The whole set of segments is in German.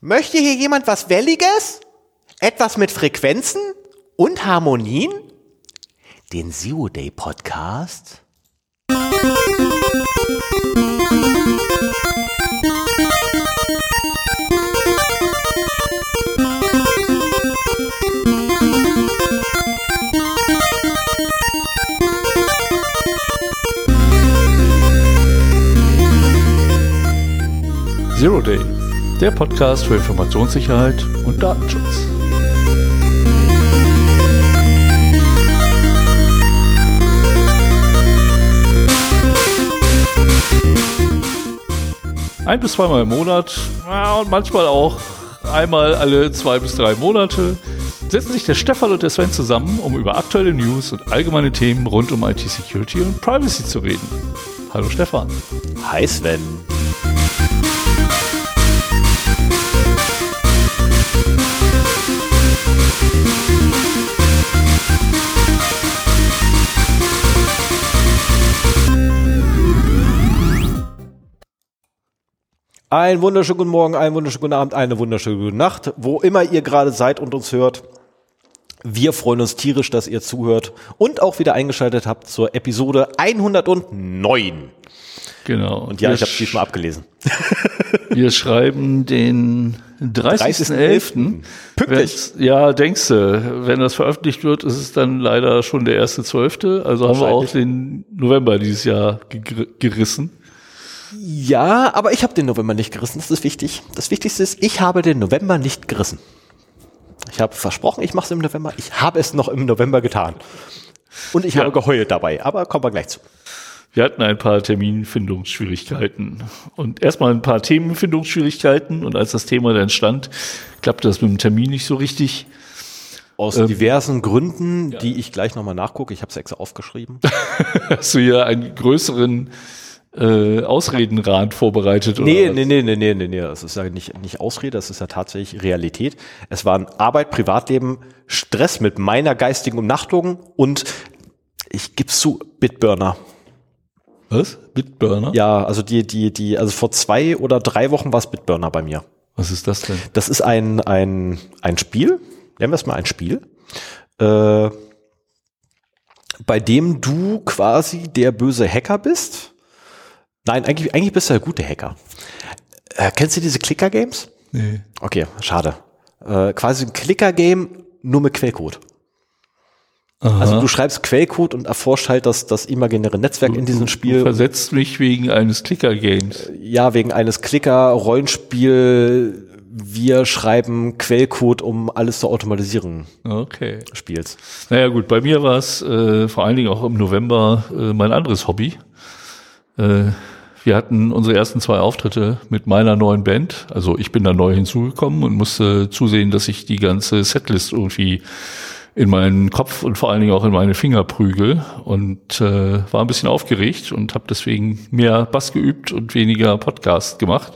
Möchte hier jemand was Welliges? Etwas mit Frequenzen und Harmonien? Den Zero Day Podcast? Zero Day, der Podcast für Informationssicherheit und Datenschutz. Ein- bis zweimal im Monat, und manchmal auch einmal alle 2 bis 3 Monate, setzen sich der Stefan und der Sven zusammen, um über aktuelle News und allgemeine Themen rund um IT-Security und Privacy zu reden. Hallo Stefan. Hi Sven. Einen wunderschönen guten Morgen, einen wunderschönen guten Abend, eine wunderschöne gute Nacht, wo immer ihr gerade seid und uns hört. Wir freuen uns tierisch, dass ihr zuhört und auch wieder eingeschaltet habt zur Episode 109. Genau. Und ja, ich habe es diesmal abgelesen. Wir schreiben den 30.11. Pünktlich. Ja, denkst du, wenn das veröffentlicht wird, ist es dann leider schon der 1.12. Also haben wir auch den November dieses Jahr gerissen. Ja, aber ich habe den November nicht gerissen, das ist wichtig. Das Wichtigste ist, ich habe den November nicht gerissen. Ich habe versprochen, ich mache es im November. Ich habe es noch im November getan. Und ich habe geheult dabei, aber kommen wir gleich zu. Wir hatten ein paar Terminfindungsschwierigkeiten und erstmal ein paar Themenfindungsschwierigkeiten und als das Thema dann stand, klappte das mit dem Termin nicht so richtig. Aus diversen Gründen, die ich gleich nochmal nachgucke. Ich habe es extra aufgeschrieben. Hast du hier einen größeren Ausredenrad vorbereitet? Nee. Das ist ja nicht Ausrede, das ist ja tatsächlich Realität. Es waren Arbeit, Privatleben, Stress mit meiner geistigen Umnachtung und ich gebe zu, Bitburner. Was? Bitburner? Ja, also also vor 2 oder 3 Wochen war es Bitburner bei mir. Was ist das denn? Das ist ein Spiel, nennen wir es mal ein Spiel, bei dem du quasi der böse Hacker bist. Nein, eigentlich bist du der gute Hacker. Kennst du diese Clicker-Games? Nee. Okay, schade. Quasi ein Clicker-Game, nur mit Quellcode. Aha. Also du schreibst Quellcode und erforscht halt das imaginäre Netzwerk in diesem Spiel. Du versetzt mich wegen eines Clicker-Games. Ja, wegen eines Clicker-Rollenspiel. Wir schreiben Quellcode, um alles zu automatisieren. Okay. Spiels. Naja gut, bei mir war es vor allen Dingen auch im November mein anderes Hobby. Wir hatten unsere ersten 2 Auftritte mit meiner neuen Band. Also ich bin da neu hinzugekommen und musste zusehen, dass ich die ganze Setlist irgendwie in meinen Kopf und vor allen Dingen auch in meine Finger prügel und war ein bisschen aufgeregt und habe deswegen mehr Bass geübt und weniger Podcast gemacht.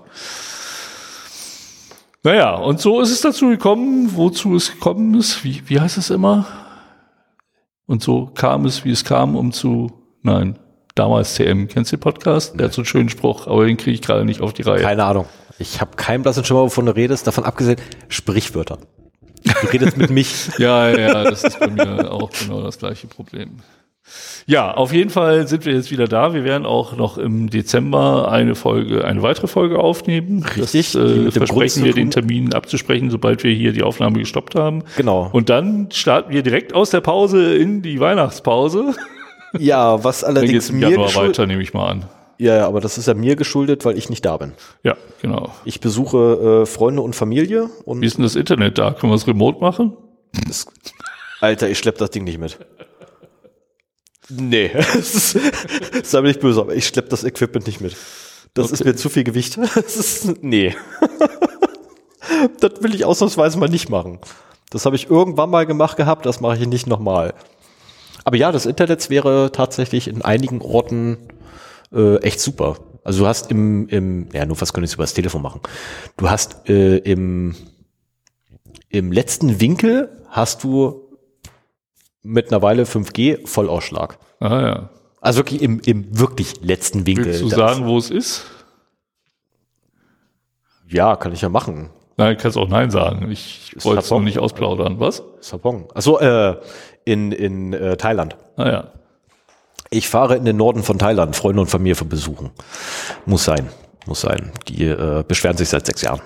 Naja, und so ist es dazu gekommen, wozu es gekommen ist. Wie heißt es immer? Und so kam es, wie es kam, damals TM. Kennst du den Podcast? Der hat so einen schönen Spruch, aber den kriege ich gerade nicht auf die Reihe. Keine Ahnung. Ich habe keinen blassen Schimmer, wovon du redest. Davon abgesehen, Sprichwörter. Du redest mit mich. Ja, das ist bei mir auch genau das gleiche Problem. Ja, auf jeden Fall sind wir jetzt wieder da. Wir werden auch noch im Dezember eine weitere Folge aufnehmen. Richtig. Das versprechen wir, den Termin abzusprechen, sobald wir hier die Aufnahme gestoppt haben. Genau. Und dann starten wir direkt aus der Pause in die Weihnachtspause. Ja, was allerdings mir geschuldet weiter, nehme ich mal an. Ja, aber das ist ja mir geschuldet, weil ich nicht da bin. Ja, genau. Ich besuche Freunde und Familie. Und wie ist denn das Internet da? Können wir es remote machen? Alter, ich schlepp das Ding nicht mit. Nee, sei mir nicht böse, aber ich schlepp das Equipment nicht mit. Das ist mir zu viel Gewicht. Nee. Das will ich ausnahmsweise mal nicht machen. Das habe ich irgendwann mal gemacht gehabt, das mache ich nicht nochmal. Aber ja, das Internet wäre tatsächlich in einigen Orten echt super. Also du hast nur was können wir jetzt über das Telefon machen. Du hast im letzten Winkel hast du mittlerweile 5G Vollausschlag. Ah ja. Also wirklich im wirklich letzten Winkel. Willst du sagen, wo es ist? Ja, kann ich ja machen. Nein, kannst auch Nein sagen. Ich wollte es nur nicht ausplaudern. Was? Sabong. Achso, in Thailand. Ah ja. Ich fahre in den Norden von Thailand, Freunde und Familie besuchen. Muss sein. Die beschweren sich seit 6 Jahren.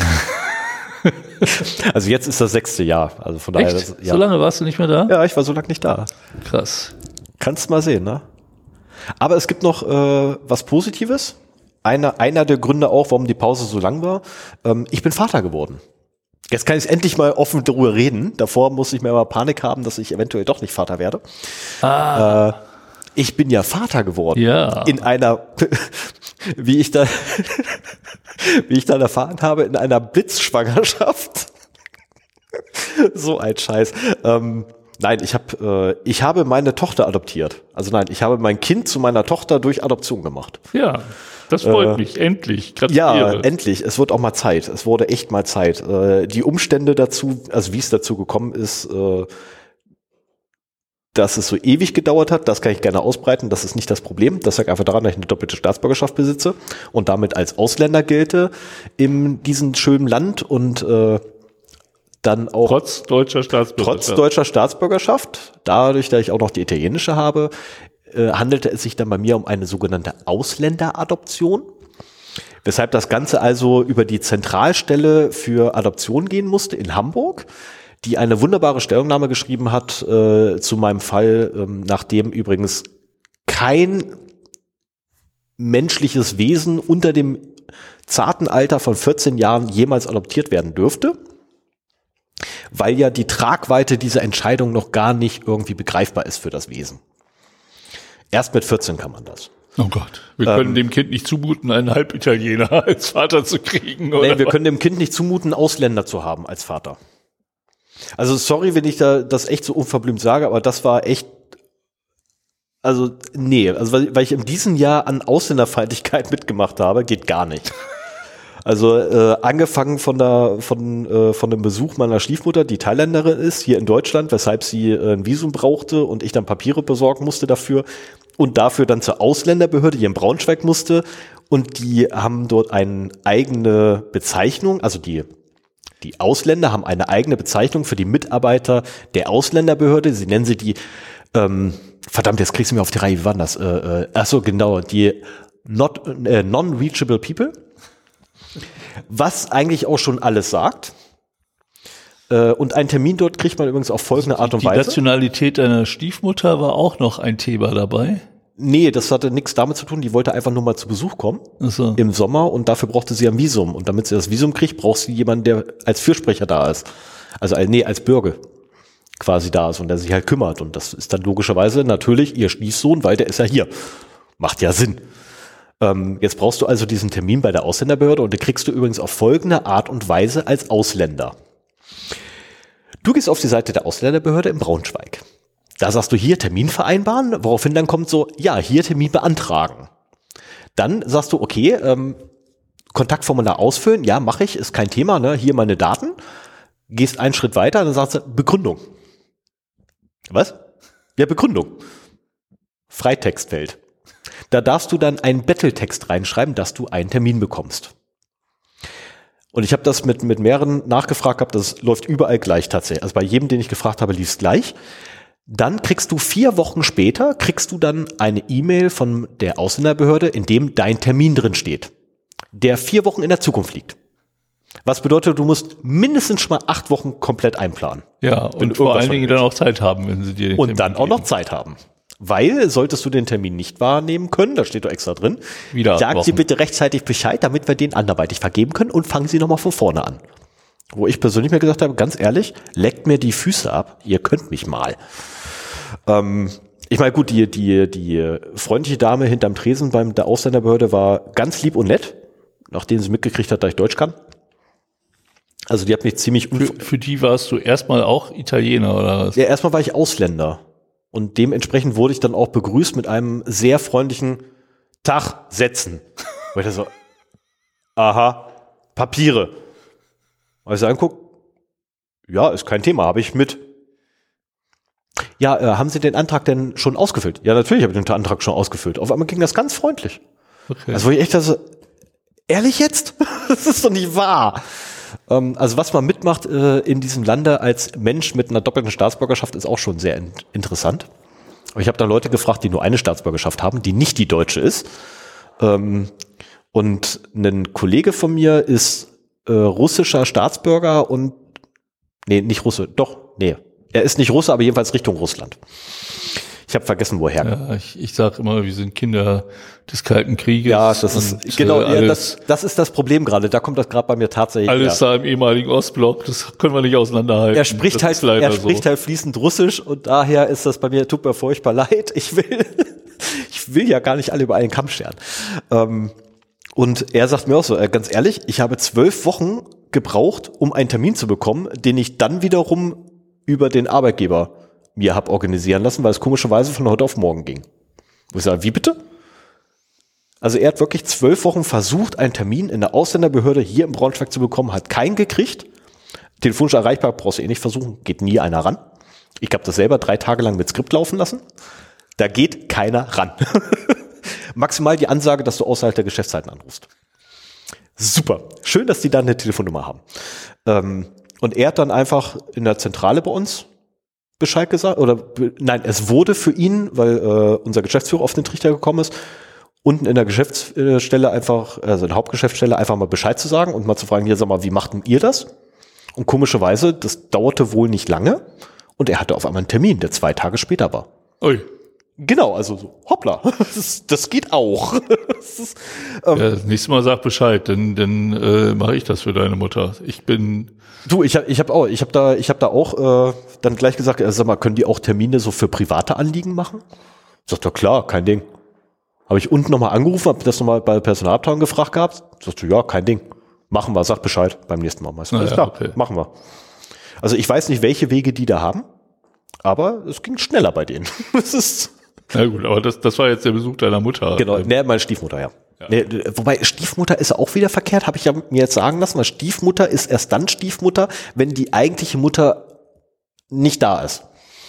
Also jetzt ist das 6. Jahr. Also von daher. Echt? So lange warst du nicht mehr da? Ja, ich war so lange nicht da. Krass. Kannst mal sehen, ne? Aber es gibt noch was Positives. Einer der Gründe auch, warum die Pause so lang war. Ich bin Vater geworden. Jetzt kann ich endlich mal offen darüber reden. Davor musste ich mir aber Panik haben, dass ich eventuell doch nicht Vater werde. Ich bin ja Vater geworden. Ja. In einer, wie ich dann erfahren habe, in einer Blitzschwangerschaft. So ein Scheiß. Nein, ich habe meine Tochter adoptiert. Also nein, ich habe mein Kind zu meiner Tochter durch Adoption gemacht. Ja, das freut mich. Endlich. Ja, endlich. Es wird auch mal Zeit. Es wurde echt mal Zeit. Die Umstände dazu, also wie es dazu gekommen ist, dass es so ewig gedauert hat, das kann ich gerne ausbreiten. Das ist nicht das Problem. Das liegt einfach daran, dass ich eine doppelte Staatsbürgerschaft besitze und damit als Ausländer gelte in diesem schönen Land und dann auch trotz deutscher Staatsbürgerschaft, dadurch, dass ich auch noch die italienische habe, handelte es sich dann bei mir um eine sogenannte Ausländeradoption, weshalb das Ganze also über die Zentralstelle für Adoption gehen musste in Hamburg, die eine wunderbare Stellungnahme geschrieben hat zu meinem Fall, nachdem übrigens kein menschliches Wesen unter dem zarten Alter von 14 Jahren jemals adoptiert werden dürfte, weil ja die Tragweite dieser Entscheidung noch gar nicht irgendwie begreifbar ist für das Wesen. Erst mit 14 kann man das. Oh Gott, wir können dem Kind nicht zumuten, einen Halbitaliener als Vater zu kriegen, oder? Nee, wir können dem Kind nicht zumuten, Ausländer zu haben als Vater. Also sorry, wenn ich das echt so unverblümt sage, aber das war echt, also nee, also weil ich in diesem Jahr an Ausländerfeindlichkeit mitgemacht habe, geht gar nicht. Also angefangen von dem Besuch meiner Stiefmutter, die Thailänderin ist, hier in Deutschland, weshalb sie ein Visum brauchte und ich dann Papiere besorgen musste dafür und dafür dann zur Ausländerbehörde hier in Braunschweig musste und die haben dort eine eigene Bezeichnung, also die Ausländer haben eine eigene Bezeichnung für die Mitarbeiter der Ausländerbehörde, sie nennen sie die, verdammt, jetzt kriegst du mir auf die Reihe, wie war das? Achso, genau, die Non-Reachable People. Was eigentlich auch schon alles sagt. Und einen Termin dort kriegt man übrigens auf folgende Art und Weise. Die Nationalität deiner Stiefmutter war auch noch ein Thema dabei? Nee, das hatte nichts damit zu tun. Die wollte einfach nur mal zu Besuch kommen im Sommer und dafür brauchte sie ein Visum. Und damit sie das Visum kriegt, braucht sie jemanden, der als Fürsprecher da ist. Also als Bürger quasi da ist und der sich halt kümmert. Und das ist dann logischerweise natürlich ihr Stiefsohn, weil der ist ja hier. Macht ja Sinn. Jetzt brauchst du also diesen Termin bei der Ausländerbehörde und den kriegst du übrigens auf folgende Art und Weise als Ausländer. Du gehst auf die Seite der Ausländerbehörde in Braunschweig. Da sagst du hier Termin vereinbaren, woraufhin dann kommt so, ja, hier Termin beantragen. Dann sagst du, okay, Kontaktformular ausfüllen, ja, mache ich, ist kein Thema, ne? Hier meine Daten. Gehst einen Schritt weiter, dann sagst du Begründung. Was? Ja, Begründung. Freitextfeld. Da darfst du dann einen Betteltext reinschreiben, dass du einen Termin bekommst. Und ich habe das mit mehreren nachgefragt gehabt, das läuft überall gleich tatsächlich. Also bei jedem, den ich gefragt habe, lief es gleich. Dann kriegst du 4 Wochen später, dann eine E-Mail von der Ausländerbehörde, in dem dein Termin drin steht, der 4 Wochen in der Zukunft liegt. Was bedeutet, du musst mindestens schon mal 8 Wochen komplett einplanen. Ja, und vor allen Dingen dann auch Zeit haben, wenn sie dir den Termin dann auch noch Zeit haben. Weil, solltest du den Termin nicht wahrnehmen können, da steht doch extra drin, sagen Sie bitte rechtzeitig Bescheid, damit wir den anderweitig vergeben können und fangen Sie nochmal von vorne an. Wo ich persönlich mir gesagt habe, ganz ehrlich, leckt mir die Füße ab, ihr könnt mich mal. Ich meine, gut, die freundliche Dame hinterm Tresen bei der Ausländerbehörde war ganz lieb und nett, nachdem sie mitgekriegt hat, dass ich Deutsch kann. Also die hat mich ziemlich... Für die warst du erstmal auch Italiener, oder was? Ja, erstmal war ich Ausländer. Und dementsprechend wurde ich dann auch begrüßt mit einem sehr freundlichen Tag setzen. Wo ich da so, aha, Papiere. Und ich so anguck, ja, ist kein Thema, habe ich mit. Ja, haben Sie den Antrag denn schon ausgefüllt? Ja, natürlich habe ich den Antrag schon ausgefüllt. Auf einmal ging das ganz freundlich. Okay. Also wo ich echt so, ehrlich jetzt? Das ist doch nicht wahr. Also was man mitmacht in diesem Lande als Mensch mit einer doppelten Staatsbürgerschaft ist auch schon sehr interessant. Aber ich habe da Leute gefragt, die nur eine Staatsbürgerschaft haben, die nicht die deutsche ist. Und ein Kollege von mir ist russischer Staatsbürger und nicht Russe, er ist nicht Russe, aber jedenfalls Richtung Russland. Ich habe vergessen, woher. Ja, ich sage immer, wir sind Kinder des Kalten Krieges. Ja, das ist genau, das ist das Problem gerade. Da kommt das gerade bei mir tatsächlich. Alles da im ehemaligen Ostblock, das können wir nicht auseinanderhalten. Er spricht halt fließend Russisch und daher ist das bei mir, tut mir furchtbar leid. Ich will ja gar nicht alle über einen Kamm scheren. Und er sagt mir auch so, ganz ehrlich, ich habe 12 Wochen gebraucht, um einen Termin zu bekommen, den ich dann wiederum über den Arbeitgeber mir habe organisieren lassen, weil es komischerweise von heute auf morgen ging. Und ich sage, wie bitte? Also er hat wirklich 12 Wochen versucht, einen Termin in der Ausländerbehörde hier in Braunschweig zu bekommen, hat keinen gekriegt. Telefonisch erreichbar, brauchst du nicht versuchen, geht nie einer ran. Ich habe das selber 3 Tage lang mit Skript laufen lassen. Da geht keiner ran. Maximal die Ansage, dass du außerhalb der Geschäftszeiten anrufst. Super. Schön, dass die dann eine Telefonnummer haben. Und er hat dann einfach in der Zentrale bei uns Bescheid gesagt, nein, es wurde für ihn, weil unser Geschäftsführer auf den Trichter gekommen ist, unten in der Geschäftsstelle einfach, also in der Hauptgeschäftsstelle einfach mal Bescheid zu sagen und mal zu fragen, hier sag mal, wie macht denn ihr das? Und komischerweise, das dauerte wohl nicht lange und er hatte auf einmal einen Termin, der 2 Tage später war. Ui. Genau, also so, hoppla, das geht auch. Das nächste Mal sag Bescheid, dann mache ich das für deine Mutter. Ich hab da auch dann gleich gesagt, sag mal, können die auch Termine so für private Anliegen machen? Sagt er, klar, kein Ding. Habe ich unten nochmal angerufen, habe das nochmal bei der Personalabteilung gefragt gehabt. Sagt er, ja, kein Ding. Machen wir, sag Bescheid beim nächsten Mal. Alles klar, okay. Machen wir. Also ich weiß nicht, welche Wege die da haben, aber es ging schneller bei denen. Na gut, aber das war jetzt der Besuch deiner Mutter. Genau, meine Stiefmutter, ja. Nee, wobei Stiefmutter ist auch wieder verkehrt, habe ich ja mir jetzt sagen lassen, weil Stiefmutter ist erst dann Stiefmutter, wenn die eigentliche Mutter nicht da ist.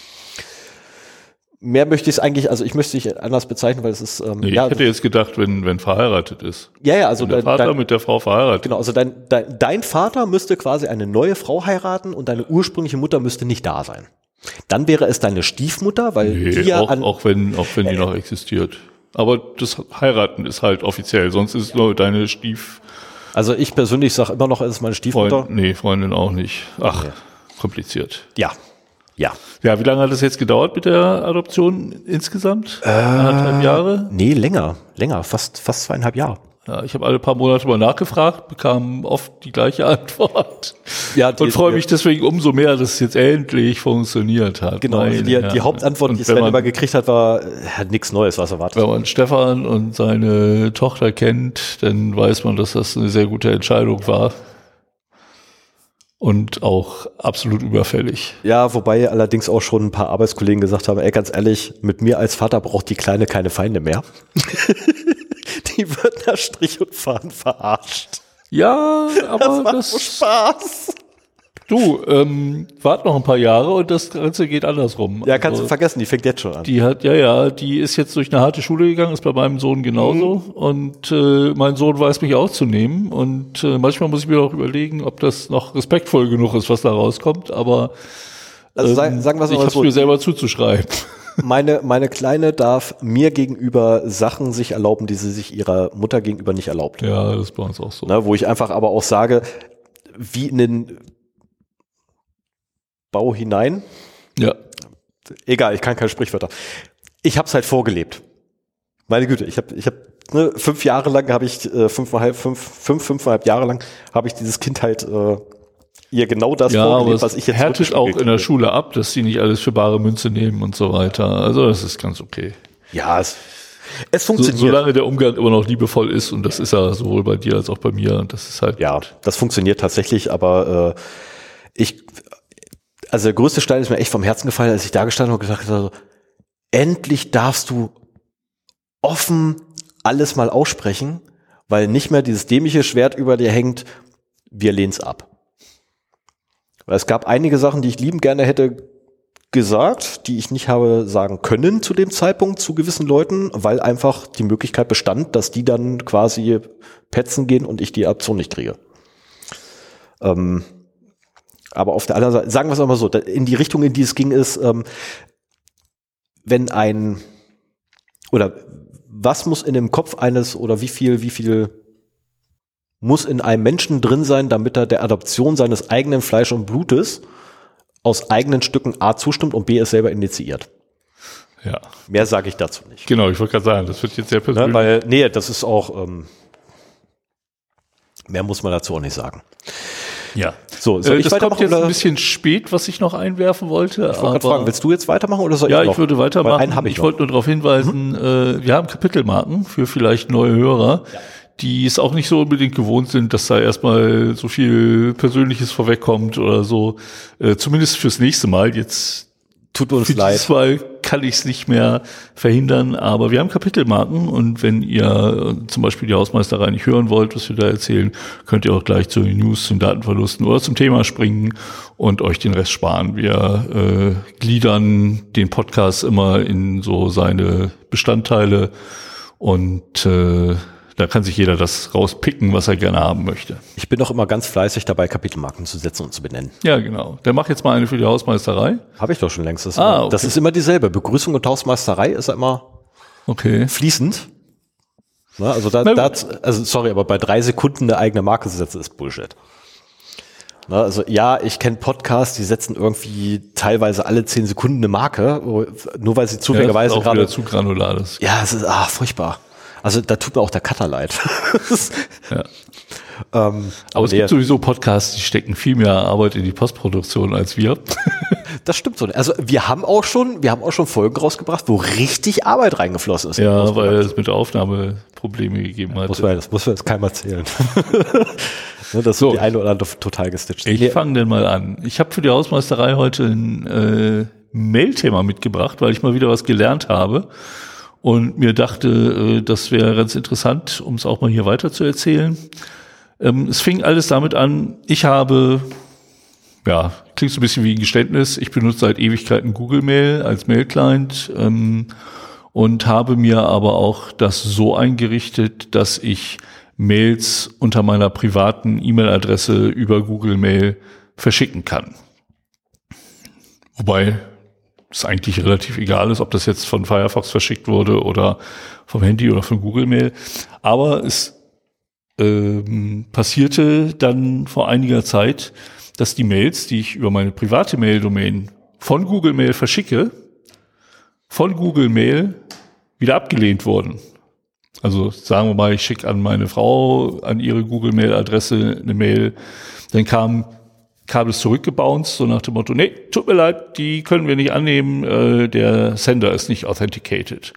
Mehr möchte ich es eigentlich, also ich möchte es nicht anders bezeichnen, weil es ist ich hätte jetzt gedacht, wenn verheiratet ist. Ja, also wenn der Vater mit der Frau verheiratet. Genau, also dein Vater müsste quasi eine neue Frau heiraten und deine ursprüngliche Mutter müsste nicht da sein. Dann wäre es deine Stiefmutter, weil die ja auch wenn die noch existiert. Aber das Heiraten ist halt offiziell, sonst ist es nur deine Also ich persönlich sage immer noch, es ist meine Stiefmutter. Freundin auch nicht. Ach, okay. Kompliziert. Ja. Ja, wie lange hat es jetzt gedauert mit der Adoption insgesamt? 1,5 Jahre? Nee, länger, fast 2,5 Jahre. Ja, ich habe alle paar Monate mal nachgefragt, bekam oft die gleiche Antwort. Ja, und freue mich deswegen umso mehr, dass es jetzt endlich funktioniert hat. Genau, die Hauptantwort, die Sven immer gekriegt hat, war nichts Neues, was erwartet. Wenn man Stefan und seine Tochter kennt, dann weiß man, dass das eine sehr gute Entscheidung war. Und auch absolut überfällig. Ja, wobei allerdings auch schon ein paar Arbeitskollegen gesagt haben, ganz ehrlich, mit mir als Vater braucht die Kleine keine Feinde mehr. Die wird nach Strich und Faden verarscht. Ja, aber das macht Spaß. Du, wart noch ein paar Jahre und das Ganze geht andersrum. Ja, kannst du vergessen, die fängt jetzt schon an. Die ist jetzt durch eine harte Schule gegangen, ist bei meinem Sohn genauso. Und mein Sohn weiß mich auch zu nehmen. Und manchmal muss ich mir auch überlegen, ob das noch respektvoll genug ist, was da rauskommt. Aber also sagen wir ich habe es mir selber zuzuschreiben. Meine Kleine darf mir gegenüber Sachen sich erlauben, die sie sich ihrer Mutter gegenüber nicht erlaubt. Ja, das ist bei uns auch so. Wo ich einfach aber auch sage, wie in den Bau hinein. Ja. Egal, ich kann keine Sprichwörter. Ich habe es halt vorgelebt. Meine Güte, ich hab 5 Jahre lang habe ich 5,5 Jahre lang habe ich dieses Kind halt ihr genau das vorgelebt, was ich jetzt härtet auch in der Schule ab, dass sie nicht alles für bare Münze nehmen und so weiter. Also das ist ganz okay. Ja, es funktioniert. Solange der Umgang immer noch liebevoll ist und das ist ja sowohl bei dir als auch bei mir und das ist halt gut. Das funktioniert tatsächlich, aber also der größte Stein ist mir echt vom Herzen gefallen, als ich da gestanden habe und gesagt habe, endlich darfst du offen alles mal aussprechen, weil nicht mehr dieses dämliche Schwert über dir hängt, wir lehnen's ab. Weil es gab einige Sachen, die ich liebend gerne hätte gesagt, die ich nicht habe sagen können zu dem Zeitpunkt zu gewissen Leuten, weil einfach die Möglichkeit bestand, dass die dann quasi petzen gehen und ich die Adoption nicht kriege. Aber auf der anderen Seite, sagen wir es auch mal so, in die Richtung, in die es ging, ist, was muss in dem Kopf eines oder wie viel muss in einem Menschen drin sein, damit er der Adoption seines eigenen Fleisch und Blutes aus eigenen Stücken A zustimmt und B es selber initiiert. Ja. Mehr sage ich dazu nicht. Genau, ich wollte gerade sagen, das wird jetzt sehr persönlich. Das ist auch, mehr muss man dazu auch nicht sagen. Ja. So, soll ich das weitermachen? Kommt jetzt ein bisschen spät, was ich noch einwerfen wollte. Ich wollte gerade fragen, willst du jetzt weitermachen oder soll ich noch? Ja, ich würde weitermachen. Weil einen habe ich wollte nur darauf hinweisen, wir haben Kapitelmarken für vielleicht neue Hörer, die es auch nicht so unbedingt gewohnt sind, dass da erstmal so viel Persönliches vorwegkommt oder so. Zumindest fürs nächste Mal. Jetzt tut uns für leid. dieses Mal kann ich es nicht mehr verhindern, aber wir haben Kapitelmarken und wenn ihr zum Beispiel die Hausmeisterei nicht hören wollt, was wir da erzählen, könnt ihr auch gleich zu den News, zu den Datenverlusten oder zum Thema springen und euch den Rest sparen. Wir gliedern den Podcast immer in so seine Bestandteile und da kann sich jeder das rauspicken, was er gerne haben möchte. Ich bin auch immer ganz fleißig dabei, Kapitelmarken zu setzen und zu benennen. Ja, genau. Dann mach jetzt mal eine für die Hausmeisterei. Habe ich doch schon längst. Okay. Das ist immer dieselbe. Begrüßung und Hausmeisterei ist ja immer fließend. Na, sorry, aber bei 3 Sekunden eine eigene Marke zu setzen, ist Bullshit. Na, also ja, ich kenne Podcasts, die setzen irgendwie teilweise alle 10 Sekunden eine Marke, nur weil sie zufälligerweise das ist auch wieder zu granular ist. Ja, es ist furchtbar. Also da tut mir auch der Cutter leid. Ja. Aber es gibt sowieso Podcasts, die stecken viel mehr Arbeit in die Postproduktion als wir. Das stimmt so. Also wir haben auch schon Folgen rausgebracht, wo richtig Arbeit reingeflossen ist. Ja, weil es mit der Aufnahme Probleme gegeben hat. Das muss man jetzt keinem erzählen. Das so die eine oder andere total gestitcht. Ich fange denn mal an. Ich habe für die Hausmeisterei heute ein Mail-Thema mitgebracht, weil ich mal wieder was gelernt habe. Und mir dachte, das wäre ganz interessant, um es auch mal hier weiter zu erzählen. Es fing alles damit an, ich habe, klingt so ein bisschen wie ein Geständnis, ich benutze seit Ewigkeiten Google Mail als Mail-Client und habe mir aber auch das so eingerichtet, dass ich Mails unter meiner privaten E-Mail-Adresse über Google Mail verschicken kann. Wobei es eigentlich relativ egal ist, ob das jetzt von Firefox verschickt wurde oder vom Handy oder von Google Mail. Aber es passierte dann vor einiger Zeit, dass die Mails, die ich über meine private Mail-Domain von Google Mail verschicke, von Google Mail wieder abgelehnt wurden. Also sagen wir mal, ich schicke an meine Frau, an ihre Google Mail-Adresse eine Mail, dann kam es zurückgebounced, so nach dem Motto, nee, tut mir leid, die können wir nicht annehmen, der Sender ist nicht authenticated.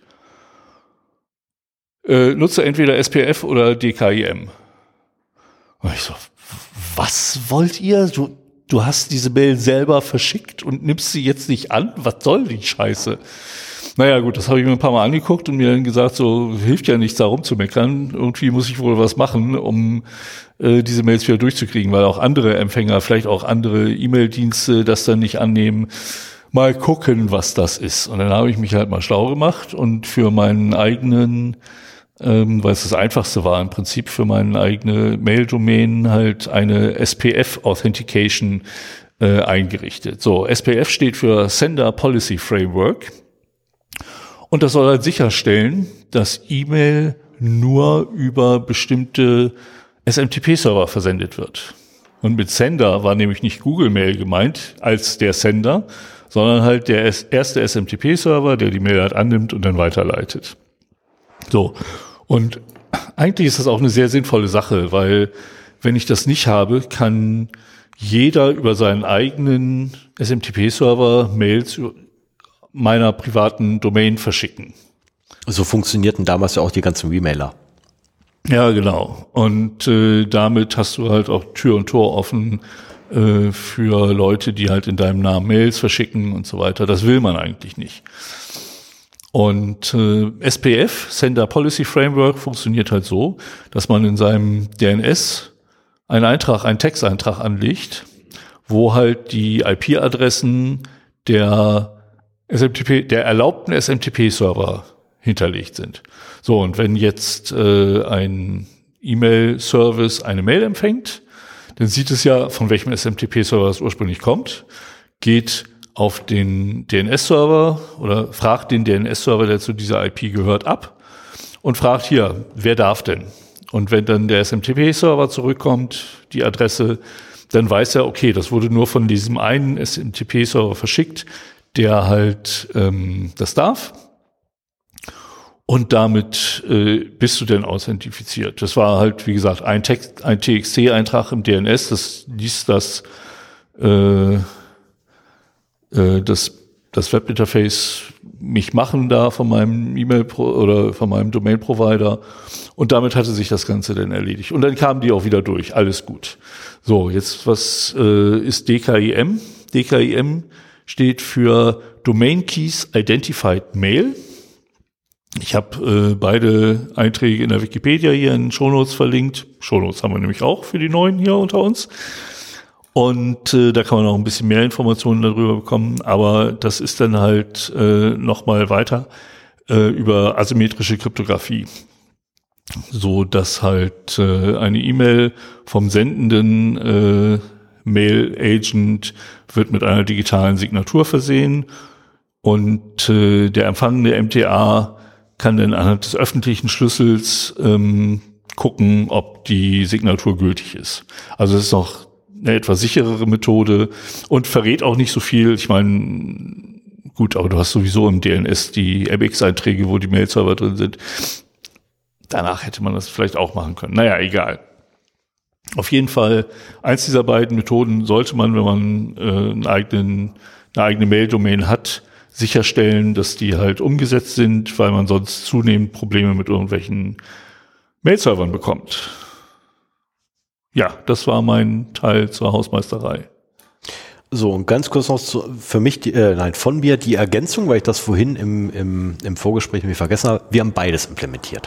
Nutze entweder SPF oder DKIM. Und ich so, was wollt ihr? Du hast diese Mail selber verschickt und nimmst sie jetzt nicht an? Was soll die Scheiße? Naja gut, das habe ich mir ein paar Mal angeguckt und mir dann gesagt, so hilft ja nichts, da rumzumeckern. Irgendwie muss ich wohl was machen, um diese Mails wieder durchzukriegen, weil auch andere Empfänger, vielleicht auch andere E-Mail-Dienste das dann nicht annehmen. Mal gucken, was das ist. Und dann habe ich mich halt mal schlau gemacht und für meinen eigenen, weil es das Einfachste war im Prinzip, für meine eigene Mail-Domain halt eine SPF-Authentication eingerichtet. So, SPF steht für Sender Policy Framework. Und das soll halt sicherstellen, dass E-Mail nur über bestimmte SMTP-Server versendet wird. Und mit Sender war nämlich nicht Google Mail gemeint als der Sender, sondern halt der erste SMTP-Server, der die Mail halt annimmt und dann weiterleitet. So. Und eigentlich ist das auch eine sehr sinnvolle Sache, weil wenn ich das nicht habe, kann jeder über seinen eigenen SMTP-Server Mails meiner privaten Domain verschicken. So funktionierten damals ja auch die ganzen Remailer. Ja, genau. Und damit hast du halt auch Tür und Tor offen für Leute, die halt in deinem Namen Mails verschicken und so weiter. Das will man eigentlich nicht. Und SPF, Sender Policy Framework, funktioniert halt so, dass man in seinem DNS einen Texteintrag anlegt, wo halt die IP-Adressen der erlaubten SMTP-Server hinterlegt sind. So, und wenn jetzt ein E-Mail-Service eine Mail empfängt, dann sieht es ja, von welchem SMTP-Server es ursprünglich kommt, geht auf den DNS-Server oder fragt den DNS-Server, der zu dieser IP gehört, ab und fragt hier, wer darf denn? Und wenn dann der SMTP-Server zurückkommt, die Adresse, dann weiß er, okay, das wurde nur von diesem einen SMTP-Server verschickt, der halt das darf. Und damit bist du denn authentifiziert. Das war halt, wie gesagt, ein TXT-Eintrag im DNS, das ließ das Webinterface mich machen da von meinem oder von meinem Domain-Provider. Und damit hatte sich das Ganze dann erledigt. Und dann kamen die auch wieder durch. Alles gut. So, jetzt was ist DKIM? DKIM steht für Domain Keys Identified Mail. Ich habe beide Einträge in der Wikipedia hier in Shownotes verlinkt. Shownotes haben wir nämlich auch für die Neuen hier unter uns. Und da kann man auch ein bisschen mehr Informationen darüber bekommen. Aber das ist dann halt nochmal weiter über asymmetrische Kryptographie. So dass halt eine E-Mail vom sendenden Mail-Agent wird mit einer digitalen Signatur versehen. Und der empfangende MTA kann dann anhand des öffentlichen Schlüssels gucken, ob die Signatur gültig ist. Also es ist noch eine etwas sicherere Methode und verrät auch nicht so viel. Ich meine, gut, aber du hast sowieso im DNS die MX-Einträge, wo die Mail-Server drin sind. Danach hätte man das vielleicht auch machen können. Naja, egal. Auf jeden Fall, eins dieser beiden Methoden sollte man, wenn man eine eigene Mail-Domain hat, sicherstellen, dass die halt umgesetzt sind, weil man sonst zunehmend Probleme mit irgendwelchen Mail-Servern bekommt. Ja, das war mein Teil zur Hausmeisterei. So, und ganz kurz noch von mir die Ergänzung, weil ich das vorhin im Vorgespräch mir vergessen habe. Wir haben beides implementiert.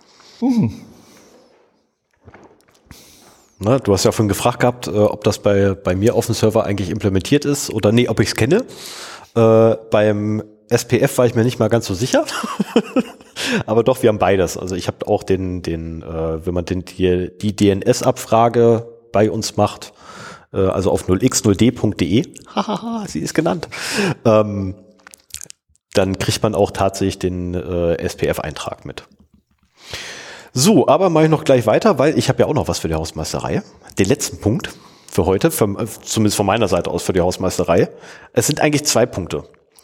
Na, du hast ja vorhin gefragt gehabt, ob das bei mir auf dem Server eigentlich implementiert ist oder nee, ob ich es kenne. Beim SPF war ich mir nicht mal ganz so sicher. Aber doch, wir haben beides. Also ich habe auch wenn man die DNS-Abfrage bei uns macht, also auf 0x0d.de, hahaha, sie ist genannt, dann kriegt man auch tatsächlich den SPF-Eintrag mit. So, aber mache ich noch gleich weiter, weil ich habe ja auch noch was für die Hausmeisterei. Den letzten Punkt für heute, zumindest von meiner Seite aus für die Hausmeisterei. Es sind eigentlich 2 Punkte.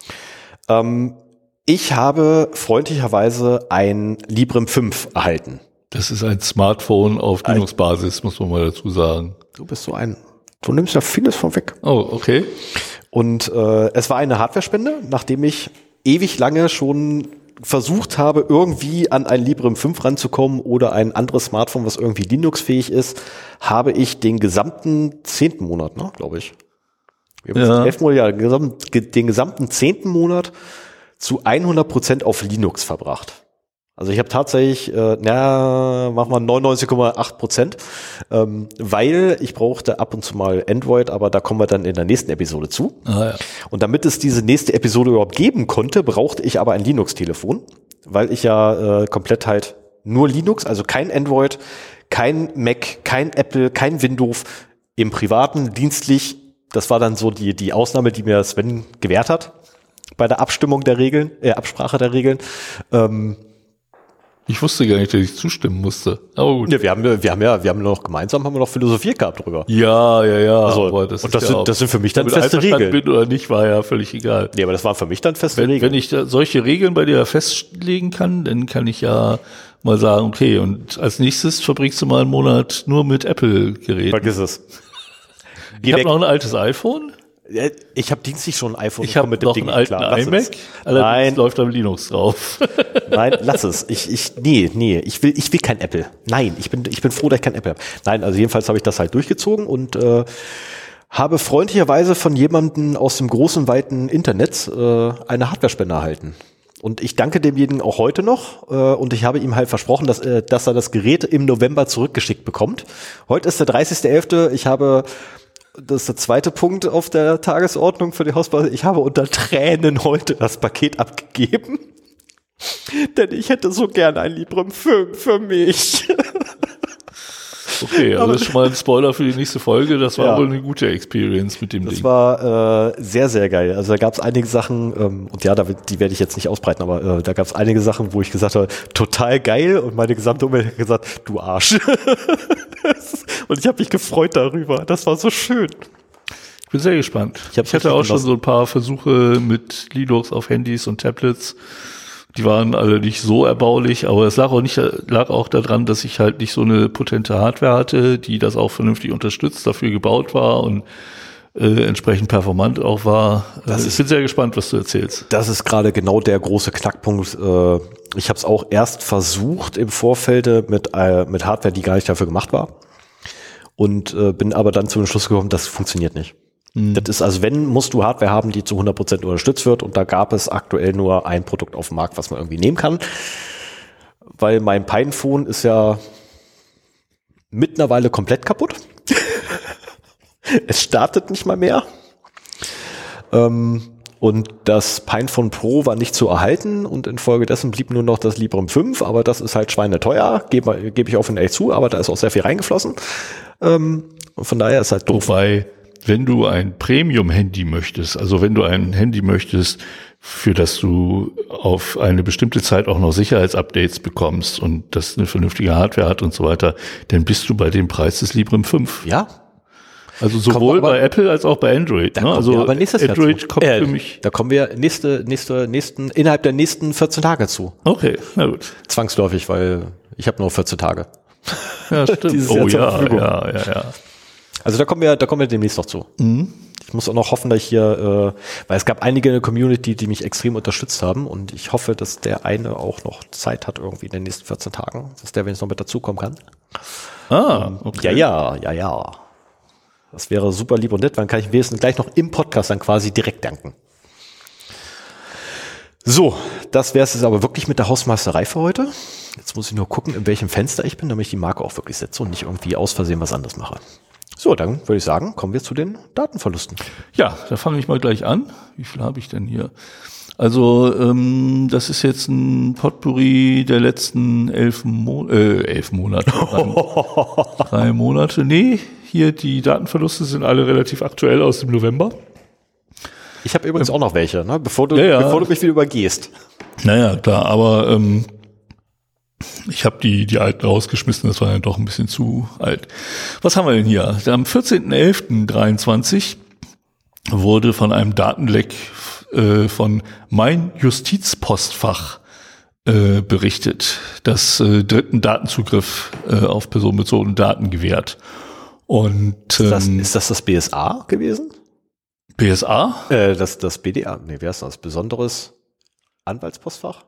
Ich habe freundlicherweise ein Librem 5 erhalten. Das ist ein Smartphone auf Linux-Basis, muss man mal dazu sagen. Du nimmst ja vieles vorweg. Oh, okay. Und es war eine Hardware-Spende, nachdem ich ewig lange schon versucht habe, irgendwie an ein Librem 5 ranzukommen oder ein anderes Smartphone, was irgendwie Linux-fähig ist, habe ich den gesamten 10. Monat, glaube ich. Wir haben 11 Monate, den gesamten 10. Monat zu 100% auf Linux verbracht. Also ich habe tatsächlich, machen wir 99,8%, weil ich brauchte ab und zu mal Android, aber da kommen wir dann in der nächsten Episode zu. Ja. Und damit es diese nächste Episode überhaupt geben konnte, brauchte ich aber ein Linux-Telefon, weil ich ja komplett halt nur Linux, also kein Android, kein Mac, kein Apple, kein Windows, im Privaten, dienstlich, das war dann so die Ausnahme, die mir Sven gewährt hat bei der Absprache der Regeln. Ich wusste gar nicht, dass ich zustimmen musste. Aber gut. Ja, wir haben noch gemeinsam philosophiert gehabt drüber. Ja. Also, aber das sind für mich dann feste Regeln. Regeln. Bin oder nicht, war ja völlig egal. Nee, aber das waren für mich dann feste Regeln. Wenn ich da solche Regeln bei dir festlegen kann, dann kann ich ja mal sagen, okay, und als nächstes verbringst du mal einen Monat nur mit Apple-Geräten. Vergiss es. Ich habe noch ein altes iPhone. Ich habe dienstlich schon ein iPhone. Ich habe noch einen alten iMac. Allerdings läuft da Linux drauf. Nein, lass es. Ich will kein Apple. Nein, ich bin froh, dass ich kein Apple habe. Nein, also jedenfalls habe ich das halt durchgezogen und habe freundlicherweise von jemandem aus dem großen, weiten Internet eine Hardware-Spende erhalten. Und ich danke demjenigen auch heute noch und ich habe ihm halt versprochen, dass er das Gerät im November zurückgeschickt bekommt. Heute ist der 30.11. Das ist der zweite Punkt auf der Tagesordnung für die Hausmeisterei. Ich habe unter Tränen heute das Paket abgegeben, denn ich hätte so gern ein Librem 5 für mich. Okay, also das ist schon mal ein Spoiler für die nächste Folge. Das war wohl eine gute Experience mit dem Ding. Das war sehr, sehr geil. Also da gab es einige Sachen, und ja, die werde ich jetzt nicht ausbreiten, aber da gab es einige Sachen, wo ich gesagt habe, total geil, und meine gesamte Umwelt hat gesagt, du Arsch. Und ich habe mich gefreut darüber. Das war so schön. Ich bin sehr gespannt. Ich hatte auch schon so ein paar Versuche mit Linux auf Handys und Tablets. Die waren alle nicht so erbaulich, aber es lag auch daran, dass ich halt nicht so eine potente Hardware hatte, die das auch vernünftig unterstützt, dafür gebaut war und entsprechend performant auch war. Ich bin sehr gespannt, was du erzählst. Das ist gerade genau der große Knackpunkt. Ich habe es auch erst versucht im Vorfeld mit Hardware, die gar nicht dafür gemacht war, und bin aber dann zu dem Schluss gekommen, das funktioniert nicht. Das ist, also wenn, musst du Hardware haben, die zu 100% unterstützt wird, und da gab es aktuell nur ein Produkt auf dem Markt, was man irgendwie nehmen kann, weil mein Pinephone ist ja mittlerweile komplett kaputt. Es startet nicht mal mehr. Und das Pinephone Pro war nicht zu erhalten, und infolgedessen blieb nur noch das Librem 5, aber das ist halt schweineteuer, gebe ich offen ehrlich zu, aber da ist auch sehr viel reingeflossen. Und von daher ist halt doof. Wobei, wenn du ein Premium-Handy möchtest, also wenn du ein Handy möchtest, für das du auf eine bestimmte Zeit auch noch Sicherheitsupdates bekommst und das eine vernünftige Hardware hat und so weiter, dann bist du bei dem Preis des Librem 5. Ja. Also sowohl bei Apple als auch bei Android. Ne? Also aber nächstes Android Jahr kommt für mich. Da kommen wir innerhalb der nächsten 14 Tage zu. Okay, na gut. Zwangsläufig, weil ich habe nur 14 Tage. Ja, stimmt. Oh ja. Also da kommen wir demnächst noch zu. Mhm. Ich muss auch noch hoffen, dass ich hier, weil es gab einige in der Community, die mich extrem unterstützt haben, und ich hoffe, dass der eine auch noch Zeit hat irgendwie in den nächsten 14 Tagen, dass der wenigstens noch mit dazukommen kann. Okay. Ja. Das wäre super lieb und nett, dann kann ich wenigstens gleich noch im Podcast dann quasi direkt danken. So, das wäre es jetzt aber wirklich mit der Hausmeisterei für heute. Jetzt muss ich nur gucken, in welchem Fenster ich bin, damit ich die Marke auch wirklich setze und nicht irgendwie aus Versehen was anderes mache. So, dann würde ich sagen, kommen wir zu den Datenverlusten. Ja, da fange ich mal gleich an. Wie viel habe ich denn hier? Also, das ist jetzt ein Potpourri der letzten 11 Monate. 3 Monate. Nee, hier die Datenverluste sind alle relativ aktuell aus dem November. Ich habe übrigens auch noch welche, ne? Bevor du mich wieder übergehst. Naja, klar, aber ich habe die alten rausgeschmissen, das war ja doch ein bisschen zu alt. Was haben wir denn hier? Am 14.11.23 wurde von einem Datenleck von Mein Justizpostfach berichtet, das dritten Datenzugriff auf personenbezogene Daten gewährt. Und ist das BSA gewesen? BSA? Das BDA? Nee, wer ist das? Besonderes Anwaltspostfach?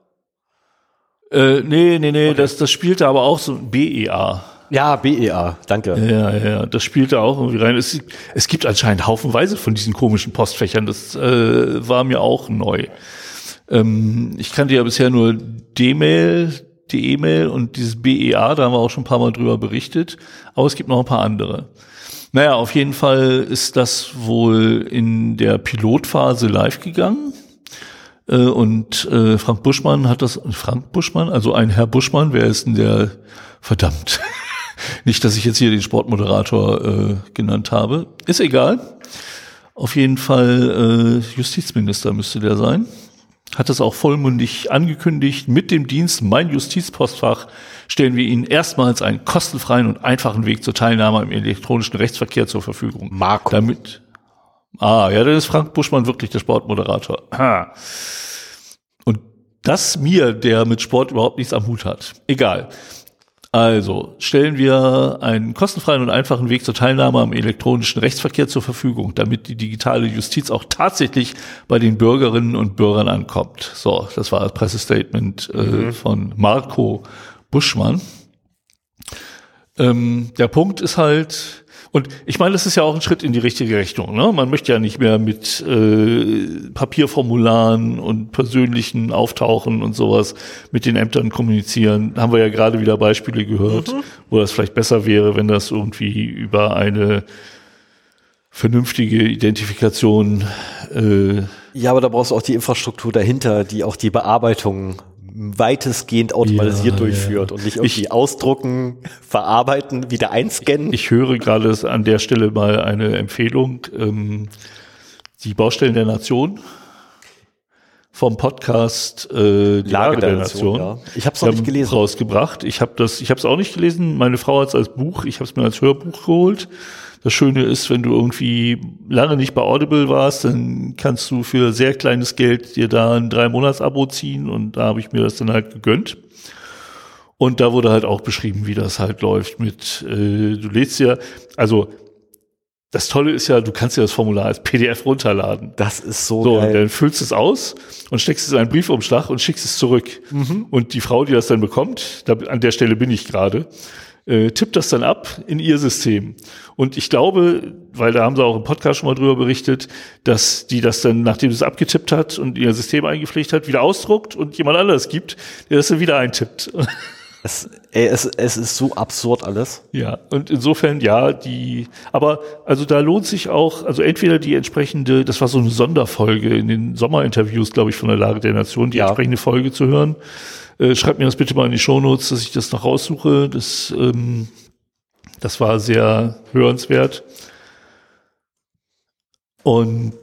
Nee, Okay. Das spielte aber auch so BEA. Ja, BEA, danke. Ja, das spielte auch irgendwie rein. Es gibt anscheinend haufenweise von diesen komischen Postfächern, das war mir auch neu. Ich kannte ja bisher nur die E-Mail und dieses BEA, da haben wir auch schon ein paar Mal drüber berichtet, aber es gibt noch ein paar andere. Naja, auf jeden Fall ist das wohl in der Pilotphase live gegangen. Und Frank Buschmann, also ein Herr Buschmann, wer ist denn der, verdammt, nicht, dass ich jetzt hier den Sportmoderator genannt habe, ist egal, auf jeden Fall Justizminister müsste der sein, hat das auch vollmundig angekündigt, mit dem Dienst Mein Justizpostfach stellen wir Ihnen erstmals einen kostenfreien und einfachen Weg zur Teilnahme im elektronischen Rechtsverkehr zur Verfügung. Marco. Dann ist Frank Buschmann wirklich der Sportmoderator. Und das mir, der mit Sport überhaupt nichts am Hut hat. Egal. Also stellen wir einen kostenfreien und einfachen Weg zur Teilnahme am elektronischen Rechtsverkehr zur Verfügung, damit die digitale Justiz auch tatsächlich bei den Bürgerinnen und Bürgern ankommt. So, das war das Pressestatement von Marco Buschmann. Der Punkt ist halt, und ich meine, das ist ja auch ein Schritt in die richtige Richtung. Ne? Man möchte ja nicht mehr mit Papierformularen und persönlichen Auftauchen und sowas mit den Ämtern kommunizieren. Haben wir ja gerade wieder Beispiele gehört, wo das vielleicht besser wäre, wenn das irgendwie über eine vernünftige Identifikation Ja, aber da brauchst du auch die Infrastruktur dahinter, die auch die Bearbeitung weitestgehend automatisiert durchführt und nicht irgendwie ausdrucken, verarbeiten, wieder einscannen. Ich höre gerade an der Stelle mal eine Empfehlung, die Baustellen der Nation vom Podcast die Lage der Nation. Ja. Ich habe es noch nicht gelesen. Rausgebracht. Ich habe es auch nicht gelesen. Meine Frau hat es als Buch. Ich habe es mir als Hörbuch geholt. Das Schöne ist, wenn du irgendwie lange nicht bei Audible warst, dann kannst du für sehr kleines Geld dir da ein 3-Monats-Abo ziehen und da habe ich mir das dann halt gegönnt. Und da wurde halt auch beschrieben, wie das halt läuft mit, du lädst ja, also das Tolle ist ja, du kannst ja das Formular als PDF runterladen. Das ist so geil. Und dann füllst du es aus und steckst es in einen Briefumschlag und schickst es zurück. Und die Frau, die das dann bekommt, an der Stelle bin ich gerade, tippt das dann ab in ihr System. Und ich glaube, weil da haben sie auch im Podcast schon mal drüber berichtet, dass die das dann, nachdem sie es abgetippt hat und in ihr System eingepflegt hat, wieder ausdruckt und jemand anderes gibt, der das dann wieder eintippt. Es ist so absurd alles. Ja, und insofern, ja, aber also da lohnt sich auch, also entweder die entsprechende, das war so eine Sonderfolge in den Sommerinterviews, glaube ich, von der Lage der Nation, die entsprechende Folge zu hören. Schreibt mir das bitte mal in die Shownotes, dass ich das noch raussuche. Das war sehr hörenswert. Und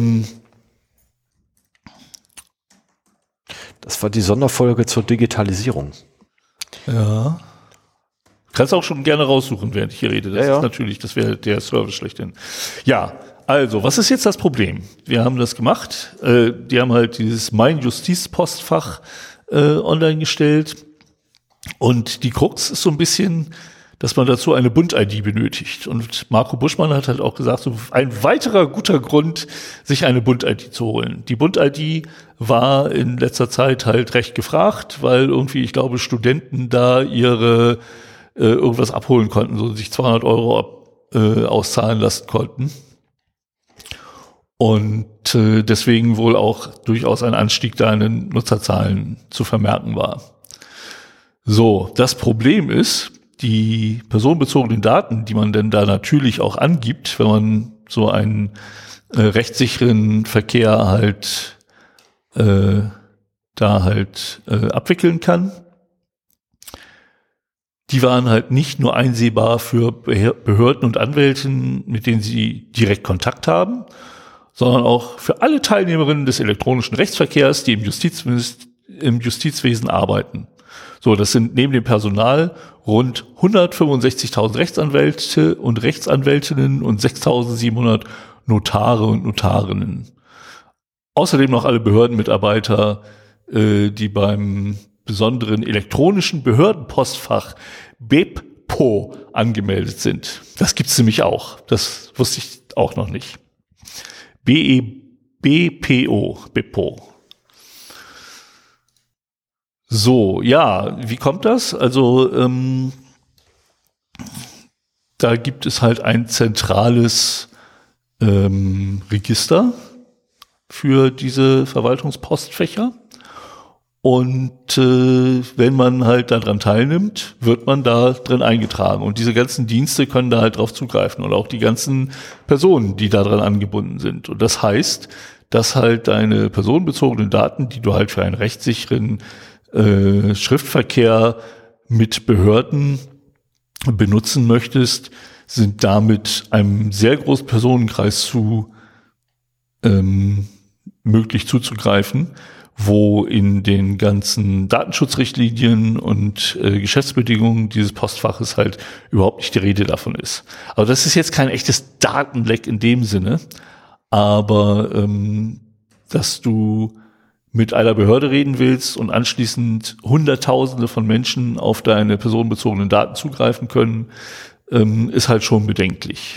das war die Sonderfolge zur Digitalisierung. Ja. Kannst auch schon gerne raussuchen, während ich hier rede. Das ist natürlich, das wäre der Service schlechthin. Ja, also, was ist jetzt das Problem? Wir haben das gemacht. Die haben halt dieses Mein Justiz-Postfach online gestellt. Und die Krux ist so ein bisschen, dass man dazu eine Bund-ID benötigt. Und Marco Buschmann hat halt auch gesagt, so ein weiterer guter Grund, sich eine Bund-ID zu holen. Die Bund-ID war in letzter Zeit halt recht gefragt, weil irgendwie, ich glaube, Studenten da ihre irgendwas abholen konnten, so sich 200 € auszahlen lassen konnten. Und deswegen wohl auch durchaus ein Anstieg da in den Nutzerzahlen zu vermerken war. So, das Problem ist, die personenbezogenen Daten, die man denn da natürlich auch angibt, wenn man so einen rechtssicheren Verkehr halt abwickeln kann, die waren halt nicht nur einsehbar für Behörden und Anwälten, mit denen sie direkt Kontakt haben, sondern auch für alle Teilnehmerinnen des elektronischen Rechtsverkehrs, die im Justizwesen arbeiten. So, das sind neben dem Personal rund 165.000 Rechtsanwälte und Rechtsanwältinnen und 6.700 Notare und Notarinnen. Außerdem noch alle Behördenmitarbeiter, die beim besonderen elektronischen Behördenpostfach BEPO angemeldet sind. Das gibt's nämlich auch. Das wusste ich auch noch nicht. BEPO, BEPO. So, ja, wie kommt das? Also, da gibt es halt ein zentrales Register für diese Verwaltungspostfächer. Und wenn man halt daran teilnimmt, wird man da drin eingetragen. Und diese ganzen Dienste können da halt drauf zugreifen und auch die ganzen Personen, die daran angebunden sind. Und das heißt, dass halt deine personenbezogenen Daten, die du halt für einen rechtssicheren Schriftverkehr mit Behörden benutzen möchtest, sind damit einem sehr großen Personenkreis möglich zuzugreifen, wo in den ganzen Datenschutzrichtlinien und Geschäftsbedingungen dieses Postfaches halt überhaupt nicht die Rede davon ist. Aber das ist jetzt kein echtes Datenleck in dem Sinne, aber dass du mit einer Behörde reden willst und anschließend Hunderttausende von Menschen auf deine personenbezogenen Daten zugreifen können, ist halt schon bedenklich.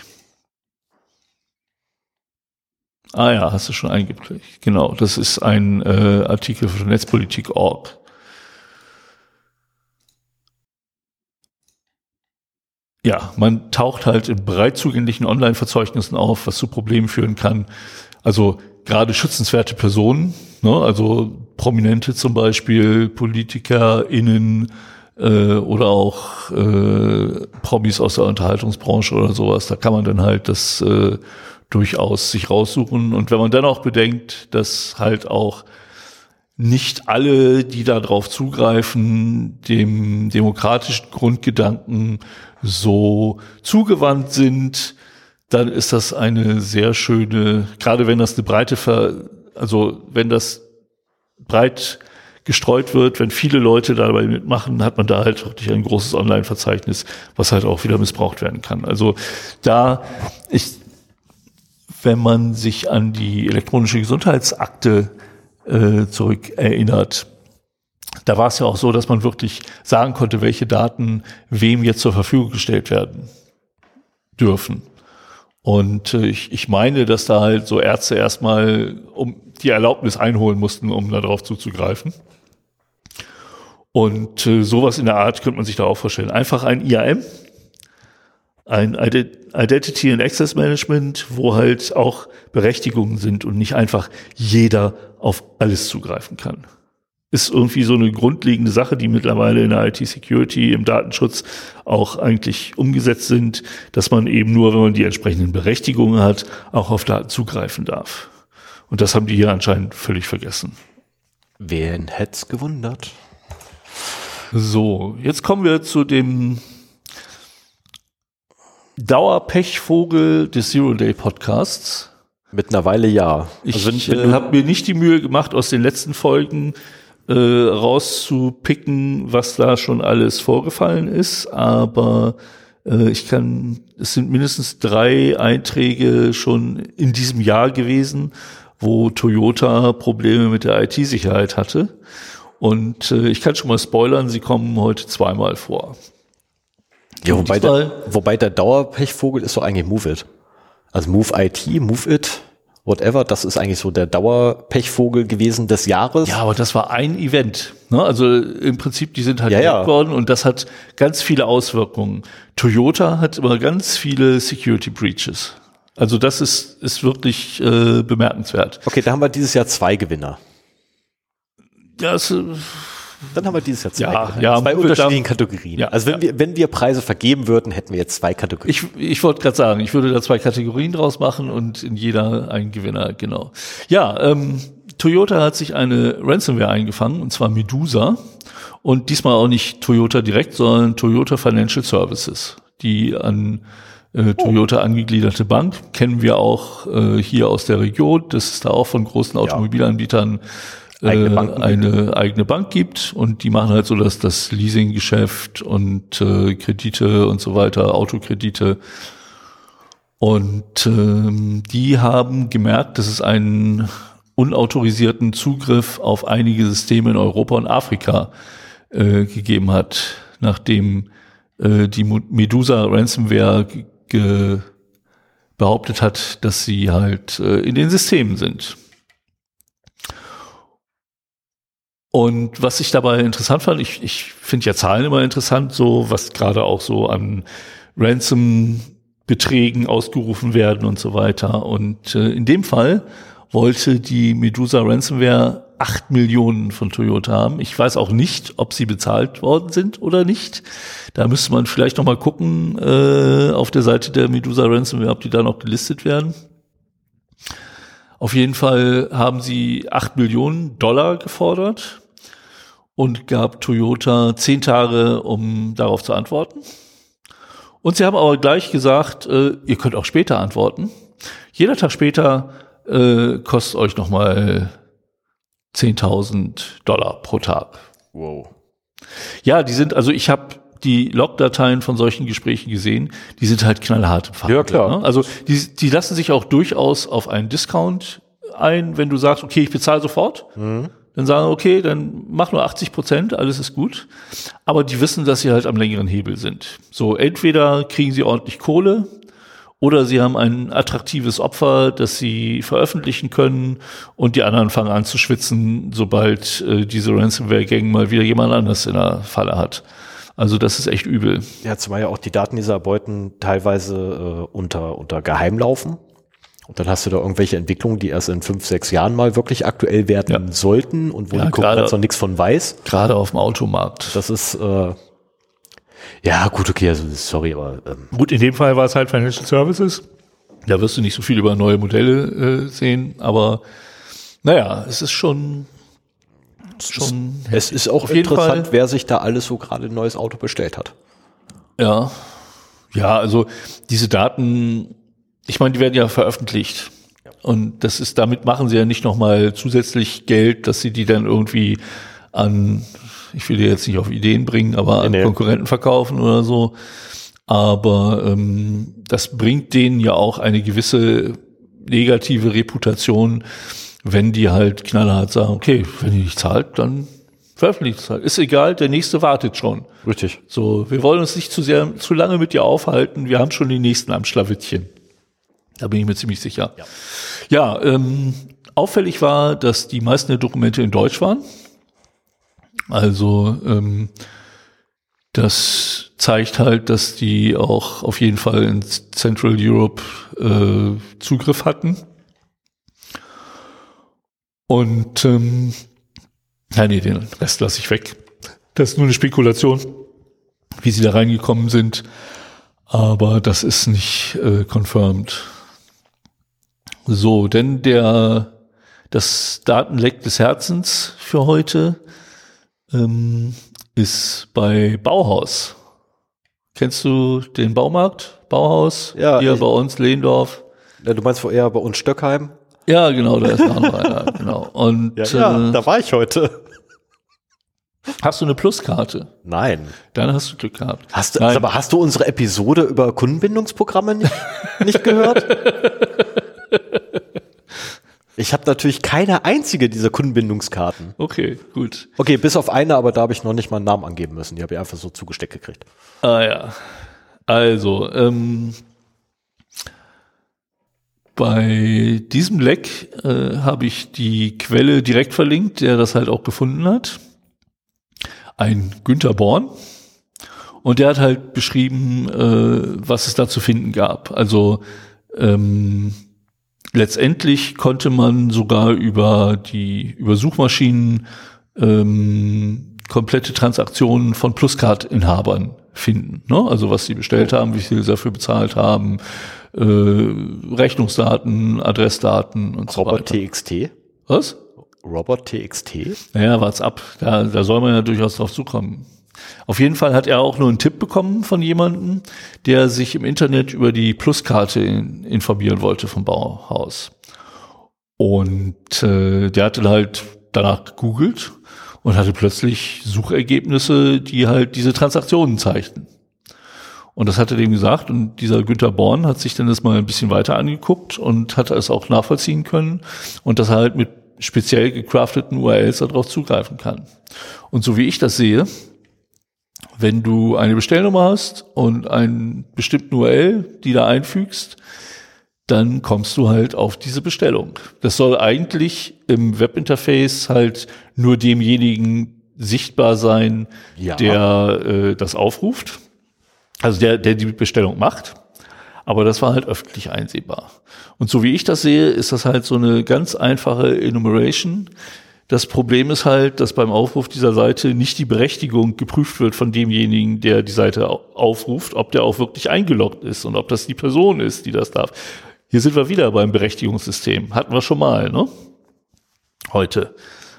Ah ja, hast du schon eingepflegt. Genau, das ist ein Artikel von Netzpolitik.org. Ja, man taucht halt in breit zugänglichen Online-Verzeichnissen auf, was zu Problemen führen kann. Also gerade schützenswerte Personen, ne, also Prominente zum Beispiel, PolitikerInnen oder auch Promis aus der Unterhaltungsbranche oder sowas, da kann man dann halt das durchaus sich raussuchen. Und wenn man dann auch bedenkt, dass halt auch nicht alle, die da drauf zugreifen, dem demokratischen Grundgedanken so zugewandt sind, dann ist das eine sehr schöne, gerade wenn das eine wenn das breit gestreut wird, wenn viele Leute dabei mitmachen, hat man da halt wirklich ein großes Online-Verzeichnis, was halt auch wieder missbraucht werden kann. Also wenn man sich an die elektronische Gesundheitsakte zurückerinnert, da war es ja auch so, dass man wirklich sagen konnte, welche Daten wem jetzt zur Verfügung gestellt werden dürfen. Und ich meine, dass da halt so Ärzte erstmal die Erlaubnis einholen mussten, um da drauf zuzugreifen. Und sowas in der Art könnte man sich da auch vorstellen. Einfach ein IAM, ein Identity and Access Management, wo halt auch Berechtigungen sind und nicht einfach jeder auf alles zugreifen kann. Ist irgendwie so eine grundlegende Sache, die mittlerweile in der IT-Security, im Datenschutz auch eigentlich umgesetzt sind, dass man eben nur, wenn man die entsprechenden Berechtigungen hat, auch auf Daten zugreifen darf. Und das haben die hier anscheinend völlig vergessen. Wen hätte es gewundert? So, jetzt kommen wir zu dem Dauerpechvogel des Zero-Day-Podcasts. Mittlerweile ja. Ich habe mir nicht die Mühe gemacht, aus den letzten Folgen rauszupicken, was da schon alles vorgefallen ist, aber es sind mindestens 3 Einträge schon in diesem Jahr gewesen, wo Toyota Probleme mit der IT-Sicherheit hatte. Und ich kann schon mal spoilern, sie kommen heute 2-mal vor. Ja, wobei der Dauerpechvogel ist doch eigentlich Move It. Also Move IT, Move It, whatever, das ist eigentlich so der Dauerpechvogel gewesen des Jahres. Ja, aber das war ein Event. Ne? Also im Prinzip, die sind halt geworden und das hat ganz viele Auswirkungen. Toyota hat immer ganz viele Security Breaches. Also das ist wirklich bemerkenswert. Okay, da haben wir dieses Jahr 2 Gewinner. Ja, dann haben wir dieses Jahr 2 Gewinner. Ja, 2 unterschiedlichen Kategorien. Ja, also wenn wir Preise vergeben würden, hätten wir jetzt 2 Kategorien. Ich wollte gerade sagen, ich würde da 2 Kategorien draus machen und in jeder einen Gewinner, genau. Ja, Toyota hat sich eine Ransomware eingefangen, und zwar Medusa. Und diesmal auch nicht Toyota direkt, sondern Toyota Financial Services, die an Toyota angegliederte Bank, kennen wir auch hier aus der Region, dass es da auch von großen Automobilanbietern eine eigene Bank gibt, und die machen halt so, dass das Leasinggeschäft und Kredite und so weiter, Autokredite, und die haben gemerkt, dass es einen unautorisierten Zugriff auf einige Systeme in Europa und Afrika gegeben hat, nachdem die Medusa Ransomware behauptet hat, dass sie halt in den Systemen sind. Und was ich dabei interessant fand, ich finde ja Zahlen immer interessant, so was gerade auch so an Ransom-Beträgen ausgerufen werden und so weiter. Und in dem Fall wollte die Medusa Ransomware 8 Millionen von Toyota haben. Ich weiß auch nicht, ob sie bezahlt worden sind oder nicht. Da müsste man vielleicht noch mal gucken auf der Seite der Medusa Ransomware, ob die da noch gelistet werden. Auf jeden Fall haben sie 8 Millionen Dollar gefordert und gab Toyota 10 Tage, um darauf zu antworten. Und sie haben aber gleich gesagt, ihr könnt auch später antworten. Jeder Tag später kostet euch nochmal $10.000 pro Tag. Wow. Ja, ich habe die Logdateien von solchen Gesprächen gesehen, die sind halt knallhart im Verhandelt. Ja, klar. Ne? Also die lassen sich auch durchaus auf einen Discount ein, wenn du sagst, okay, ich bezahle sofort. Mhm. Dann sagen, okay, dann mach nur 80%, alles ist gut. Aber die wissen, dass sie halt am längeren Hebel sind. So, entweder kriegen sie ordentlich Kohle oder sie haben ein attraktives Opfer, das sie veröffentlichen können, und die anderen fangen an zu schwitzen, sobald diese Ransomware-Gang mal wieder jemand anders in der Falle hat. Also das ist echt übel. Ja, zumal ja auch die Daten dieser Beuten teilweise unter Geheim laufen. Und dann hast du da irgendwelche Entwicklungen, die erst in 5-6 Jahren mal wirklich aktuell werden sollten und wo die Konkurrenz noch nichts von weiß. Gerade auf dem Automarkt. Das ist, ja gut, okay, also sorry, aber... Gut, in dem Fall war es halt Financial Services. Da wirst du nicht so viel über neue Modelle sehen, aber naja, es ist schon schon. Es ist auch auf jeden interessant, Fall, wer sich da alles so gerade ein neues Auto bestellt hat. Ja. Ja, also diese Daten, ich meine, die werden ja veröffentlicht. Und das ist, damit machen sie ja nicht nochmal zusätzlich Geld, dass sie die dann irgendwie an, ich will die jetzt nicht auf Ideen bringen, aber an Konkurrenten verkaufen oder so. Aber das bringt denen ja auch eine gewisse negative Reputation, wenn die halt knallhart sagen, okay, wenn die nicht zahlt, dann veröffentlicht es halt. Ist egal, der nächste wartet schon. Richtig. So, wir wollen uns nicht zu lange mit dir aufhalten, wir haben schon die nächsten am Schlawittchen. Da bin ich mir ziemlich sicher. Ja, auffällig war, dass die meisten der Dokumente in Deutsch waren. Also das zeigt halt, dass die auch auf jeden Fall in Central Europe Zugriff hatten. Und den Rest lasse ich weg. Das ist nur eine Spekulation, wie sie da reingekommen sind. Aber das ist nicht confirmed. So, denn das Datenleck des Herzens für heute ist bei Bauhaus. Kennst du den Baumarkt? Bauhaus? Ja. Hier bei uns, Lehndorf. Ja, du meinst eher bei uns Stöckheim? Ja, genau, da ist noch einer. Genau. Und da war ich heute. Hast du eine Pluskarte? Nein. Dann hast du Glück gehabt. Aber hast du unsere Episode über Kundenbindungsprogramme nicht gehört? Ich habe natürlich keine einzige dieser Kundenbindungskarten. Okay, gut. Okay, bis auf eine, aber da habe ich noch nicht mal einen Namen angeben müssen. Die habe ich einfach so zugesteckt gekriegt. Ah ja. Also, bei diesem Leck habe ich die Quelle direkt verlinkt, der das halt auch gefunden hat. Ein Günther Born. Und der hat halt beschrieben, was es da zu finden gab. Also letztendlich konnte man sogar über Suchmaschinen komplette Transaktionen von Pluscard-Inhabern finden. Ne? Also was sie bestellt haben, wie viel sie dafür bezahlt haben, Rechnungsdaten, Adressdaten und so weiter. Robot TXT? Was? Robot TXT? Naja, wart's ab. Da soll man ja durchaus drauf zukommen. Auf jeden Fall hat er auch nur einen Tipp bekommen von jemandem, der sich im Internet über die Pluskarte informieren wollte vom Bauhaus. Und der hatte halt danach gegoogelt und hatte plötzlich Suchergebnisse, die halt diese Transaktionen zeigten. Und das hat er dem gesagt und dieser Günther Born hat sich dann das mal ein bisschen weiter angeguckt und hat es auch nachvollziehen können und dass er halt mit speziell gecrafteten URLs darauf zugreifen kann. Und so wie ich das sehe, wenn du eine Bestellnummer hast und einen bestimmten URL, die da einfügst, dann kommst du halt auf diese Bestellung. Das soll eigentlich im Webinterface halt nur demjenigen sichtbar sein, der das aufruft. Also der die Bestellung macht. Aber das war halt öffentlich einsehbar. Und so wie ich das sehe, ist das halt so eine ganz einfache Enumeration. Das Problem ist halt, dass beim Aufruf dieser Seite nicht die Berechtigung geprüft wird von demjenigen, der die Seite aufruft, ob der auch wirklich eingeloggt ist und ob das die Person ist, die das darf. Hier sind wir wieder beim Berechtigungssystem. Hatten wir schon mal, ne? Heute.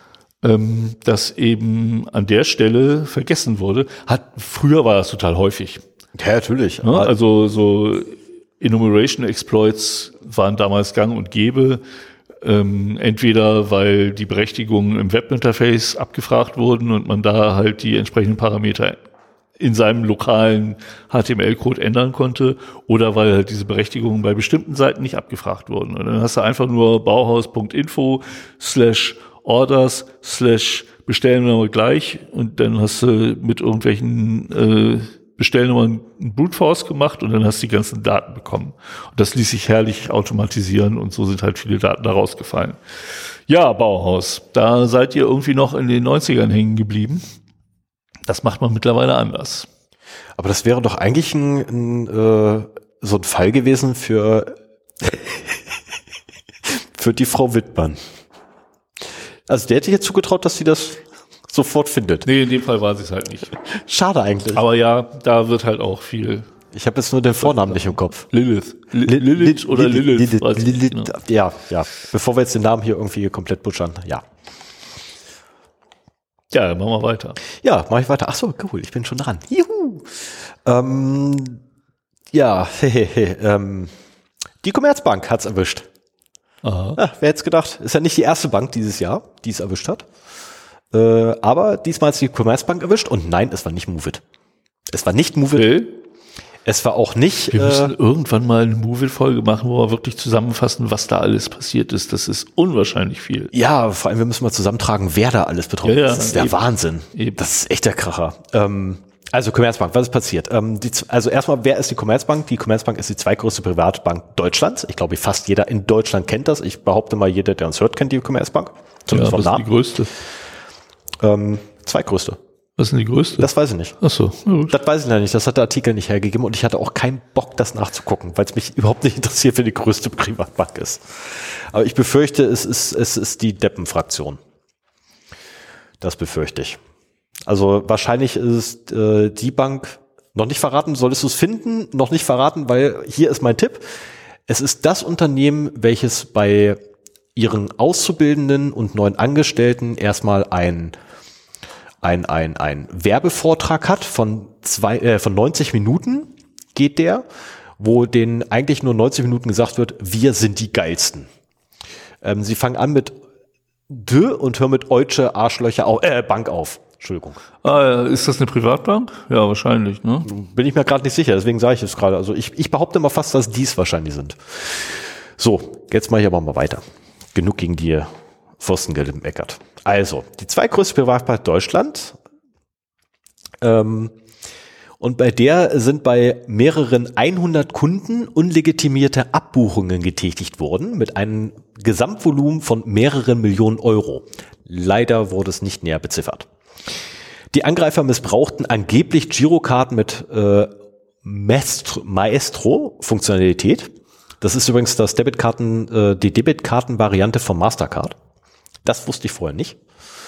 Dass eben an der Stelle vergessen wurde. Früher war das total häufig. Ja, natürlich. Ne? Also so Enumeration Exploits waren damals gang und gäbe. Entweder weil die Berechtigungen im Webinterface abgefragt wurden und man da halt die entsprechenden Parameter in seinem lokalen HTML-Code ändern konnte oder weil halt diese Berechtigungen bei bestimmten Seiten nicht abgefragt wurden. Und dann hast du einfach nur bauhaus.info/orders/Bestellnummer gleich und dann hast du mit irgendwelchen Bestellnummern ein Brute Force gemacht und dann hast du die ganzen Daten bekommen. Und das ließ sich herrlich automatisieren und so sind halt viele Daten da rausgefallen. Ja, Bauhaus, da seid ihr irgendwie noch in den 90ern hängen geblieben. Das macht man mittlerweile anders. Aber das wäre doch eigentlich so ein Fall gewesen für die Frau Wittmann. Also der hätte ich jetzt zugetraut, dass sie das sofort findet. Nee, in dem Fall war sie es halt nicht. Schade eigentlich. Aber ja, da wird halt auch viel. Ich habe jetzt nur den Vornamen nicht im Kopf. Lilith. Lilith oder Lilith. Lilith. Ja. Bevor wir jetzt den Namen hier irgendwie komplett butchern. Ja. Ja, machen wir weiter. Ja, mache ich weiter. Ach so, cool, ich bin schon dran. Juhu. Die Commerzbank hat's erwischt. Aha. Ja, wer hätte es gedacht? Ist ja nicht die erste Bank dieses Jahr, die es erwischt hat. Aber diesmal ist die Commerzbank erwischt und nein, es war nicht Movit. Es war nicht Movit. Okay. Es war auch nicht... Wir müssen irgendwann mal eine Movit-Folge machen, wo wir wirklich zusammenfassen, was da alles passiert ist. Das ist unwahrscheinlich viel. Ja, vor allem, wir müssen mal zusammentragen, wer da alles betroffen ist. Das ist der Wahnsinn. Eben. Das ist echt der Kracher. Also Commerzbank, was ist passiert? Also erstmal, wer ist die Commerzbank? Die Commerzbank ist die zweitgrößte Privatbank Deutschlands. Ich glaube, fast jeder in Deutschland kennt das. Ich behaupte mal, jeder, der uns hört, kennt die Commerzbank. Zumindest was ist die größte? Zweitgrößte. Was ist denn die größte? Das weiß ich nicht. Ach so. Das weiß ich noch nicht. Das hat der Artikel nicht hergegeben und ich hatte auch keinen Bock, das nachzugucken, weil es mich überhaupt nicht interessiert, wer die größte Privatbank ist. Aber ich befürchte, es ist die Deppenfraktion. Das befürchte ich. Also wahrscheinlich ist die Bank noch nicht verraten. Solltest du es finden? Noch nicht verraten, weil hier ist mein Tipp. Es ist das Unternehmen, welches bei ihren Auszubildenden und neuen Angestellten erstmal ein Werbevortrag hat von 90 Minuten geht der, wo denen eigentlich nur 90 Minuten gesagt wird, wir sind die Geilsten. Sie fangen an mit D und hören mit Eutsche Arschlöcher Bank auf. Entschuldigung. Ist das eine Privatbank? Ja, wahrscheinlich, ne? Bin ich mir gerade nicht sicher, deswegen sage ich es gerade. Also ich behaupte mal fast, dass dies wahrscheinlich sind. So, jetzt mache ich aber mal weiter. Genug gegen die Fürstengeld im Eckert. Also, die zweitgrößte Privatbank Deutschland. Und bei der sind bei mehreren 100 Kunden unlegitimierte Abbuchungen getätigt worden mit einem Gesamtvolumen von mehreren Millionen Euro. Leider wurde es nicht näher beziffert. Die Angreifer missbrauchten angeblich Girokarten mit Maestro-Funktionalität. Das ist übrigens die Debitkarten-Variante von Mastercard. Das wusste ich vorher nicht.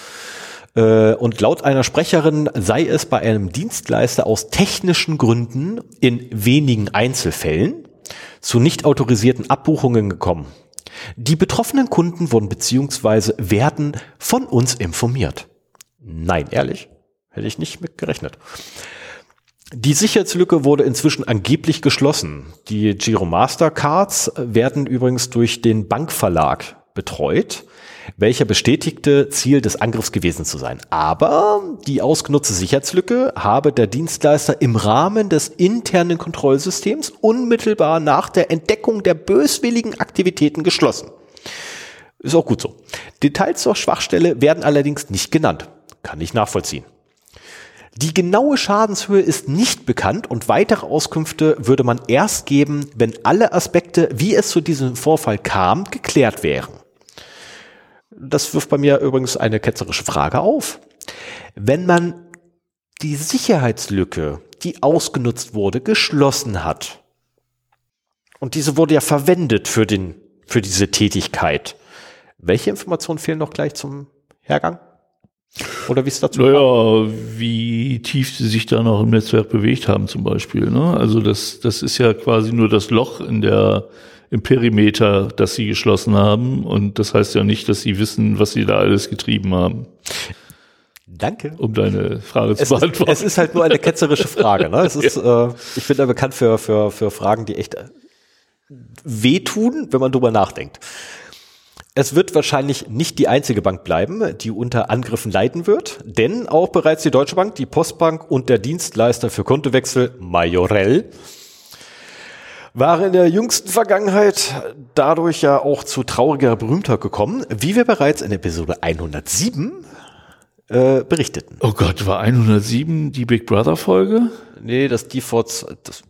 Und laut einer Sprecherin sei es bei einem Dienstleister aus technischen Gründen in wenigen Einzelfällen zu nicht autorisierten Abbuchungen gekommen. Die betroffenen Kunden wurden bzw. werden von uns informiert. Nein, ehrlich, hätte ich nicht mit gerechnet. Die Sicherheitslücke wurde inzwischen angeblich geschlossen. Die Giro Mastercards werden übrigens durch den Bankverlag betreut, welcher bestätigte, Ziel des Angriffs gewesen zu sein. Aber die ausgenutzte Sicherheitslücke habe der Dienstleister im Rahmen des internen Kontrollsystems unmittelbar nach der Entdeckung der böswilligen Aktivitäten geschlossen. Ist auch gut so. Details zur Schwachstelle werden allerdings nicht genannt. Kann ich nachvollziehen. Die genaue Schadenshöhe ist nicht bekannt und weitere Auskünfte würde man erst geben, wenn alle Aspekte, wie es zu diesem Vorfall kam, geklärt wären. Das wirft bei mir übrigens eine ketzerische Frage auf. Wenn man die Sicherheitslücke, die ausgenutzt wurde, geschlossen hat, und diese wurde ja verwendet für diese Tätigkeit, welche Informationen fehlen noch gleich zum Hergang? Oder wie es dazu kam? Naja, wie tief sie sich da noch im Netzwerk bewegt haben zum Beispiel. Ne? Also das ist ja quasi nur das Loch im Perimeter, das sie geschlossen haben. Und das heißt ja nicht, dass sie wissen, was sie da alles getrieben haben. Danke. Um deine Frage zu beantworten. Es ist halt nur eine ketzerische Frage. Ne? Es ist, ich bin da bekannt für Fragen, die echt wehtun, wenn man drüber nachdenkt. Es wird wahrscheinlich nicht die einzige Bank bleiben, die unter Angriffen leiden wird, denn auch bereits die Deutsche Bank, die Postbank und der Dienstleister für Kontowechsel Majorel waren in der jüngsten Vergangenheit dadurch ja auch zu trauriger Berühmtheit gekommen, wie wir bereits in Episode 107 berichteten. Oh Gott, war 107 die Big Brother Folge? Nee, das Defaults,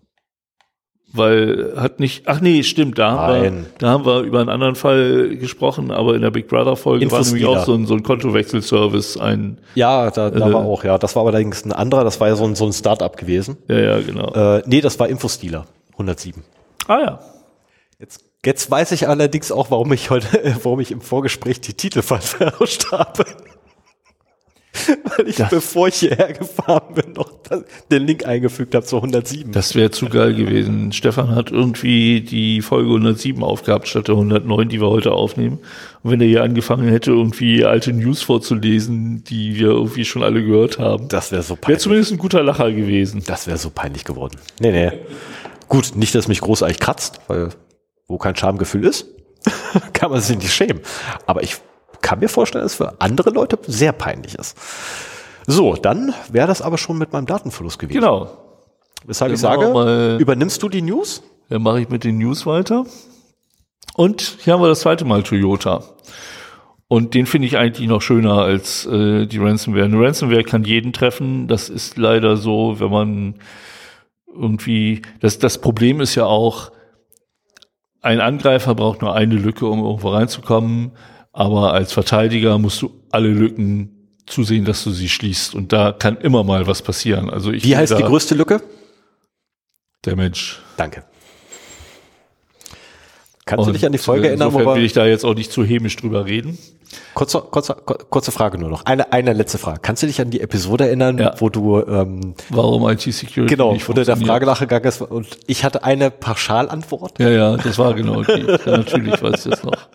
weil stimmt, da haben wir über einen anderen Fall gesprochen, aber in der Big Brother Folge war nämlich auch so ein Kontowechselservice Ja, da war auch, ja, das war allerdings ein anderer, das war ja so ein Start-up gewesen. Ja, genau. Nee, das war Infostealer 107. Ah ja. Jetzt weiß ich allerdings auch, warum ich im Vorgespräch die Titel vertauscht habe. Weil ich, bevor ich hierher gefahren bin, noch den Link eingefügt habe zu 107. Das wäre zu geil gewesen. Stefan hat irgendwie die Folge 107 aufgehabt statt der 109, die wir heute aufnehmen. Und wenn er hier angefangen hätte, irgendwie alte News vorzulesen, die wir irgendwie schon alle gehört haben. Das wäre so peinlich. Wäre zumindest ein guter Lacher gewesen. Das wäre so peinlich geworden. Nee. Gut, nicht, dass mich großartig kratzt, weil wo kein Schamgefühl ist, kann man sich nicht schämen. Aber ich kann mir vorstellen, dass es für andere Leute sehr peinlich ist. So, dann wäre das aber schon mit meinem Datenverlust gewesen. Genau. Weshalb ich sage, übernimmst du die News? Dann mache ich mit den News weiter. Und hier haben wir das zweite Mal Toyota. Und den finde ich eigentlich noch schöner als die Ransomware. Eine Ransomware kann jeden treffen. Das ist leider so, wenn man irgendwie, das Problem ist ja auch, ein Angreifer braucht nur eine Lücke, um irgendwo reinzukommen, aber als Verteidiger musst du alle Lücken zusehen, dass du sie schließt, und da kann immer mal was passieren. Also Wie heißt die größte Lücke? Der Mensch. Danke. Kannst du dich an die Folge erinnern? Insofern will ich da jetzt auch nicht zu hämisch drüber reden. Kurze Frage nur noch. Eine letzte Frage. Kannst du dich an die Episode erinnern, wo du warum IT-Security genau, wo du der Frage nachgegangen ist und ich hatte eine Pauschalantwort? Ja, das war genau die. Ja, natürlich weiß ich das noch.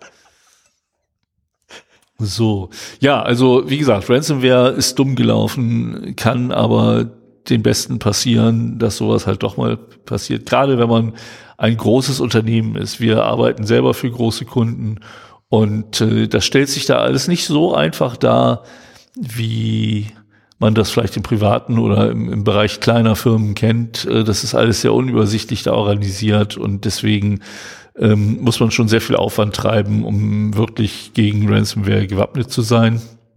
So. Ja, also wie gesagt, Ransomware ist dumm gelaufen, kann aber den Besten passieren, dass sowas halt doch mal passiert. Gerade wenn man ein großes Unternehmen ist. Wir arbeiten selber für große Kunden und das stellt sich da alles nicht so einfach dar, wie man das vielleicht im privaten oder im Bereich kleiner Firmen kennt. Das ist alles sehr unübersichtlich da organisiert und deswegen muss man schon sehr viel Aufwand treiben, um wirklich gegen Ransomware gewappnet zu sein.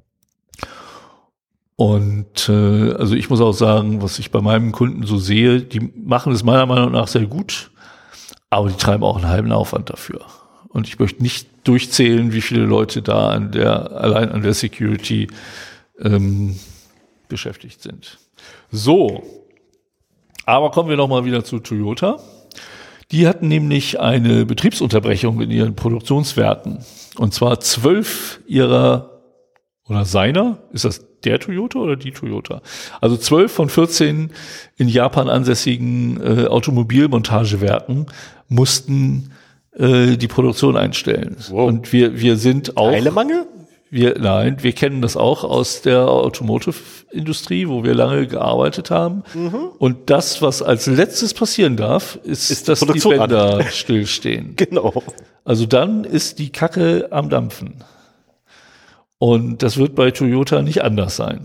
Und also ich muss auch sagen, was ich bei meinem Kunden so sehe, die machen es meiner Meinung nach sehr gut, aber die treiben auch einen halben Aufwand dafür. Und ich möchte nicht durchzählen, wie viele Leute da allein an der Security beschäftigt sind. So, aber kommen wir nochmal wieder zu Toyota. Die hatten nämlich eine Betriebsunterbrechung in ihren Produktionswerken. Und zwar 12 ihrer oder seiner, ist das der Toyota oder die Toyota? Also 12 von 14 in Japan ansässigen Automobilmontagewerken mussten die Produktion einstellen. Wow. Und wir sind auch... Teilemangel? Wir kennen das auch aus der Automotive-Industrie, wo wir lange gearbeitet haben. Mhm. Und das, was als letztes passieren darf, ist dass die Bänder stillstehen. Genau. Also dann ist die Kacke am Dampfen. Und das wird bei Toyota nicht anders sein.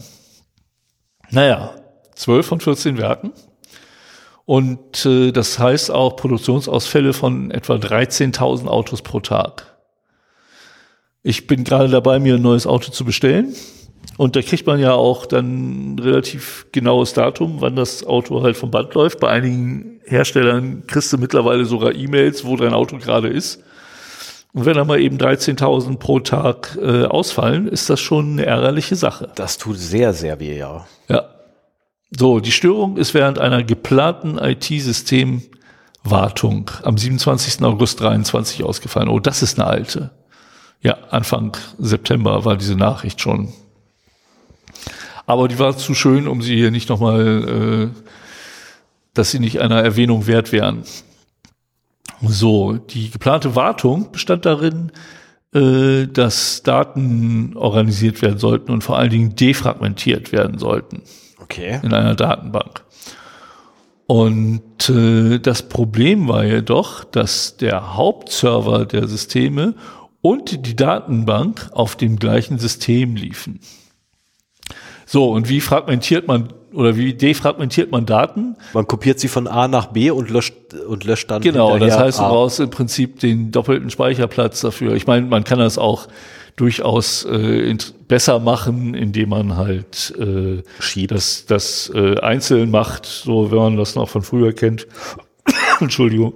12 von 14 Werken. Und das heißt auch Produktionsausfälle von etwa 13.000 Autos pro Tag. Ich bin gerade dabei, mir ein neues Auto zu bestellen. Und da kriegt man ja auch dann ein relativ genaues Datum, wann das Auto halt vom Band läuft. Bei einigen Herstellern kriegst du mittlerweile sogar E-Mails, wo dein Auto gerade ist. Und wenn da mal eben 13.000 pro Tag ausfallen, ist das schon eine ärgerliche Sache. Das tut sehr, sehr weh, ja. Ja. So, die Störung ist während einer geplanten IT-Systemwartung am 27. August 23 ausgefallen. Oh, das ist eine alte. Ja, Anfang September war diese Nachricht schon. Aber die war zu schön, um sie hier nicht nochmal, dass sie nicht einer Erwähnung wert wären. So, die geplante Wartung bestand darin, dass Daten organisiert werden sollten und vor allen Dingen defragmentiert werden sollten. Okay. In einer Datenbank. Und das Problem war jedoch, dass der Hauptserver der Systeme und die Datenbank auf dem gleichen System liefen. So, und wie defragmentiert man Daten? Man kopiert sie von A nach B und löscht dann genau, das heißt, du brauchst im Prinzip den doppelten Speicherplatz dafür. Ich meine, man kann das auch durchaus besser machen, indem man halt das einzeln macht, so wenn man das noch von früher kennt. Entschuldigung.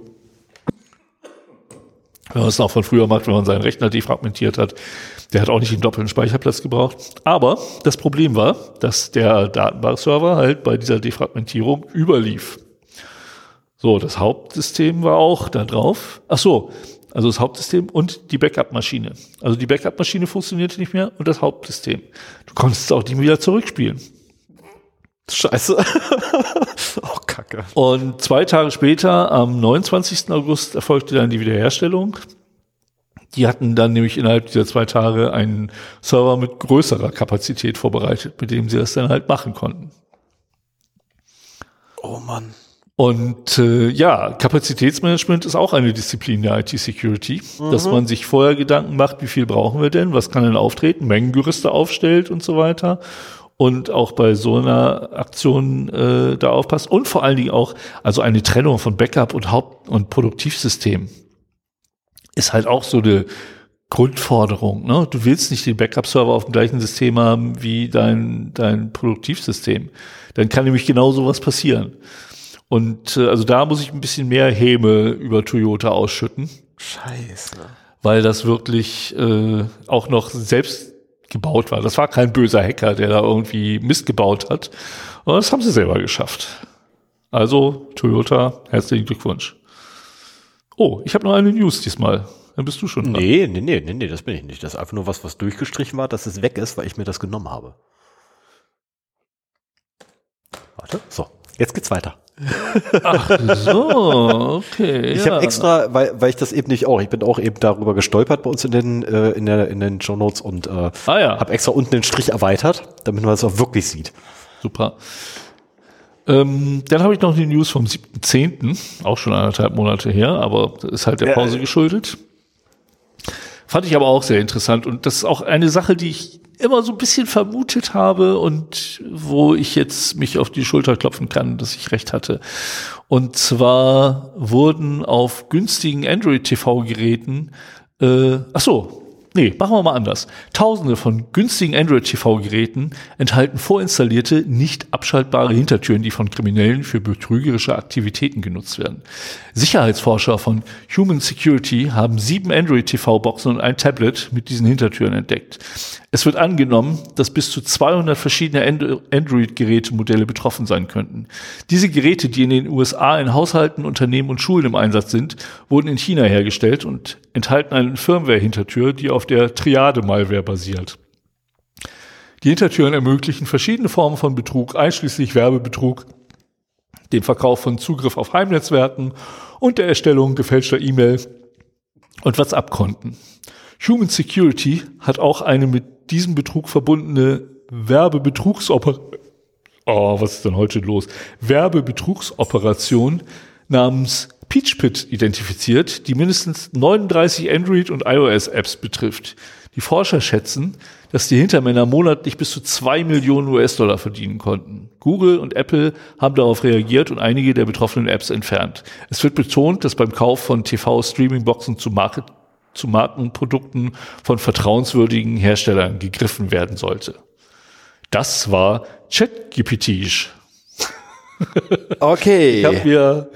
Wenn man es auch von früher macht, wenn man seinen Rechner defragmentiert hat. Der hat auch nicht den doppelten Speicherplatz gebraucht. Aber das Problem war, dass der Datenbankserver halt bei dieser Defragmentierung überlief. So, das Hauptsystem war auch da drauf. Ach so, also das Hauptsystem und die Backup-Maschine. Also die Backup-Maschine funktionierte nicht mehr und das Hauptsystem. Du konntest es auch nicht mehr wieder zurückspielen. Scheiße. Oh, Kacke. Und 2 Tage später, am 29. August, erfolgte dann die Wiederherstellung. Die hatten dann nämlich innerhalb dieser 2 Tage einen Server mit größerer Kapazität vorbereitet, mit dem sie das dann halt machen konnten. Oh Mann. Und Kapazitätsmanagement ist auch eine Disziplin der IT-Security, dass man sich vorher Gedanken macht, wie viel brauchen wir denn, was kann denn auftreten, Mengengerüste aufstellt und so weiter. Und auch bei so einer Aktion da aufpasst. Und vor allen Dingen auch, also eine Trennung von Backup und und Produktivsystem ist halt auch so eine Grundforderung. Ne? Du willst nicht den Backup-Server auf dem gleichen System haben wie dein Produktivsystem. Dann kann nämlich genau sowas passieren. Und also da muss ich ein bisschen mehr Häme über Toyota ausschütten. Scheiße. Weil das wirklich auch noch selbst gebaut war. Das war kein böser Hacker, der da irgendwie Mist gebaut hat. Und das haben sie selber geschafft. Also, Toyota, herzlichen Glückwunsch. Oh, ich habe noch eine News diesmal. Dann bist du schon dran. Nee, das bin ich nicht. Das ist einfach nur was durchgestrichen war, dass es weg ist, weil ich mir das genommen habe. Warte, so, jetzt geht's weiter. Ach so, okay. Ich habe extra, weil ich das eben nicht auch, ich bin auch eben darüber gestolpert bei uns in den Shownotes und habe extra unten den Strich erweitert, damit man es auch wirklich sieht. Super. Dann habe ich noch die News vom 7.10., auch schon 1,5 Monate her, aber das ist halt der Pause geschuldet. Fand ich aber auch sehr interessant und das ist auch eine Sache, die ich immer so ein bisschen vermutet habe und wo ich jetzt mich auf die Schulter klopfen kann, dass ich recht hatte. Und zwar wurden auf günstigen Android-TV-Geräten, machen wir mal anders. Tausende von günstigen Android-TV-Geräten enthalten vorinstallierte, nicht abschaltbare Hintertüren, die von Kriminellen für betrügerische Aktivitäten genutzt werden. Sicherheitsforscher von Human Security haben 7 Android-TV-Boxen und ein Tablet mit diesen Hintertüren entdeckt. Es wird angenommen, dass bis zu 200 verschiedene Android-Gerätemodelle betroffen sein könnten. Diese Geräte, die in den USA in Haushalten, Unternehmen und Schulen im Einsatz sind, wurden in China hergestellt und enthalten eine Firmware-Hintertür, die auf der Triade-Malware basiert. Die Hintertüren ermöglichen verschiedene Formen von Betrug, einschließlich Werbebetrug, dem Verkauf von Zugriff auf Heimnetzwerken und der Erstellung gefälschter E-Mail und WhatsApp-Konten. Human Security hat auch eine mit diesem Betrug verbundene Werbebetrugsoperation namens PeachPit identifiziert, die mindestens 39 Android- und iOS-Apps betrifft. Die Forscher schätzen, dass die Hintermänner monatlich bis zu 2 Millionen US-Dollar verdienen konnten. Google und Apple haben darauf reagiert und einige der betroffenen Apps entfernt. Es wird betont, dass beim Kauf von TV-Streaming-Boxen zu Markenprodukten von vertrauenswürdigen Herstellern gegriffen werden sollte. Das war ChatGPT. Okay. Ich habe mir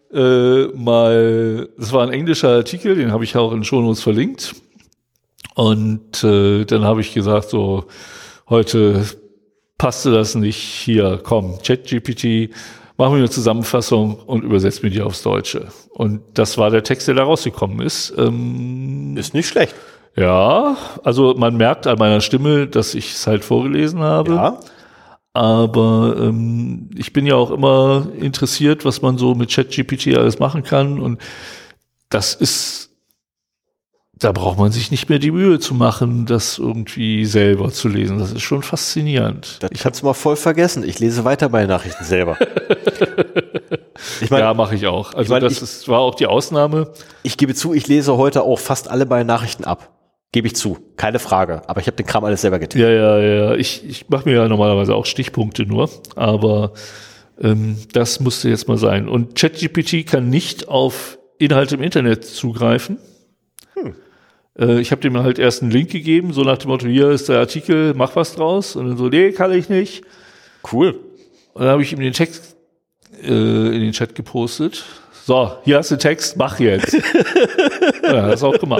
das war ein englischer Artikel, den habe ich auch in den Shownotes verlinkt. Und dann habe ich gesagt, so, heute passte das nicht, hier, komm, ChatGPT, mach mir eine Zusammenfassung und übersetzt mir die aufs Deutsche. Und das war der Text, der da rausgekommen ist. Ist nicht schlecht. Ja, also man merkt an meiner Stimme, dass ich es halt vorgelesen habe. Ja. Aber ich bin ja auch immer interessiert, was man so mit ChatGPT alles machen kann. Und da braucht man sich nicht mehr die Mühe zu machen, das irgendwie selber zu lesen. Das ist schon faszinierend. Ich hab's mal voll vergessen. Ich lese weiter meine Nachrichten selber. Ja, mache ich auch. Also war auch die Ausnahme. Ich gebe zu, ich lese heute auch fast alle meine Nachrichten ab. Gebe ich zu. Keine Frage. Aber ich habe den Kram alles selber getippt. Ja. Ich mache mir ja normalerweise auch Stichpunkte nur. Aber das musste jetzt mal sein. Und ChatGPT kann nicht auf Inhalte im Internet zugreifen. Ich habe dem halt erst einen Link gegeben, so nach dem Motto, hier ist der Artikel, mach was draus. Und dann so, nee, kann ich nicht. Cool. Und dann habe ich ihm den Text in den Chat gepostet. So, hier hast du den Text, mach jetzt. Ja, hat es auch gemacht.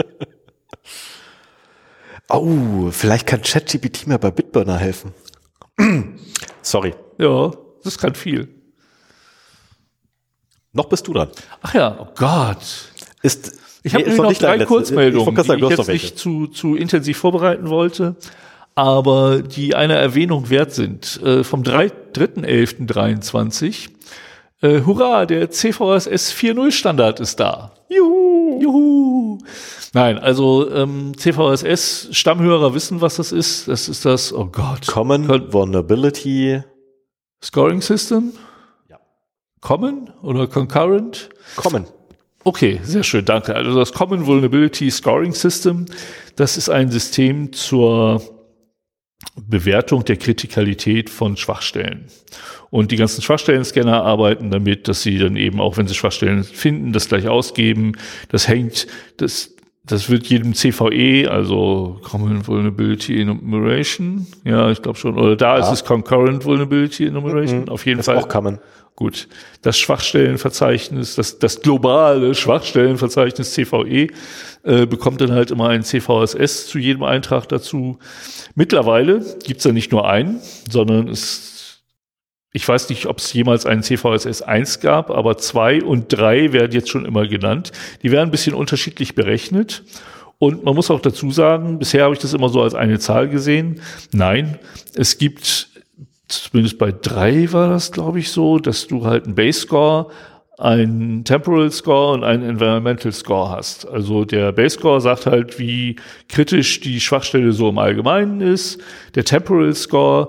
Oh, vielleicht kann ChatGPT mir bei Bitburner helfen. Sorry. Ja, das kann viel. Noch bist du dran. Ach ja, oh Gott. Ich habe noch 3 Kurzmeldungen, die ich jetzt nicht zu intensiv vorbereiten wollte, aber die einer Erwähnung wert sind. Vom 3.11.23. Hurra, der CVSS 4.0 Standard ist da. Juhu. Nein, also CVSS, Stammhörer wissen, was das ist. Das ist das, oh Gott. Common Vulnerability Scoring System? Ja. Common oder Concurrent? Common. Okay, sehr schön, danke. Also das Common Vulnerability Scoring System, das ist ein System zur Bewertung der Kritikalität von Schwachstellen. Und die ganzen Schwachstellen-Scanner arbeiten damit, dass sie dann eben auch, wenn sie Schwachstellen finden, das gleich ausgeben. Das wird jedem CVE, also Common Vulnerability Enumeration, ja, ich glaube schon, oder da ist es Concurrent Vulnerability Enumeration, auf jeden Fall. Das ist auch Common. Gut, das Schwachstellenverzeichnis, das globale Schwachstellenverzeichnis CVE bekommt dann halt immer ein CVSS zu jedem Eintrag dazu. Mittlerweile gibt's da nicht nur einen, sondern ich weiß nicht, ob es jemals einen CVSS 1 gab, aber 2 und 3 werden jetzt schon immer genannt. Die werden ein bisschen unterschiedlich berechnet. Und man muss auch dazu sagen, bisher habe ich das immer so als eine Zahl gesehen. Nein, es gibt, zumindest bei 3 war das, glaube ich, so, dass du halt einen Base Score, einen Temporal Score und einen Environmental Score hast. Also der Base Score sagt halt, wie kritisch die Schwachstelle so im Allgemeinen ist. Der Temporal Score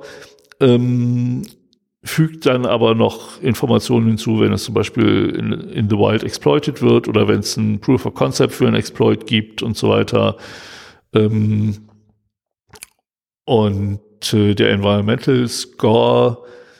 fügt dann aber noch Informationen hinzu, wenn es zum Beispiel in the wild exploited wird oder wenn es ein Proof of Concept für einen Exploit gibt und so weiter. Und der Environmental Score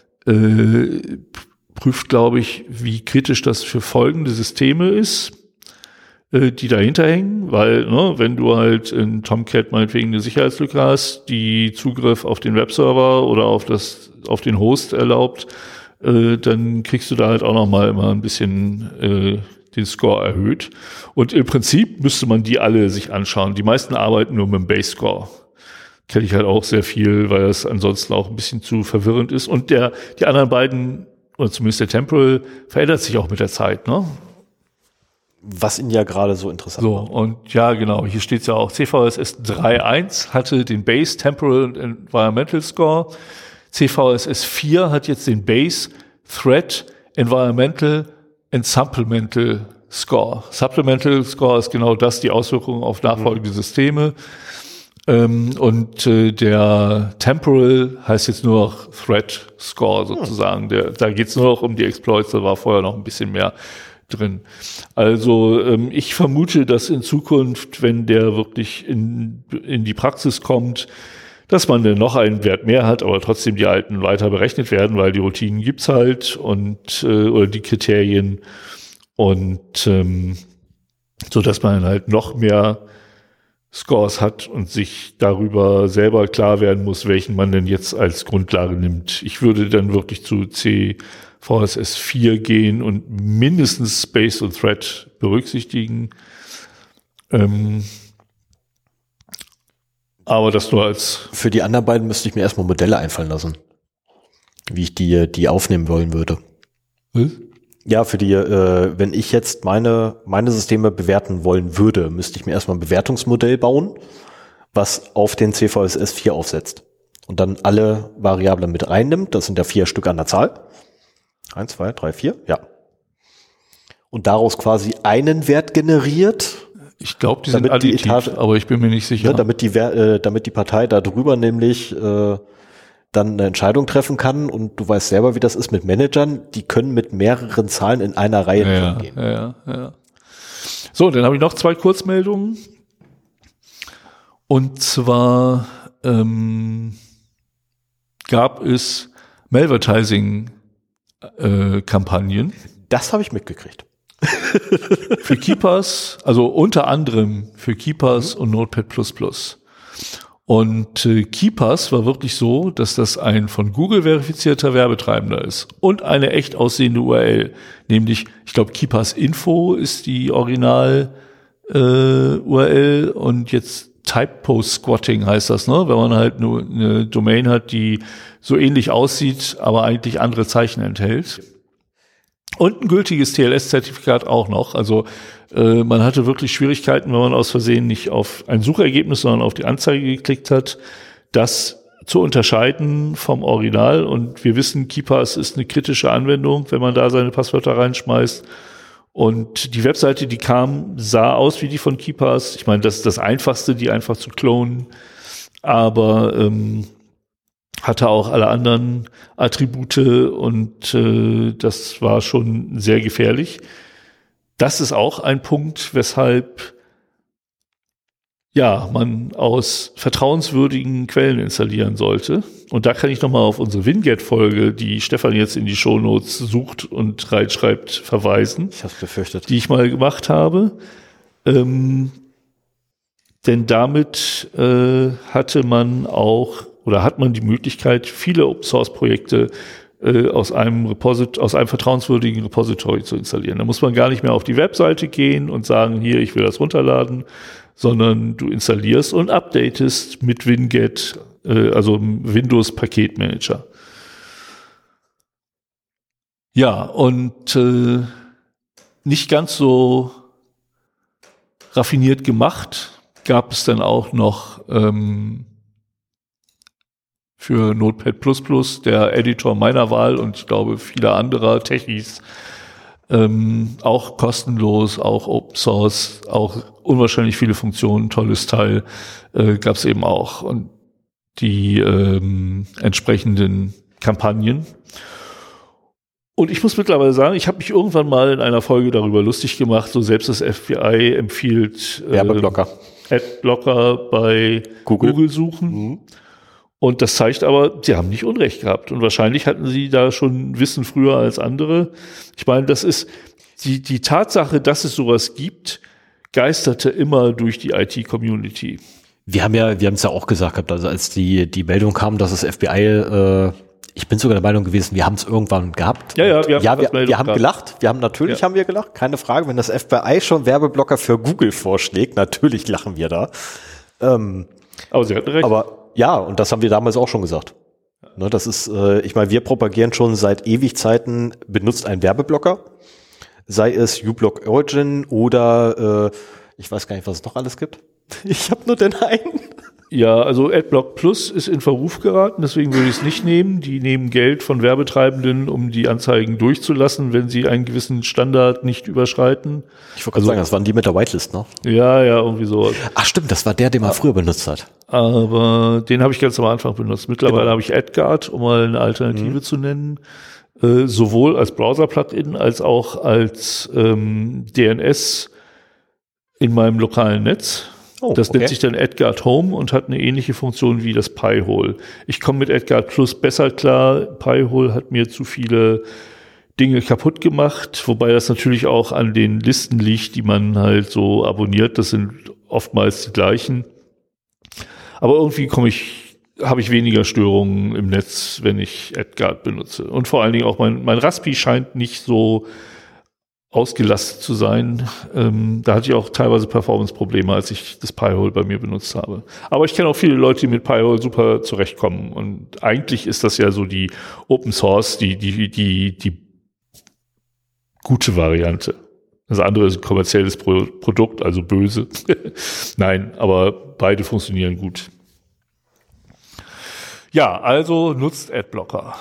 prüft, glaube ich, wie kritisch das für folgende Systeme ist, die dahinter hängen, weil wenn du halt in Tomcat meinetwegen eine Sicherheitslücke hast, die Zugriff auf den Webserver oder auf den Host erlaubt, dann kriegst du da halt auch noch mal immer ein bisschen den Score erhöht. Und im Prinzip müsste man die alle sich anschauen. Die meisten arbeiten nur mit dem Base Score. Kenne ich halt auch sehr viel, weil das ansonsten auch ein bisschen zu verwirrend ist. Und die anderen beiden, oder zumindest der Temporal, verändert sich auch mit der Zeit, ne? Was ihn ja gerade so interessant macht. So, und ja, genau, hier steht es ja auch, CVSS 3.1 hatte den Base Temporal und Environmental Score. CVSS 4 hat jetzt den Base Threat Environmental and Supplemental Score. Supplemental Score ist genau das, die Auswirkungen auf nachfolgende Systeme. Und der Temporal heißt jetzt nur noch Threat Score sozusagen. Da geht es nur noch um die Exploits, da war vorher noch ein bisschen mehr drin. Also ich vermute, dass in Zukunft, wenn der wirklich in die Praxis kommt, dass man dann noch einen Wert mehr hat, aber trotzdem die alten weiter berechnet werden, weil die Routinen gibt's halt und oder die Kriterien und so dass man halt noch mehr Scores hat und sich darüber selber klar werden muss, welchen man denn jetzt als Grundlage nimmt. Ich würde dann wirklich zu CVSS 4 gehen und mindestens Space und Threat berücksichtigen. Aber das nur als... Für die anderen beiden müsste ich mir erstmal Modelle einfallen lassen, wie ich die aufnehmen wollen würde. Ja, für die, wenn ich jetzt meine Systeme bewerten wollen würde, müsste ich mir erstmal ein Bewertungsmodell bauen, was auf den CVSS 4 aufsetzt und dann alle Variablen mit reinnimmt. Das sind ja 4 Stück an der Zahl. 1, 2, 3, 4, ja. Und daraus quasi einen Wert generiert. Ich glaube, die sind additiv, aber ich bin mir nicht sicher. Ja, damit die Partei da drüber nämlich dann eine Entscheidung treffen kann, und du weißt selber, wie das ist mit Managern, die können mit mehreren Zahlen in einer Reihe gehen. Ja. So, dann habe ich noch 2 Kurzmeldungen. Und zwar gab es Malvertising-Kampagnen. Das habe ich mitgekriegt. Für Keepers, also unter anderem für Keepers und Notepad++. Und Keepers war wirklich so, dass das ein von Google verifizierter Werbetreibender ist und eine echt aussehende URL, nämlich, ich glaube, Keepers Info ist die Original URL und jetzt Typo-Squatting heißt das, ne? Wenn man halt nur eine Domain hat, die so ähnlich aussieht, aber eigentlich andere Zeichen enthält. Und ein gültiges TLS-Zertifikat auch noch. Also man hatte wirklich Schwierigkeiten, wenn man aus Versehen nicht auf ein Suchergebnis, sondern auf die Anzeige geklickt hat, das zu unterscheiden vom Original. Und wir wissen, KeePass ist eine kritische Anwendung, wenn man da seine Passwörter reinschmeißt. Und die Webseite, die kam, sah aus wie die von KeePass. Ich meine, das ist das Einfachste, die einfach zu klonen. Aber hatte auch alle anderen Attribute und das war schon sehr gefährlich. Das ist auch ein Punkt, weshalb man aus vertrauenswürdigen Quellen installieren sollte. Und da kann ich nochmal auf unsere Winget-Folge, die Stefan jetzt in die Shownotes sucht und reinschreibt, verweisen. Ich hab's befürchtet. Die ich mal gemacht habe. Denn damit hat man die Möglichkeit, viele Open-Source-Projekte aus einem vertrauenswürdigen Repository zu installieren. Da muss man gar nicht mehr auf die Webseite gehen und sagen, hier, ich will das runterladen, sondern du installierst und updatest mit Winget, also Windows-Paketmanager. Ja, und nicht ganz so raffiniert gemacht gab es dann auch noch für Notepad++, der Editor meiner Wahl und ich glaube vieler anderer Techies, auch kostenlos, auch Open Source, auch unwahrscheinlich viele Funktionen, tolles Teil, gab es eben auch. Und die entsprechenden Kampagnen. Und ich muss mittlerweile sagen, ich habe mich irgendwann mal in einer Folge darüber lustig gemacht, so selbst das FBI empfiehlt Adblocker bei Google suchen. Mhm. Und das zeigt aber, sie haben nicht Unrecht gehabt. Und wahrscheinlich hatten sie da schon Wissen früher als andere. Ich meine, das ist die Tatsache, dass es sowas gibt, geisterte immer durch die IT-Community. Wir haben es ja auch gesagt gehabt, also als die Meldung kam, dass das FBI, ich bin sogar der Meinung gewesen, wir haben es irgendwann gehabt. Wir haben gelacht. Haben wir gelacht, keine Frage. Wenn das FBI schon Werbeblocker für Google vorschlägt, natürlich lachen wir da. Aber sie hatten recht. Aber ja, und das haben wir damals auch schon gesagt. Ne, das ist, ich meine, wir propagieren schon seit ewig Zeiten, benutzt einen Werbeblocker, sei es uBlock Origin oder ich weiß gar nicht, was es noch alles gibt. Ich habe nur den einen. Ja, also Adblock Plus ist in Verruf geraten, deswegen würde ich es nicht nehmen. Die nehmen Geld von Werbetreibenden, um die Anzeigen durchzulassen, wenn sie einen gewissen Standard nicht überschreiten. Ich wollte sagen, das waren die mit der Whitelist, ne? Ja, irgendwie so. Ach stimmt, das war der, den man früher benutzt hat. Aber den habe ich ganz am Anfang benutzt. Mittlerweile habe ich AdGuard, um mal eine Alternative zu nennen, sowohl als Browser-Plugin als auch als DNS in meinem lokalen Netz. Das nennt sich dann AdGuard Home und hat eine ähnliche Funktion wie das Pi-Hole. Ich komme mit AdGuard Plus besser klar. Pi-Hole hat mir zu viele Dinge kaputt gemacht, wobei das natürlich auch an den Listen liegt, die man halt so abonniert. Das sind oftmals die gleichen. Aber irgendwie habe ich weniger Störungen im Netz, wenn ich AdGuard benutze. Und vor allen Dingen auch mein Raspi scheint nicht so ausgelastet zu sein. Da hatte ich auch teilweise Performance-Probleme, als ich das Pi-Hole bei mir benutzt habe. Aber ich kenne auch viele Leute, die mit Pi-Hole super zurechtkommen. Und eigentlich ist das ja so die Open Source, die gute Variante. Das andere ist ein kommerzielles Produkt, also böse. Nein, aber beide funktionieren gut. Ja, also nutzt Adblocker.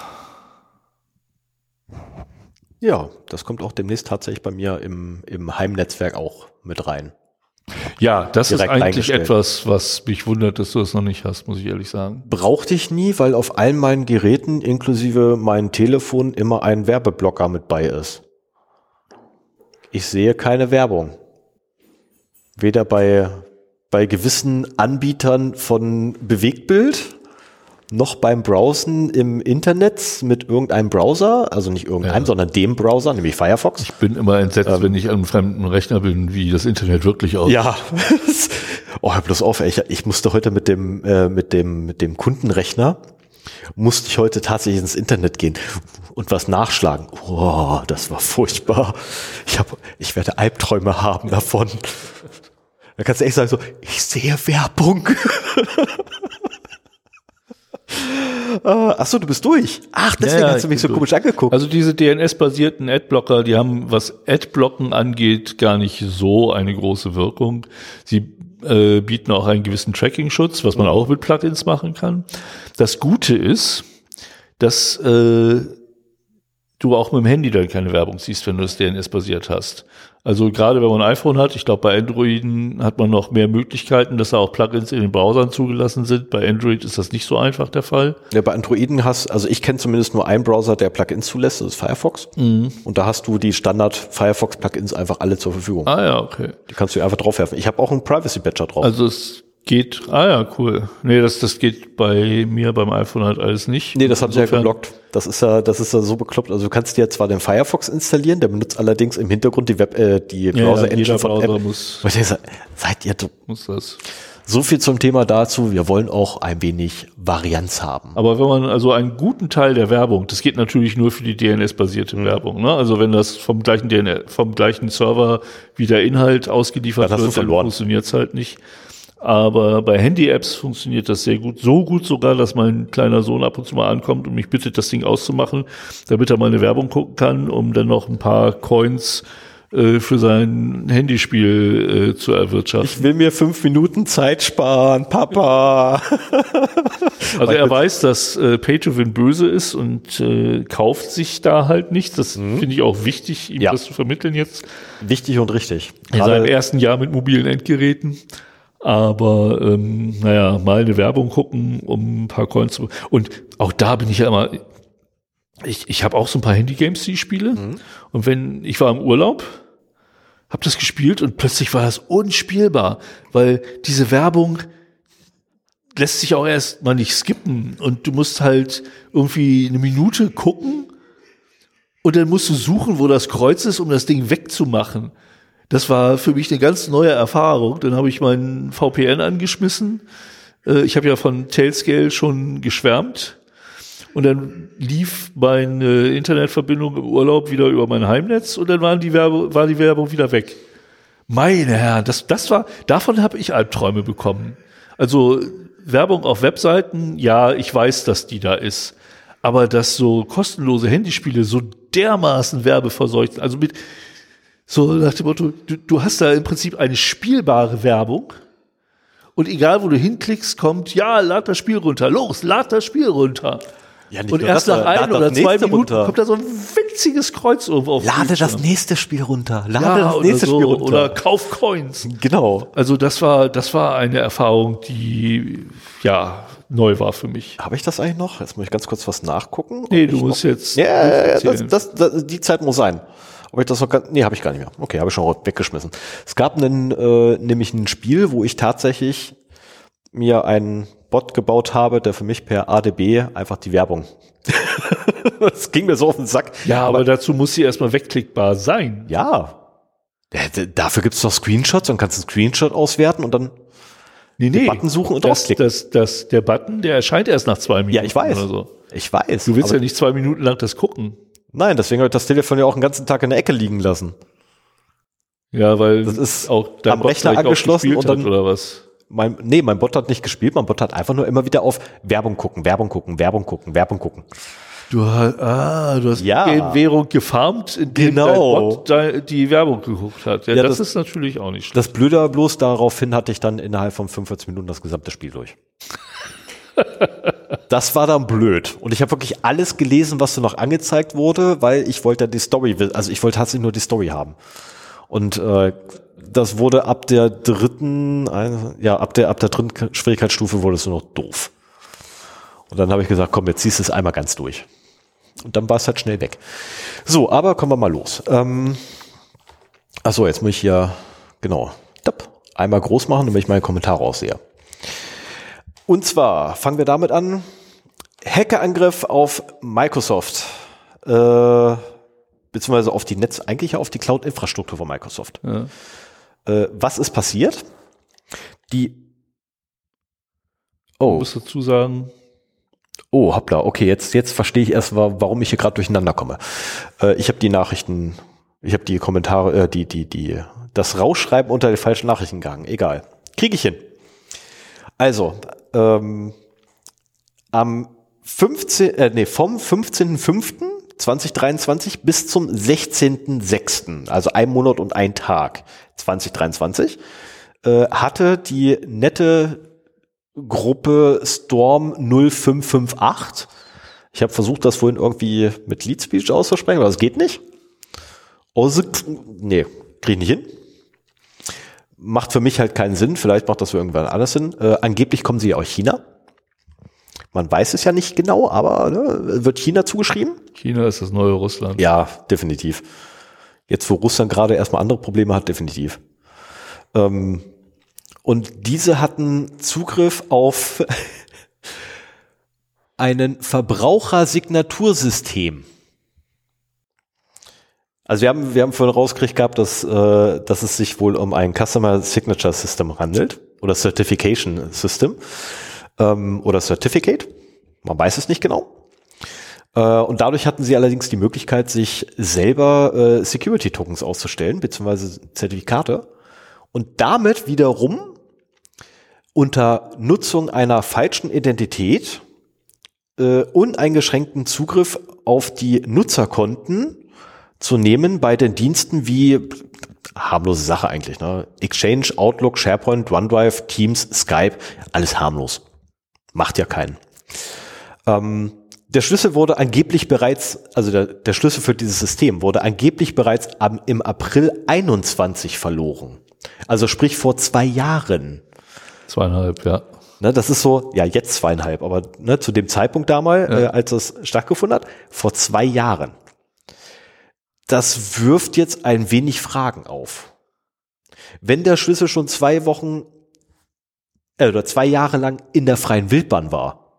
Ja, das kommt auch demnächst tatsächlich bei mir im Heimnetzwerk auch mit rein. Ja, das ist eigentlich etwas, was mich wundert, dass du das noch nicht hast, muss ich ehrlich sagen. Brauchte ich nie, weil auf allen meinen Geräten, inklusive meinem Telefon, immer ein Werbeblocker mit bei ist. Ich sehe keine Werbung. Weder bei gewissen Anbietern von Bewegtbild, noch beim Browsen im Internet mit irgendeinem Browser, also nicht irgendeinem, sondern dem Browser, nämlich Firefox. Ich bin immer entsetzt, wenn ich an einem fremden Rechner bin, wie das Internet wirklich aussieht. Ja, hör bloß auf, ich musste heute mit dem Kundenrechner, musste ich heute tatsächlich ins Internet gehen und was nachschlagen. Oh, das war furchtbar. Ich werde Albträume haben davon. Da kannst du echt sagen so, ich sehe Werbung. Achso, du bist durch. Ach, deswegen hast du mich so komisch angeguckt. Also diese DNS-basierten Adblocker, die haben, was Adblocken angeht, gar nicht so eine große Wirkung. Sie bieten auch einen gewissen Tracking-Schutz, was man auch mit Plugins machen kann. Das Gute ist, dass du auch mit dem Handy dann keine Werbung siehst, wenn du das DNS-basiert hast. Also gerade wenn man ein iPhone hat, ich glaube bei Androiden hat man noch mehr Möglichkeiten, dass da auch Plugins in den Browsern zugelassen sind. Bei Android ist das nicht so einfach der Fall. Ja, bei Androiden also ich kenne zumindest nur einen Browser, der Plugins zulässt, das ist Firefox. Und da hast du die Standard-Firefox-Plugins einfach alle zur Verfügung. Ah ja, okay. Die kannst du einfach draufwerfen. Ich habe auch einen Privacy-Badger drauf. Also es geht, cool. Nee, das geht bei mir beim iPhone halt alles nicht. Nee, das haben sie ja geblockt. Das ist ja so bekloppt. Also du kannst dir zwar den Firefox installieren, der benutzt allerdings im Hintergrund die Browser-Engine von Browser Apple. Seid ihr muss das. So viel zum Thema dazu. Wir wollen auch ein wenig Varianz haben. Aber wenn man also einen guten Teil der Werbung, das geht natürlich nur für die DNS-basierte Werbung, ne? Also wenn das vom gleichen Server wie der Inhalt ausgeliefert wird, dann funktioniert es halt nicht. Aber bei Handy-Apps funktioniert das sehr gut. So gut sogar, dass mein kleiner Sohn ab und zu mal ankommt und mich bittet, das Ding auszumachen, damit er mal eine Werbung gucken kann, um dann noch ein paar Coins für sein Handyspiel zu erwirtschaften. Ich will mir 5 Minuten Zeit sparen, Papa. Also er weiß, dass Pay-to-Win böse ist und kauft sich da halt nichts. Das finde ich auch wichtig, ihm das zu vermitteln jetzt. Wichtig und richtig. In seinem ersten Jahr mit mobilen Endgeräten. Aber mal eine Werbung gucken, um ein paar Coins zu... Und auch da bin ich ja immer... Ich habe auch so ein paar Handy-Games, die ich spiele. Und ich war im Urlaub, habe das gespielt und plötzlich war das unspielbar, weil diese Werbung lässt sich auch erst mal nicht skippen. Und du musst halt irgendwie eine Minute gucken und dann musst du suchen, wo das Kreuz ist, um das Ding wegzumachen. Das war für mich eine ganz neue Erfahrung. Dann habe ich meinen VPN angeschmissen. Ich habe ja von Tailscale schon geschwärmt. Und dann lief meine Internetverbindung im Urlaub wieder über mein Heimnetz und dann war die Werbung wieder weg. Meine Herren, davon habe ich Albträume bekommen. Also Werbung auf Webseiten, ja, ich weiß, dass die da ist. Aber dass so kostenlose Handyspiele so dermaßen werbeverseucht, also mit so nach dem Motto, du hast da im Prinzip eine spielbare Werbung und egal wo du hinklickst, kommt, ja, lad das Spiel runter, los, lad das Spiel runter. Ja, und erst nach 1 oder 2 Minuten runter. Kommt da so ein winziges Kreuz irgendwo auf. Lade das nächste Spiel runter. Oder kauf Coins. Genau. Also das war eine Erfahrung, die neu war für mich. Habe ich das eigentlich noch? Jetzt muss ich ganz kurz was nachgucken. Nee, du musst jetzt. Ja, die Zeit muss sein. Ob ich das noch nee, habe ich gar nicht mehr. Okay, habe ich schon weggeschmissen. Es gab nämlich ein Spiel, wo ich tatsächlich mir einen Bot gebaut habe, der für mich per ADB einfach die Werbung. Das ging mir so auf den Sack. Ja, aber dazu muss sie erstmal wegklickbar sein. Ja. Dafür gibt es doch Screenshots und kannst einen Screenshot auswerten und dann den Button suchen und rausklicken. Der Button, der erscheint erst nach 2 Minuten. Ja, ich weiß. Oder so. Ich weiß. Du willst ja nicht 2 Minuten lang das gucken. Nein, deswegen habe ich das Telefon ja auch den ganzen Tag in der Ecke liegen lassen. Ja, weil das ist auch am Rechner angeschlossen und dann oder was? Mein Bot hat nicht gespielt, mein Bot hat einfach nur immer wieder auf Werbung gucken. Du hast Währung gefarmt, indem dein Bot die Werbung geguckt hat. Ja, das ist natürlich auch nicht schlecht. Das Blöde war bloß, daraufhin hatte ich dann innerhalb von 45 Minuten das gesamte Spiel durch. Das war dann blöd. Und ich habe wirklich alles gelesen, was so noch angezeigt wurde, weil ich wollte die Story, also ich wollte tatsächlich nur die Story haben. Und das wurde ab der dritten Schwierigkeitsstufe wurde es nur noch doof. Und dann habe ich gesagt, komm, jetzt ziehst du es einmal ganz durch. Und dann war es halt schnell weg. So, aber kommen wir mal los. Achso, jetzt muss ich hier, einmal groß machen, damit ich meine Kommentare aussehe. Und zwar fangen wir damit an. Hackerangriff auf Microsoft. Beziehungsweise auf die eigentlich auf die Cloud-Infrastruktur von Microsoft. Ja. Was ist passiert? Ich muss dazu sagen. Oh, hoppla, okay, jetzt verstehe ich erst, warum ich hier gerade durcheinander komme. Ich habe die Kommentare, das Rausschreiben unter den falschen Nachrichten gegangen. Egal. Kriege ich hin. Also, vom 15.05.2023 bis zum 16.06., also 1 Monat und 1 Tag 2023, hatte die nette Gruppe Storm 0558, ich habe versucht, das vorhin irgendwie mit Lead Speech auszusprechen, aber das geht nicht. Nee, krieg ich nicht hin. Macht für mich halt keinen Sinn, vielleicht macht das für irgendwann alles Sinn. Angeblich kommen sie ja aus China. Man weiß es ja nicht genau, aber wird China zugeschrieben? China ist das neue Russland. Ja, definitiv. Jetzt, wo Russland gerade erstmal andere Probleme hat, definitiv. Und diese hatten Zugriff auf einen Verbrauchersignatursystem. Also wir haben vorhin rausgekriegt gehabt, dass es sich wohl um ein Customer Signature System handelt oder Certification System oder Certificate. Man weiß es nicht genau. Und dadurch hatten sie allerdings die Möglichkeit, sich selber Security Tokens auszustellen, beziehungsweise Zertifikate. Und damit wiederum unter Nutzung einer falschen Identität uneingeschränkten Zugriff auf die Nutzerkonten zu nehmen bei den Diensten wie, harmlose Sache eigentlich, ne? Exchange, Outlook, SharePoint, OneDrive, Teams, Skype, alles harmlos. Macht ja keinen. Der Schlüssel wurde angeblich bereits, also der Schlüssel für dieses System wurde angeblich bereits im April 21 verloren. Also sprich vor 2 Jahren. 2,5, ja. Ne, das ist so, ja jetzt 2,5, aber ne, zu dem Zeitpunkt damals, als das stattgefunden hat, vor 2 Jahren. Das wirft jetzt ein wenig Fragen auf. Wenn der Schlüssel schon 2 Wochen oder 2 Jahre lang in der freien Wildbahn war,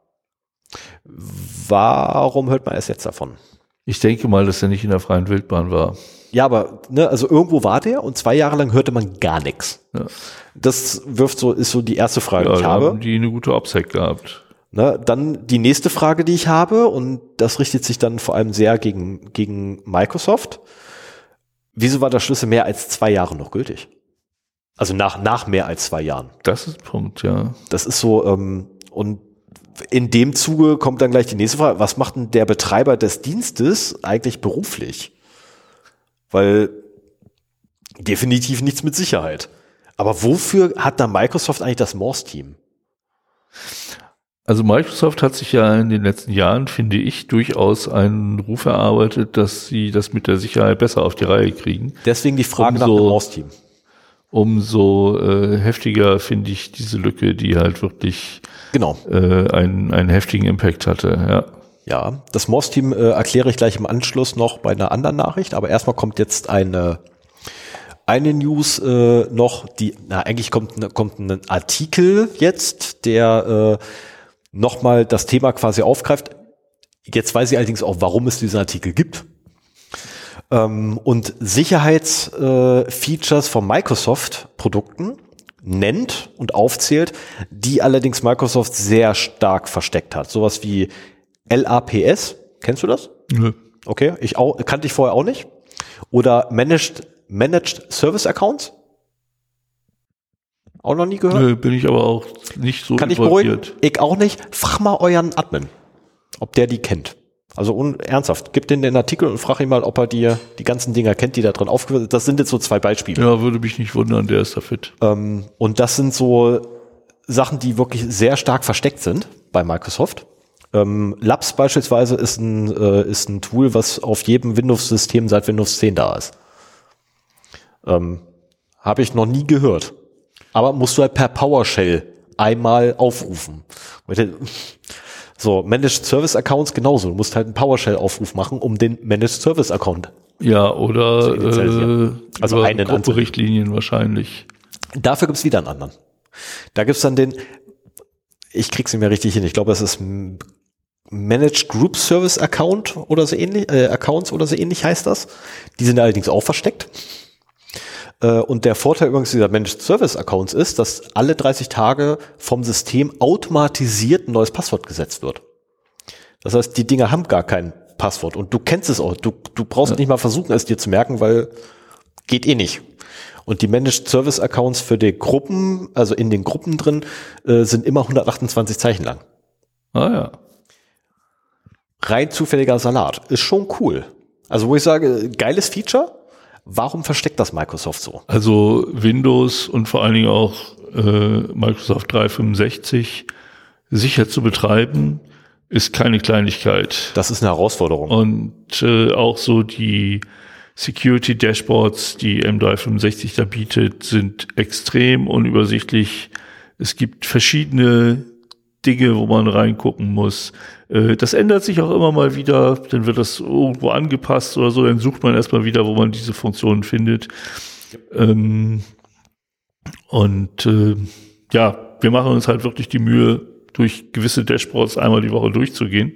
warum hört man erst jetzt davon? Ich denke mal, dass er nicht in der freien Wildbahn war. Ja, aber ne, also irgendwo war der und 2 Jahre lang hörte man gar nichts. Ja. Das ist so die erste Frage, die ich habe. Haben die eine gute OPSEC gehabt. Ne, dann die nächste Frage, die ich habe, und das richtet sich dann vor allem sehr gegen Microsoft. Wieso war der Schlüssel mehr als 2 Jahre noch gültig? Also nach mehr als 2 Jahren. Das ist ein Punkt, ja. Das ist so, und in dem Zuge kommt dann gleich die nächste Frage, was macht denn der Betreiber des Dienstes eigentlich beruflich? Weil definitiv nichts mit Sicherheit. Aber wofür hat da Microsoft eigentlich das Morse-Team? Also Microsoft hat sich ja in den letzten Jahren, finde ich, durchaus einen Ruf erarbeitet, dass sie das mit der Sicherheit besser auf die Reihe kriegen. Deswegen die Frage nach dem Morse-Team. Umso heftiger finde ich diese Lücke, die halt wirklich einen heftigen Impact hatte. Ja. Ja, das Morse-Team erkläre ich gleich im Anschluss noch bei einer anderen Nachricht, aber erstmal kommt jetzt eine News noch, eigentlich kommt ein Artikel jetzt, der nochmal das Thema quasi aufgreift. Jetzt weiß ich allerdings auch, warum es diesen Artikel gibt. Und Sicherheitsfeatures von Microsoft-Produkten nennt und aufzählt, die allerdings Microsoft sehr stark versteckt hat. Sowas wie LAPS, kennst du das? Nö. Okay, kannte ich vorher auch nicht. Oder Managed Service Accounts? Auch noch nie gehört? Nö, bin ich aber auch nicht so Kann ich beruhigen? Ich auch nicht. Frag mal euren Admin, ob der die kennt. Also ernsthaft, gib den Artikel und frag ihn mal, ob er die ganzen Dinger kennt, die da drin aufgeführt sind. Das sind jetzt so 2 Beispiele. Ja, würde mich nicht wundern, der ist da fit. Und das sind so Sachen, die wirklich sehr stark versteckt sind bei Microsoft. Labs beispielsweise ist ein Tool, was auf jedem Windows-System seit Windows 10 da ist. Habe ich noch nie gehört. Aber musst du halt per PowerShell einmal aufrufen. So, Managed Service Accounts genauso. Du musst halt einen PowerShell-Aufruf machen, um den Managed Service Account. Ja, oder also einen Gruppenrichtlinien wahrscheinlich. Dafür gibt's wieder einen anderen. Da gibt's dann ich krieg's nicht mehr richtig hin. Ich glaube, das ist Managed Group Service Account oder so ähnlich, Accounts oder so ähnlich heißt das. Die sind allerdings auch versteckt. Und der Vorteil übrigens dieser Managed Service Accounts ist, dass alle 30 Tage vom System automatisiert ein neues Passwort gesetzt wird. Das heißt, die Dinger haben gar kein Passwort und du kennst es auch. Du brauchst nicht mal versuchen, es dir zu merken, weil geht eh nicht. Und die Managed Service Accounts für die Gruppen, also in den Gruppen drin, sind immer 128 Zeichen lang. Ah ja. rein zufälliger Salat. Ist schon cool. Also wo ich sage, geiles Feature, warum versteckt das Microsoft so? Also Windows und vor allen Dingen auch Microsoft 365 sicher zu betreiben, ist keine Kleinigkeit. Das ist eine Herausforderung. Und auch so die Security Dashboards, die M365 da bietet, sind extrem unübersichtlich. Es gibt verschiedene Dinge, wo man reingucken muss. Das ändert sich auch immer mal wieder, dann wird das irgendwo angepasst oder so, dann sucht man erstmal wieder, wo man diese Funktionen findet. Ja, wir machen uns halt wirklich die Mühe, durch gewisse Dashboards einmal die Woche durchzugehen,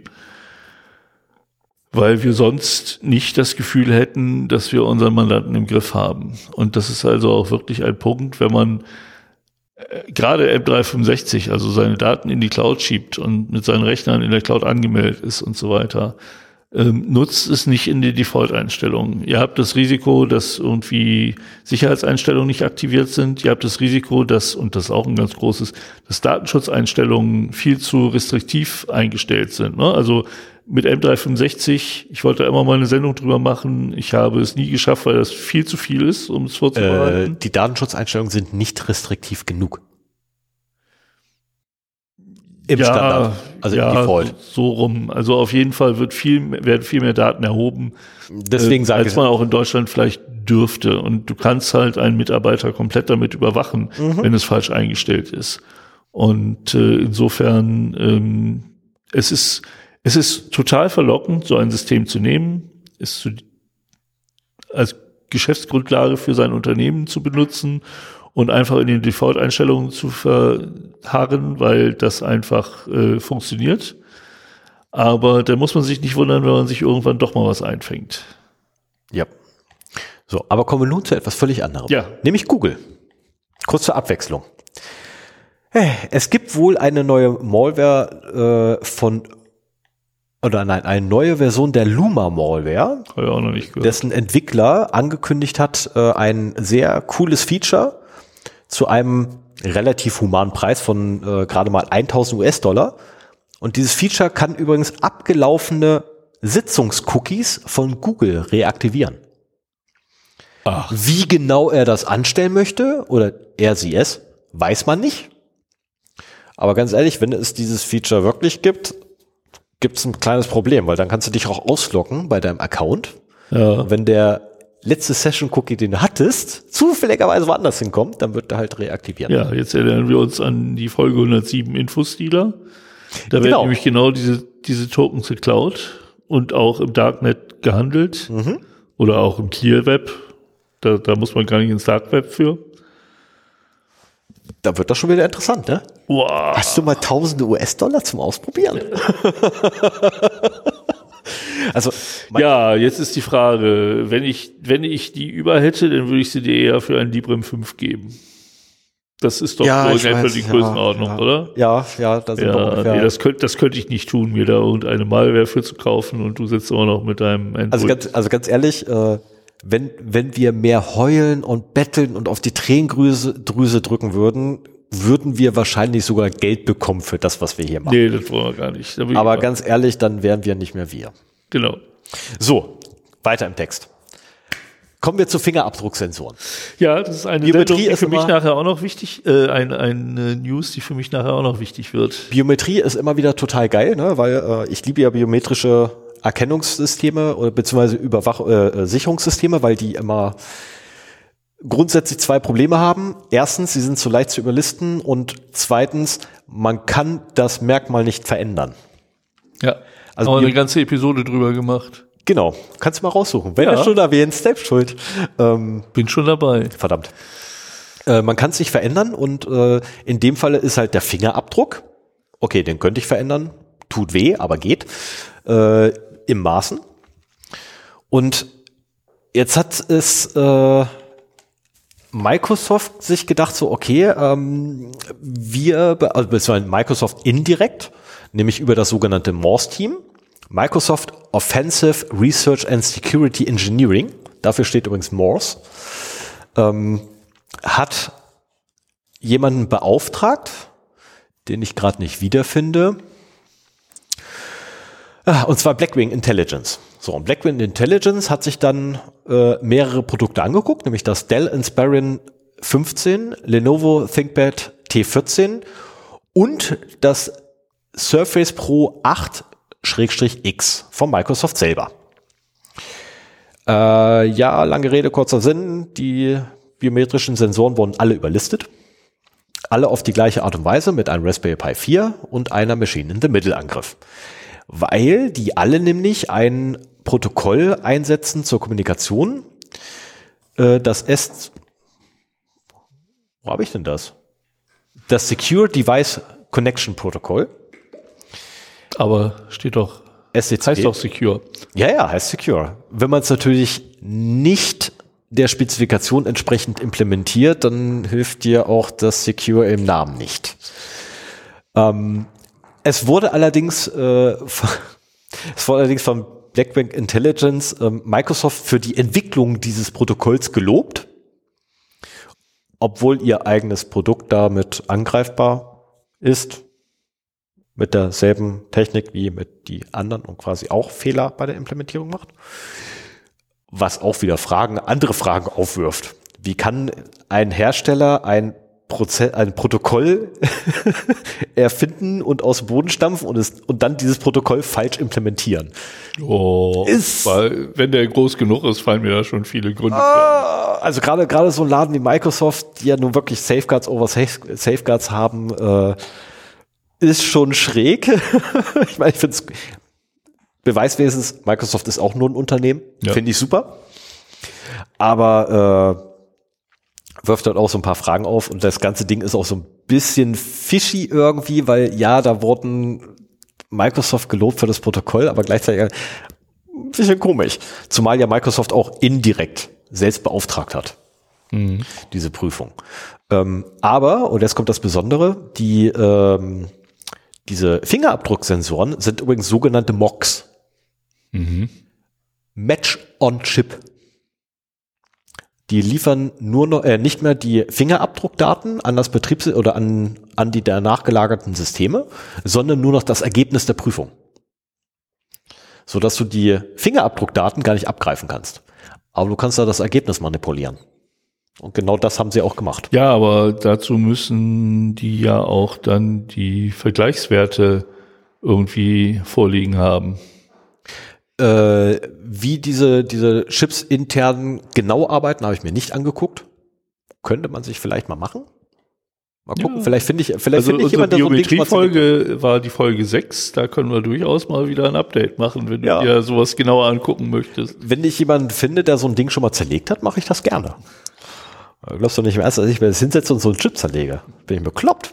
weil wir sonst nicht das Gefühl hätten, dass wir unseren Mandanten im Griff haben. Und das ist also auch wirklich ein Punkt, wenn man gerade M365, also seine Daten in die Cloud schiebt und mit seinen Rechnern in der Cloud angemeldet ist und so weiter, nutzt es nicht in die Default-Einstellungen. Ihr habt das Risiko, dass irgendwie Sicherheitseinstellungen nicht aktiviert sind. Ihr habt das Risiko, und das ist auch ein ganz großes, dass Datenschutzeinstellungen viel zu restriktiv eingestellt sind. Ne? Also mit M365, ich wollte immer mal eine Sendung drüber machen. Ich habe es nie geschafft, weil das viel zu viel ist, um es vorzubereiten. Die Datenschutzeinstellungen sind nicht restriktiv genug. Im Standard, also im Default. So rum. Also auf jeden Fall werden viel mehr Daten erhoben, deswegen als man auch in Deutschland vielleicht dürfte. Und du kannst halt einen Mitarbeiter komplett damit überwachen, wenn es falsch eingestellt ist. Und insofern, es ist total verlockend, so ein System zu nehmen, es als Geschäftsgrundlage für sein Unternehmen zu benutzen und einfach in den Default-Einstellungen zu verharren, weil das einfach funktioniert. Aber da muss man sich nicht wundern, wenn man sich irgendwann doch mal was einfängt. Ja. So, aber kommen wir nun zu etwas völlig anderem. Ja. Nämlich Google. Kurz zur Abwechslung. Es gibt wohl eine neue Malware eine neue Version der Luma-Malware, Habe ich auch noch nicht gehört. dessen Entwickler angekündigt hat, ein sehr cooles Feature zu einem relativ humanen Preis von gerade mal 1.000 US-Dollar. Und dieses Feature kann übrigens abgelaufene Sitzungscookies von Google reaktivieren. Ach. Wie genau er das anstellen möchte oder sie es, weiß man nicht. Aber ganz ehrlich, wenn es dieses Feature wirklich gibt es ein kleines Problem, weil dann kannst du dich auch ausloggen bei deinem Account. Ja. Und wenn der letzte Session-Cookie, den du hattest, zufälligerweise woanders hinkommt, dann wird der halt reaktiviert. Ja, jetzt erinnern wir uns an die Folge 107 Infostealer. Da werden nämlich genau diese Tokens geklaut und auch im Darknet gehandelt oder auch im Clear Web. Da muss man gar nicht ins Dark Web für. Da wird das schon wieder interessant, ne? Wow. Hast du mal tausende US-Dollar zum Ausprobieren? Also ja, jetzt ist die Frage, wenn ich die über hätte, dann würde ich sie dir eher für ein Librem 5 geben. Das ist doch so in etwa die Größenordnung, oder? Ja, da sind wir ungefähr. Nee, das könnte ich nicht tun, mir da irgendeine Malware für zu kaufen und du sitzt immer noch mit deinem Android. Also ganz ehrlich, wenn wir mehr heulen und betteln und auf die Tränendrüse drücken würden wir wahrscheinlich sogar Geld bekommen für das, was wir hier machen. Nee, das wollen wir gar nicht. Aber ganz ehrlich, dann wären wir nicht mehr wir. Genau. So, weiter im Text. Kommen wir zu Fingerabdrucksensoren. Ja, das ist eine Biometrie Sendung, die ist für mich immer, nachher auch noch wichtig, eine News, die für mich nachher auch noch wichtig wird. Biometrie ist immer wieder total geil, ne? Weil ich liebe ja biometrische Erkennungssysteme oder beziehungsweise Sicherungssysteme, weil die immer grundsätzlich zwei Probleme haben. Erstens, sie sind zu leicht zu überlisten und zweitens, man kann das Merkmal nicht verändern. Ja, also haben wir eine ganze Episode drüber gemacht. Genau, kannst du mal raussuchen. Wenn du schon erwähnst, selbst schuld. Bin schon dabei. Verdammt. Man kann es nicht verändern und in dem Falle ist halt der Fingerabdruck. Okay, den könnte ich verändern. Tut weh, aber geht. Im Maßen. Und jetzt hat es Microsoft sich gedacht, so okay, beziehungsweise Microsoft indirekt, nämlich über das sogenannte Morse-Team, Microsoft Offensive Research and Security Engineering, dafür steht übrigens Morse, hat jemanden beauftragt, den ich gerade nicht wiederfinde. Und zwar Blackwing Intelligence. So, und Blackwing Intelligence hat sich dann mehrere Produkte angeguckt, nämlich das Dell Inspiron 15, Lenovo ThinkPad T14 und das Surface Pro 8/X von Microsoft selber. Ja, lange Rede, kurzer Sinn. Die biometrischen Sensoren wurden alle überlistet. Alle auf die gleiche Art und Weise mit einem Raspberry Pi 4 und einer Machine-in-the-Middle-Angriff. Weil die alle nämlich ein Protokoll einsetzen zur Kommunikation. Das ist, wo habe ich denn das? Das Secure Device Connection Protocol. Aber steht doch, SDC. heißt doch Secure. Ja, heißt Secure. Wenn man es natürlich nicht der Spezifikation entsprechend implementiert, dann hilft dir auch das Secure im Namen nicht. Es wurde allerdings von Blackwing Intelligence Microsoft für die Entwicklung dieses Protokolls gelobt, obwohl ihr eigenes Produkt damit angreifbar ist, mit derselben Technik wie mit die anderen und quasi auch Fehler bei der Implementierung macht. Was auch wieder andere Fragen aufwirft. Wie kann ein Hersteller ein Protokoll erfinden und aus dem Boden stampfen und dann dieses Protokoll falsch implementieren? Weil, wenn der groß genug ist, fallen mir da schon viele Gründe. Also gerade so ein Laden wie Microsoft, die ja nun wirklich Safeguards over Safeguards haben, ist schon schräg. Ich meine, ich finde es Beweiswesens, Microsoft ist auch nur ein Unternehmen, finde ich super. Aber wirft dann auch so ein paar Fragen auf und das ganze Ding ist auch so ein bisschen fishy irgendwie, weil ja, da wurden Microsoft gelobt für das Protokoll, aber gleichzeitig ein bisschen komisch. Zumal ja Microsoft auch indirekt selbst beauftragt hat, diese Prüfung. Aber, und jetzt kommt das Besondere, diese Fingerabdrucksensoren sind übrigens sogenannte MOCs. Match on Chip. Die liefern nur noch nicht mehr die Fingerabdruckdaten an das oder an die danach gelagerten Systeme, sondern nur noch das Ergebnis der Prüfung. Sodass du die Fingerabdruckdaten gar nicht abgreifen kannst. Aber du kannst da das Ergebnis manipulieren. Und genau das haben sie auch gemacht. Ja, aber dazu müssen die ja auch dann die Vergleichswerte irgendwie vorliegen haben. Wie diese Chips intern genau arbeiten, habe ich mir nicht angeguckt. Könnte man sich vielleicht mal machen. Mal gucken, vielleicht finde ich jemand, der so ein Ding schon mal Biometrie-Folge war die Folge 6, da können wir durchaus mal wieder ein Update machen, wenn du dir sowas genauer angucken möchtest. Wenn ich jemanden finde, der so ein Ding schon mal zerlegt hat, mache ich das gerne. Glaubst du nicht im Ernst, dass ich mir das hinsetze und so einen Chip zerlege? Bin ich bekloppt.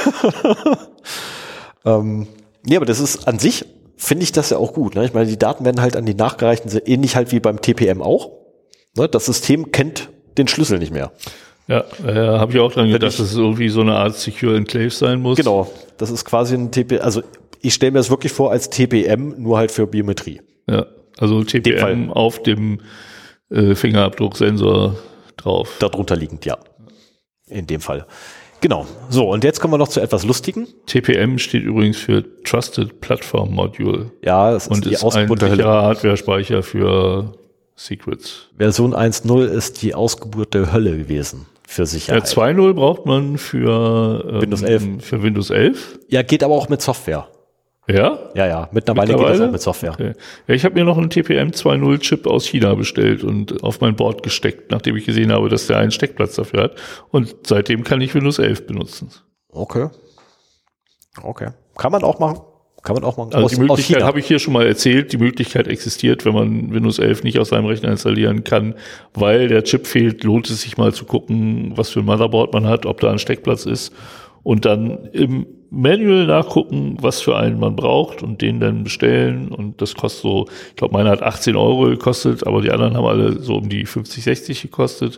Nee, aber das ist an sich, finde ich das ja auch gut. Ne? Ich meine, die Daten werden halt an die nachgereichten, ähnlich halt wie beim TPM auch. Ne? Das System kennt den Schlüssel nicht mehr. Ja, habe ich auch dran gedacht, dass es irgendwie so eine Art Secure Enclave sein muss. Genau, das ist quasi ein TPM, also ich stelle mir das wirklich vor als TPM, nur halt für Biometrie. Ja, also TPM auf dem Fingerabdrucksensor drauf. Darunter liegend, ja. In dem Fall. Genau. So, und jetzt kommen wir noch zu etwas Lustigen. TPM steht übrigens für Trusted Platform Module. Ja, das ist und ist ein sicherer Hardware-Speicher für Secrets. Version 1.0 ist die Ausgeburt der Hölle gewesen für Sicherheit. Ja, 2.0 braucht man für Windows 11. Für Windows 11. Ja, geht aber auch mit Software. Ja? Ja. Mittlerweile geht das auch mit Software. Okay. Ja, ich habe mir noch einen TPM 2.0 Chip aus China bestellt und auf mein Board gesteckt, nachdem ich gesehen habe, dass der einen Steckplatz dafür hat. Und seitdem kann ich Windows 11 benutzen. Okay. Kann man auch machen. Also die Möglichkeit habe ich hier schon mal erzählt. Die Möglichkeit existiert, wenn man Windows 11 nicht aus seinem Rechner installieren kann, weil der Chip fehlt, lohnt es sich mal zu gucken, was für ein Motherboard man hat, ob da ein Steckplatz ist und dann im Manual nachgucken, was für einen man braucht und den dann bestellen und das kostet so, ich glaube, meiner hat 18 € gekostet, aber die anderen haben alle so um die 50, 60 gekostet.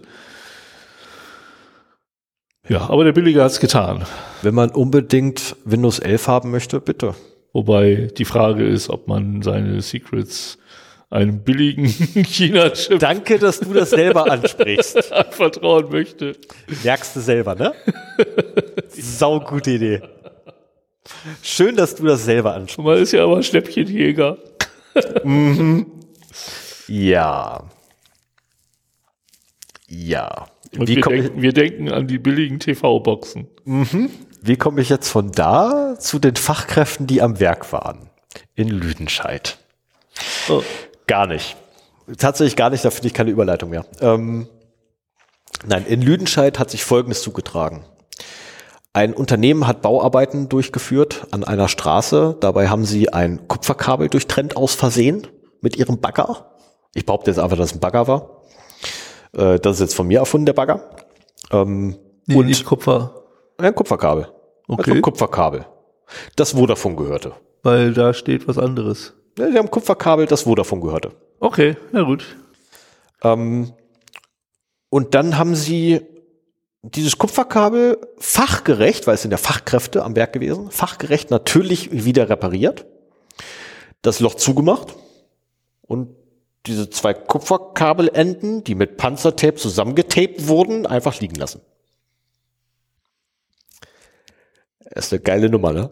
Ja, aber der Billige hat's getan. Wenn man unbedingt Windows 11 haben möchte, bitte. Wobei die Frage ist, ob man seine Secrets einem billigen China-Chip Danke, dass du das selber ansprichst. anvertrauen möchte. Merkst du selber, ne? Sau gute Idee. Schön, dass du das selber ansprichst. Man ist ja aber Schnäppchenjäger. Ja. Ja. Und wir denken an die billigen TV-Boxen. Wie komme ich jetzt von da zu den Fachkräften, die am Werk waren? In Lüdenscheid. Oh. Gar nicht. Tatsächlich gar nicht, da finde ich keine Überleitung mehr. Nein, in Lüdenscheid hat sich Folgendes zugetragen. Ein Unternehmen hat Bauarbeiten durchgeführt an einer Straße. Dabei haben sie ein Kupferkabel durchtrennt aus Versehen mit ihrem Bagger. Ich behaupte jetzt einfach, dass es ein Bagger war. Das ist jetzt von mir erfunden, der Bagger. Nee, und nicht Kupfer. Ein Kupferkabel. Okay. Also ein Kupferkabel. Das Vodafone gehörte. Weil da steht was anderes. Ja, sie haben Kupferkabel, das Vodafone gehörte. Okay, na gut. Und dann haben sie dieses Kupferkabel fachgerecht, weil es sind ja Fachkräfte am Werk gewesen, fachgerecht natürlich wieder repariert, das Loch zugemacht und diese 2 Kupferkabelenden, die mit Panzertape zusammengetaped wurden, einfach liegen lassen. Das ist eine geile Nummer, ne?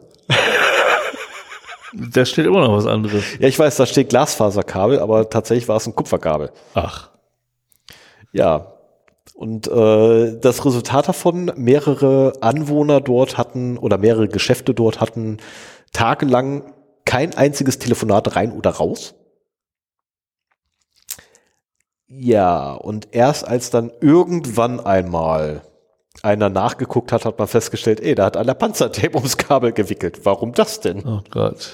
Da steht immer noch was anderes. Ja, ich weiß, da steht Glasfaserkabel, aber tatsächlich war es ein Kupferkabel. Ach. Ja. Und das Resultat davon, mehrere Anwohner dort hatten oder mehrere Geschäfte dort hatten tagelang kein einziges Telefonat rein oder raus. Ja, und erst als dann irgendwann einmal einer nachgeguckt hat, hat man festgestellt, da hat einer Panzertape ums Kabel gewickelt. Warum das denn? Oh Gott.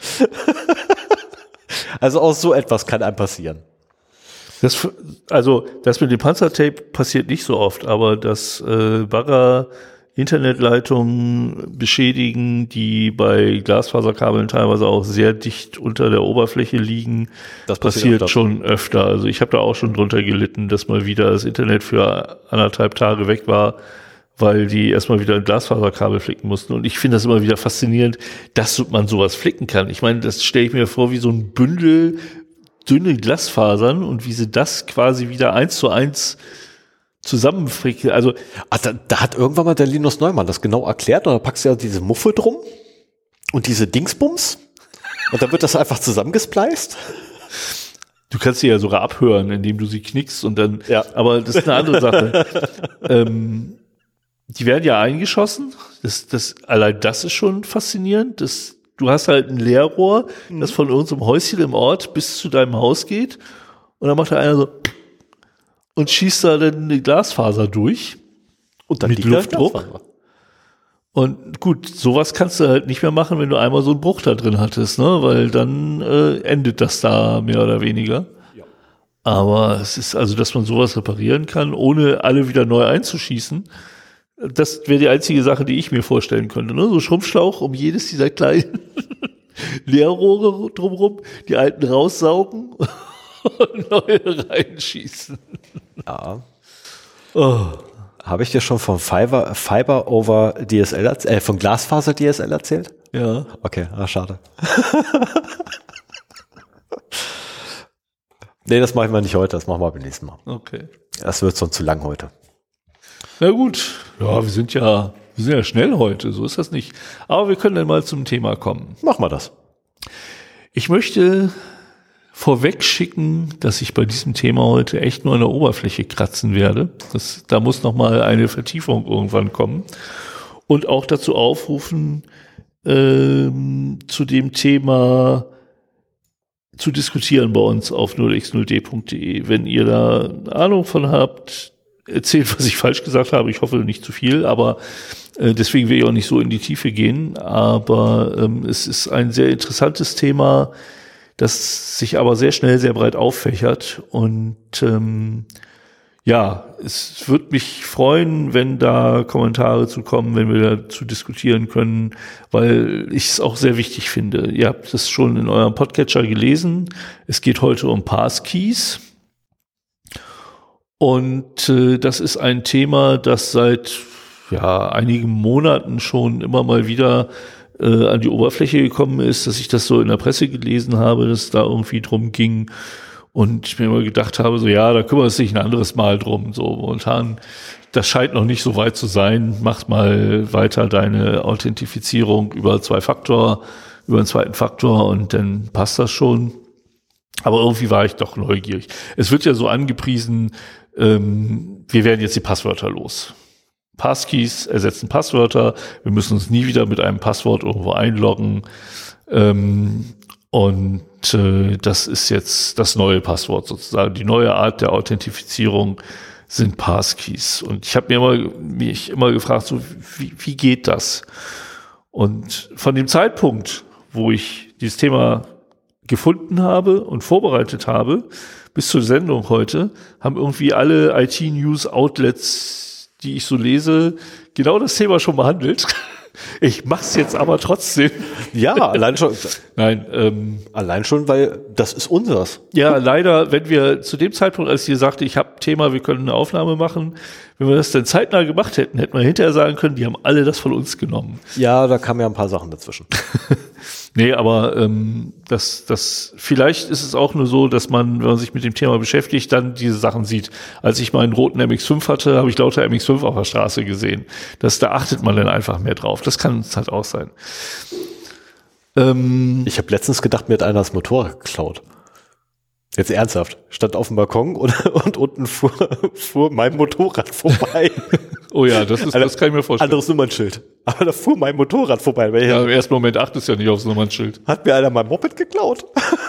Also auch so etwas kann einem passieren. Das mit dem Panzertape passiert nicht so oft, aber dass Bagger Internetleitungen beschädigen, die bei Glasfaserkabeln teilweise auch sehr dicht unter der Oberfläche liegen, das passiert schon öfter. Also ich habe da auch schon drunter gelitten, dass mal wieder das Internet für 1,5 Tage weg war, weil die erstmal wieder ein Glasfaserkabel flicken mussten. Und ich finde das immer wieder faszinierend, dass man sowas flicken kann. Ich meine, das stelle ich mir vor wie so ein Bündel dünne Glasfasern und wie sie das quasi wieder 1:1 zusammenfrickeln. Also da hat irgendwann mal der Linus Neumann das genau erklärt. Und da packst du ja diese Muffe drum und diese Dingsbums und dann wird das einfach zusammengespleist. Du kannst sie ja sogar abhören, indem du sie knickst und dann, ja. Aber das ist eine andere Sache. Die werden ja eingeschossen. Allein das ist schon faszinierend. Du hast halt ein Leerrohr, das von unserem Häuschen im Ort bis zu deinem Haus geht. Und dann macht da einer so und schießt da dann eine Glasfaser durch. Und dann mit Luftdruck. Und gut, sowas kannst du halt nicht mehr machen, wenn du einmal so einen Bruch da drin hattest, ne? Weil dann endet das da mehr oder weniger. Ja. Aber es ist also, dass man sowas reparieren kann, ohne alle wieder neu einzuschießen. Das wäre die einzige Sache, die ich mir vorstellen könnte. Ne? So Schrumpfschlauch um jedes dieser kleinen Leerrohre drumherum, die alten raussaugen und neue reinschießen. Ja. Oh. Habe ich dir schon von Fiber over DSL von Glasfaser DSL erzählt? Ja. Okay, schade. Nee, das machen wir nicht heute, das machen wir beim nächsten Mal. Okay. Das wird sonst zu lang heute. Na gut, ja, wir sind ja schnell heute, so ist das nicht. Aber wir können dann mal zum Thema kommen. Machen wir das. Ich möchte vorweg schicken, dass ich bei diesem Thema heute echt nur an der Oberfläche kratzen werde. Da muss noch mal eine Vertiefung irgendwann kommen. Und auch dazu aufrufen, zu dem Thema zu diskutieren bei uns auf 0x0d.de. Wenn ihr da eine Ahnung von habt, erzählt, was ich falsch gesagt habe. Ich hoffe nicht zu viel, aber deswegen will ich auch nicht so in die Tiefe gehen. Aber es ist ein sehr interessantes Thema, das sich aber sehr schnell, sehr breit auffächert. Und ja, es würde mich freuen, wenn da Kommentare zu kommen, wenn wir dazu diskutieren können, weil ich es auch sehr wichtig finde. Ihr habt es schon in eurem Podcatcher gelesen. Es geht heute um Passkeys. Und das ist ein Thema, das seit einigen Monaten schon immer mal wieder an die Oberfläche gekommen ist, dass ich das so in der Presse gelesen habe, dass es da irgendwie drum ging. Und ich mir immer gedacht habe, so ja, da kümmert es sich ein anderes Mal drum. So momentan, das scheint noch nicht so weit zu sein. Mach mal weiter deine Authentifizierung über einen zweiten Faktor und dann passt das schon. Aber irgendwie war ich doch neugierig. Es wird ja so angepriesen, wir werden jetzt die Passwörter los. Passkeys ersetzen Passwörter. Wir müssen uns nie wieder mit einem Passwort irgendwo einloggen. Das ist jetzt das neue Passwort sozusagen. Die neue Art der Authentifizierung sind Passkeys. Und ich habe mich immer gefragt, so wie geht das? Und von dem Zeitpunkt, wo ich dieses Thema gefunden habe und vorbereitet habe, bis zur Sendung heute, haben irgendwie alle IT-News-Outlets, die ich so lese, genau das Thema schon behandelt. Ich mach's jetzt aber trotzdem. Ja, allein schon. Nein, allein schon, weil das ist unseres. Ja, leider, wenn wir zu dem Zeitpunkt, als ihr sagte, ich habe Thema, wir können eine Aufnahme machen, wenn wir das dann zeitnah gemacht hätten, hätten wir hinterher sagen können, die haben alle das von uns genommen. Ja, da kamen ja ein paar Sachen dazwischen. Nee, aber vielleicht ist es auch nur so, dass man, wenn man sich mit dem Thema beschäftigt, dann diese Sachen sieht. Als ich meinen roten MX5 hatte, habe ich lauter MX5 auf der Straße gesehen. Da achtet man dann einfach mehr drauf. Das kann es halt auch sein. Ich habe letztens gedacht, mir hat einer das Motorrad geklaut. Jetzt ernsthaft. Stand auf dem Balkon und unten fuhr mein Motorrad vorbei. Oh ja, das kann ich mir vorstellen. Anderes Nummernschild. Aber da fuhr mein Motorrad vorbei. Ja, im ersten Moment achtest du ja nicht aufs Nummernschild. Hat mir einer mein Moped geklaut?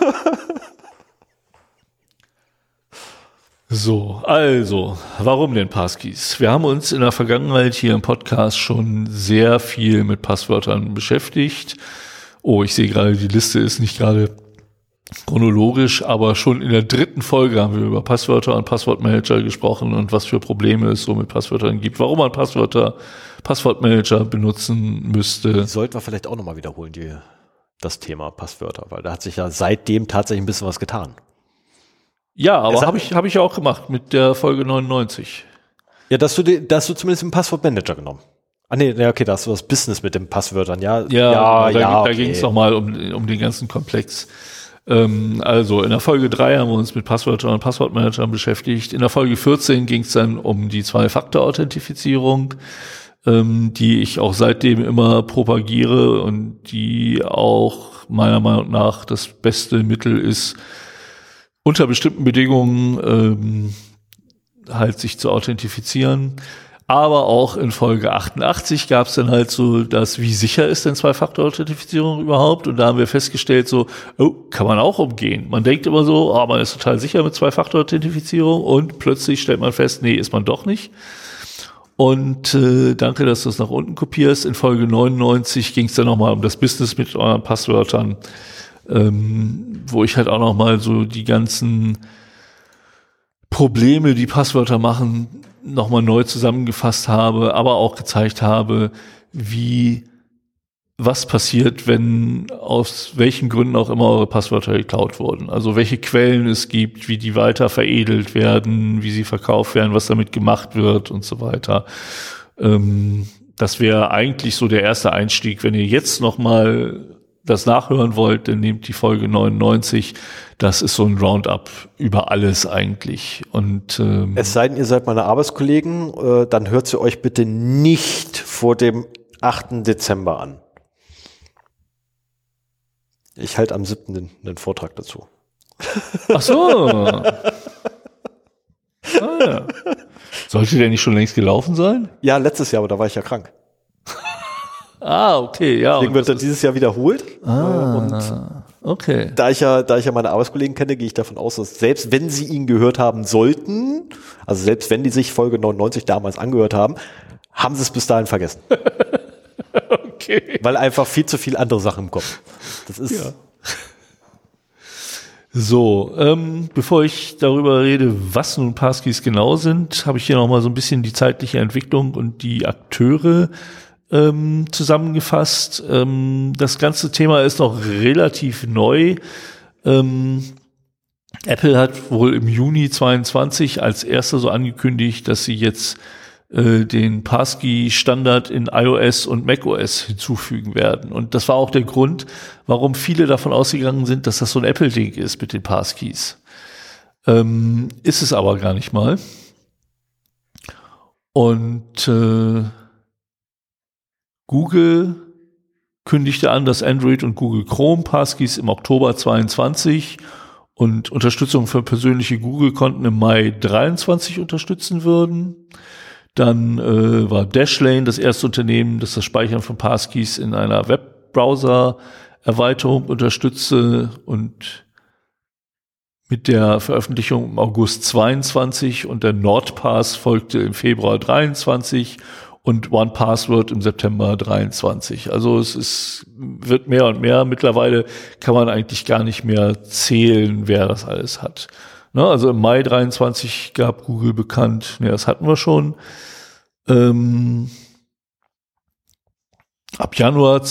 So, also, warum denn Passkeys? Wir haben uns in der Vergangenheit hier im Podcast schon sehr viel mit Passwörtern beschäftigt. Oh, ich sehe gerade, die Liste ist nicht gerade chronologisch, aber schon in der 3. Folge haben wir über Passwörter und Passwortmanager gesprochen und was für Probleme es so mit Passwörtern gibt, warum man Passwortmanager benutzen müsste. Die sollten wir vielleicht auch nochmal wiederholen, das Thema Passwörter, weil da hat sich ja seitdem tatsächlich ein bisschen was getan. Ja, aber habe ich ja auch gemacht mit der Folge 99. Ja, dass du zumindest einen Passwortmanager genommen. Ah nee, okay, da hast du das Business mit den Passwörtern, ja. Da ging es nochmal um den ganzen Komplex. Also in der Folge 3 haben wir uns mit Passwörtern und Passwortmanagern beschäftigt. In der Folge 14 ging es dann um die 2-Faktor-Authentifizierung, die ich auch seitdem immer propagiere und die auch meiner Meinung nach das beste Mittel ist, unter bestimmten Bedingungen halt sich zu authentifizieren. Aber auch in Folge 88 gab es dann halt so das, wie sicher ist denn 2-Faktor-Authentifizierung überhaupt? Und da haben wir festgestellt so, kann man auch umgehen. Man denkt immer so, man ist total sicher mit 2-Faktor-Authentifizierung und plötzlich stellt man fest, nee, ist man doch nicht. Und danke, dass du es nach unten kopierst. In Folge 99 ging es dann nochmal um das Business mit euren Passwörtern, wo ich halt auch nochmal so die ganzen Probleme, die Passwörter machen, nochmal neu zusammengefasst habe, aber auch gezeigt habe, was passiert, wenn aus welchen Gründen auch immer eure Passwörter geklaut wurden. Also welche Quellen es gibt, wie die weiter veredelt werden, wie sie verkauft werden, was damit gemacht wird und so weiter. Das wäre eigentlich so der erste Einstieg. Wenn ihr jetzt nochmal das nachhören wollt, dann nehmt die Folge 99. Das ist so ein Roundup über alles eigentlich. Und es sei denn, ihr seid meine Arbeitskollegen, dann hört sie euch bitte nicht vor dem 8. Dezember an. Ich halte am 7. einen Vortrag dazu. Ach so. Ja. Sollte der nicht schon längst gelaufen sein? Ja, letztes Jahr, aber da war ich ja krank. Okay, ja. Deswegen wird er dieses Jahr wiederholt. Okay. Da ich ja meine Arbeitskollegen kenne, gehe ich davon aus, dass selbst wenn sie ihn gehört haben sollten, also selbst wenn die sich Folge 99 damals angehört haben, haben sie es bis dahin vergessen. Okay. Weil einfach viel zu viel andere Sachen im Kopf. Das ist. Ja. So, bevor ich darüber rede, was nun Passkeys genau sind, habe ich hier nochmal so ein bisschen die zeitliche Entwicklung und die Akteure zusammengefasst. Das ganze Thema ist noch relativ neu. Apple hat wohl im Juni 22 als erster so angekündigt, dass sie jetzt den Passkey-Standard in iOS und macOS hinzufügen werden. Und das war auch der Grund, warum viele davon ausgegangen sind, dass das so ein Apple-Ding ist mit den Passkeys. Ist es aber gar nicht mal. Und Google kündigte an, dass Android und Google Chrome Passkeys im Oktober 22 und Unterstützung für persönliche Google-Konten im Mai 23 unterstützen würden. Dann war Dashlane das erste Unternehmen, das das Speichern von Passkeys in einer Webbrowser-Erweiterung unterstütze, und mit der Veröffentlichung im August 22 und der NordPass folgte im Februar 23 und OnePassword im September 23. Also wird mehr und mehr. Mittlerweile kann man eigentlich gar nicht mehr zählen, wer das alles hat. Ne, also im Mai 23 gab Google bekannt, das hatten wir schon. Ab Januar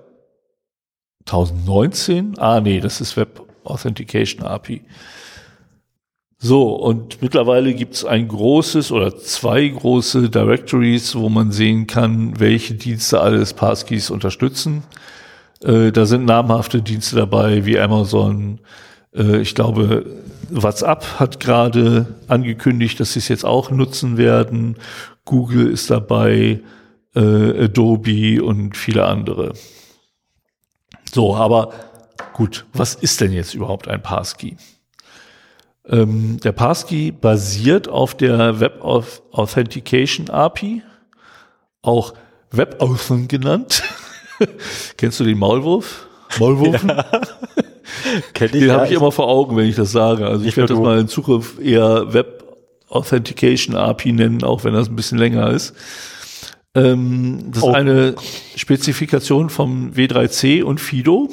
2019, das ist Web Authentication API. So, und mittlerweile gibt es ein großes oder zwei große Directories, wo man sehen kann, welche Dienste alles Passkeys unterstützen. Da sind namhafte Dienste dabei wie Amazon. Ich glaube, WhatsApp hat gerade angekündigt, dass sie es jetzt auch nutzen werden. Google ist dabei, Adobe und viele andere. So, aber gut, was ist denn jetzt überhaupt ein Passkey? Der Passkey basiert auf der Web Authentication API, auch WebAuthn genannt. Kennst du den Maulwurf? Maulwurfen? Ja. Den habe ich immer vor Augen, wenn ich das sage. Also ich werde das mal in Zukunft eher Web Authentication API nennen, auch wenn das ein bisschen länger ist. Das ist eine Spezifikation vom W3C und Fido.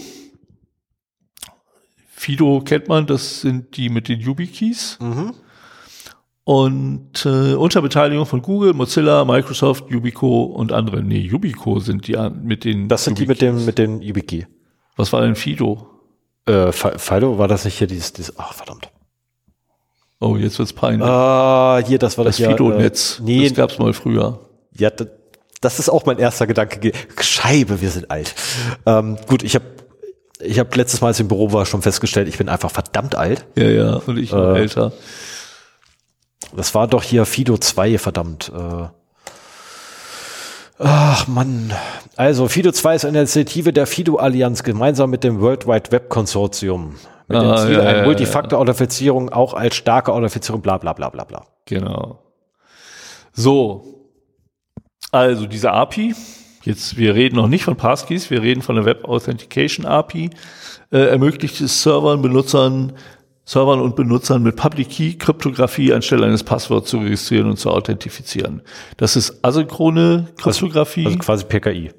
Fido kennt man, das sind die mit den YubiKeys. Mhm. Und unter Beteiligung von Google, Mozilla, Microsoft, Yubico und anderen. Nee, Yubico sind die mit den Das sind YubiKeys. Die mit den YubiKey. Was war denn Fido? Fido, war das nicht hier dieses ach, verdammt. Oh, jetzt wird's peinlich. Hier, das war das Fido-Netz. Nee. Das gab's mal früher. Ja, das ist auch mein erster Gedanke. Scheibe, wir sind alt. Gut, ich habe letztes Mal, als ich im Büro war, schon festgestellt, ich bin einfach verdammt alt. Ja, und ich noch älter. Das war doch hier Fido 2, verdammt. Ach Mann. Also Fido 2 ist eine Initiative der Fido-Allianz gemeinsam mit dem World Wide Web Konsortium. Mit dem Ziel, eine Multifaktor-Authentifizierung auch als starke Authentifizierung, bla bla bla bla bla. Genau. So. Also diese API, wir reden noch nicht von Passkeys, wir reden von der Web Authentication API, ermöglicht es Servern und Benutzern mit Public Key Kryptographie anstelle eines Passworts zu registrieren und zu authentifizieren. Das ist asynchrone Kryptographie. Also quasi PKI.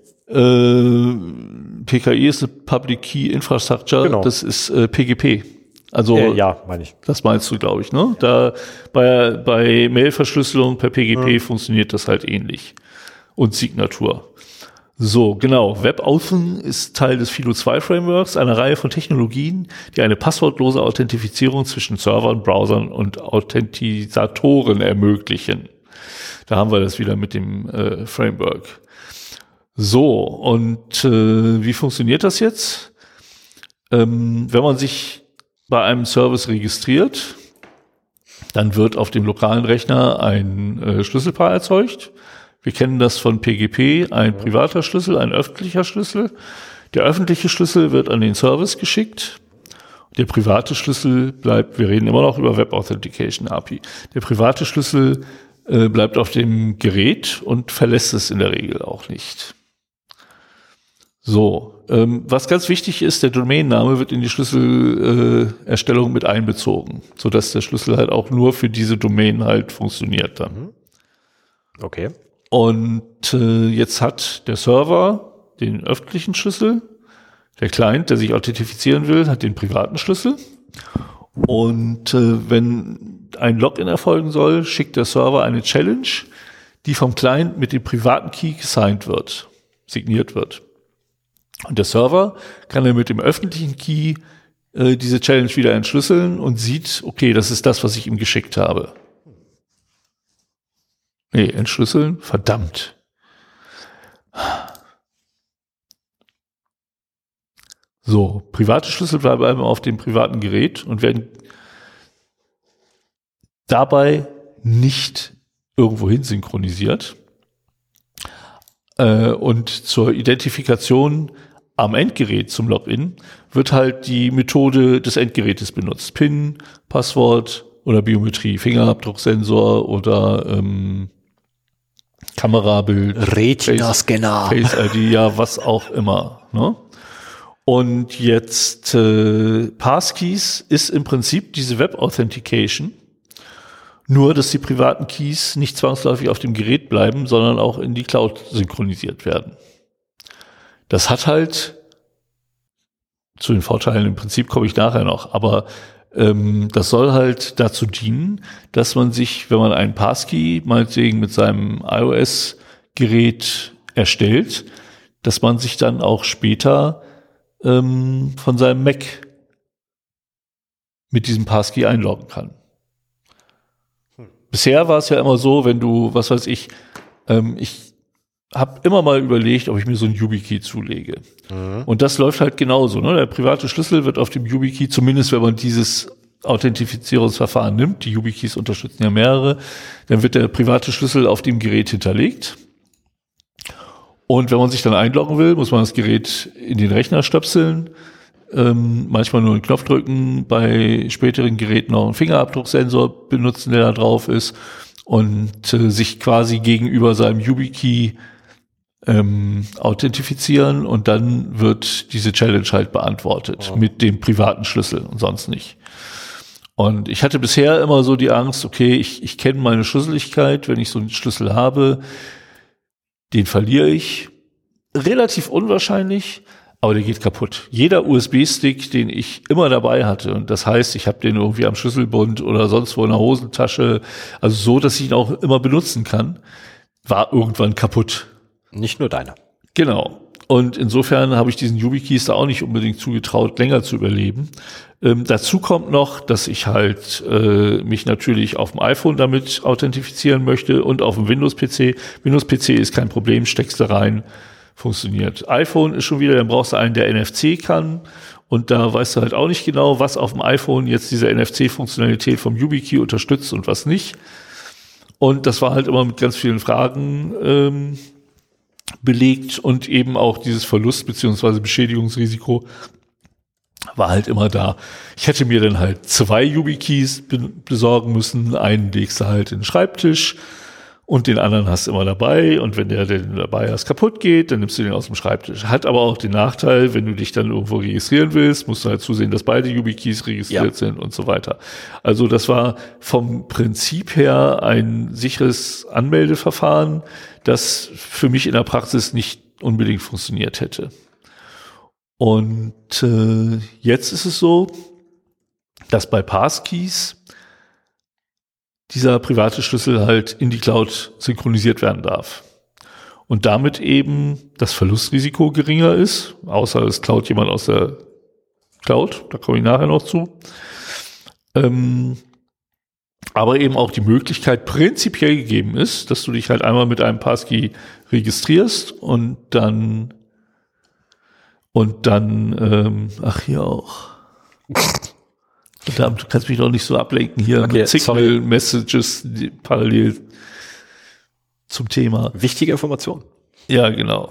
PKI ist eine Public Key Infrastructure. Genau. Das ist PGP. Also ja, meine ich. Das meinst du, glaube ich, ne? Da bei Mailverschlüsselung per PGP funktioniert das halt ähnlich. Und Signatur. So, genau. WebAuthn ist Teil des Fido 2 Frameworks, einer Reihe von Technologien, die eine passwortlose Authentifizierung zwischen Servern, Browsern und Authentisatoren ermöglichen. Da haben wir das wieder mit dem Framework. So, und wie funktioniert das jetzt? Wenn man sich bei einem Service registriert, dann wird auf dem lokalen Rechner ein Schlüsselpaar erzeugt. Wir kennen das von PGP, ein privater Schlüssel, ein öffentlicher Schlüssel. Der öffentliche Schlüssel wird an den Service geschickt. Der private Schlüssel bleibt, wir reden immer noch über Web Authentication API. Der private Schlüssel bleibt auf dem Gerät und verlässt es in der Regel auch nicht. So, was ganz wichtig ist, der Domainname wird in die Schlüsselerstellung mit einbezogen, sodass der Schlüssel halt auch nur für diese Domain halt funktioniert dann. Okay. Und jetzt hat der Server den öffentlichen Schlüssel, der Client, der sich authentifizieren will, hat den privaten Schlüssel. Und wenn ein Login erfolgen soll, schickt der Server eine Challenge, die vom Client mit dem privaten Key signiert wird. Und der Server kann dann mit dem öffentlichen Key diese Challenge wieder entschlüsseln und sieht, okay, das ist das, was ich ihm geschickt habe. Nee, entschlüsseln? Verdammt. So, private Schlüssel bleiben auf dem privaten Gerät und werden dabei nicht irgendwohin synchronisiert. Und zur Identifikation am Endgerät zum Login wird halt die Methode des Endgerätes benutzt. PIN, Passwort oder Biometrie, Fingerabdrucksensor oder Kamerabild, Retina-Scanner, Face ID, ja, was auch immer. Ne? Und jetzt Passkeys ist im Prinzip diese Web Authentication, nur dass die privaten Keys nicht zwangsläufig auf dem Gerät bleiben, sondern auch in die Cloud synchronisiert werden. Das hat halt zu den Vorteilen, im Prinzip komme ich nachher noch, aber das soll halt dazu dienen, dass man sich, wenn man einen Passkey meinetwegen mit seinem iOS-Gerät erstellt, dass man sich dann auch später von seinem Mac mit diesem Passkey einloggen kann. Bisher war es ja immer so, wenn du, was weiß ich habe immer mal überlegt, ob ich mir so ein YubiKey zulege. Mhm. Und das läuft halt genauso. Ne? Der private Schlüssel wird auf dem YubiKey, zumindest wenn man dieses Authentifizierungsverfahren nimmt, die YubiKeys unterstützen ja mehrere, dann wird der private Schlüssel auf dem Gerät hinterlegt. Und wenn man sich dann einloggen will, muss man das Gerät in den Rechner stöpseln, manchmal nur einen Knopf drücken, bei späteren Geräten auch einen Fingerabdrucksensor benutzen, der da drauf ist, und sich quasi gegenüber seinem YubiKey authentifizieren, und dann wird diese Challenge halt beantwortet mit dem privaten Schlüssel und sonst nicht. Und ich hatte bisher immer so die Angst, okay, ich kenne meine Schlüsseligkeit, wenn ich so einen Schlüssel habe, den verliere ich. Relativ unwahrscheinlich, aber der geht kaputt. Jeder USB-Stick, den ich immer dabei hatte, und das heißt, ich habe den irgendwie am Schlüsselbund oder sonst wo in der Hosentasche, also so, dass ich ihn auch immer benutzen kann, war irgendwann kaputt. Nicht nur deiner. Genau. Und insofern habe ich diesen YubiKeys da auch nicht unbedingt zugetraut, länger zu überleben. Dazu kommt noch, dass ich halt mich natürlich auf dem iPhone damit authentifizieren möchte und auf dem Windows-PC. Windows-PC ist kein Problem, steckst da rein, funktioniert. iPhone ist schon wieder, dann brauchst du einen, der NFC kann. Und da weißt du halt auch nicht genau, was auf dem iPhone jetzt diese NFC-Funktionalität vom YubiKey unterstützt und was nicht. Und das war halt immer mit ganz vielen Fragen belegt, und eben auch dieses Verlust- bzw. Beschädigungsrisiko war halt immer da. Ich hätte mir dann halt 2 YubiKeys besorgen müssen. Einen legst du halt in den Schreibtisch und den anderen hast du immer dabei. Und wenn der, den du dabei hast, kaputt geht, dann nimmst du den aus dem Schreibtisch. Hat aber auch den Nachteil, wenn du dich dann irgendwo registrieren willst, musst du halt zusehen, dass beide YubiKeys registriert sind und so weiter. Also das war vom Prinzip her ein sicheres Anmeldeverfahren, das für mich in der Praxis nicht unbedingt funktioniert hätte. Und jetzt ist es so, dass bei Passkeys dieser private Schlüssel halt in die Cloud synchronisiert werden darf. Und damit eben das Verlustrisiko geringer ist, außer es klaut jemand aus der Cloud, da komme ich nachher noch zu. Aber eben auch die Möglichkeit prinzipiell gegeben ist, dass du dich halt einmal mit einem Passkey registrierst und dann ach, hier auch. Verdammt, du kannst mich doch nicht so ablenken hier mit Signal-Messages parallel zum Thema. Wichtige Information. Ja, genau.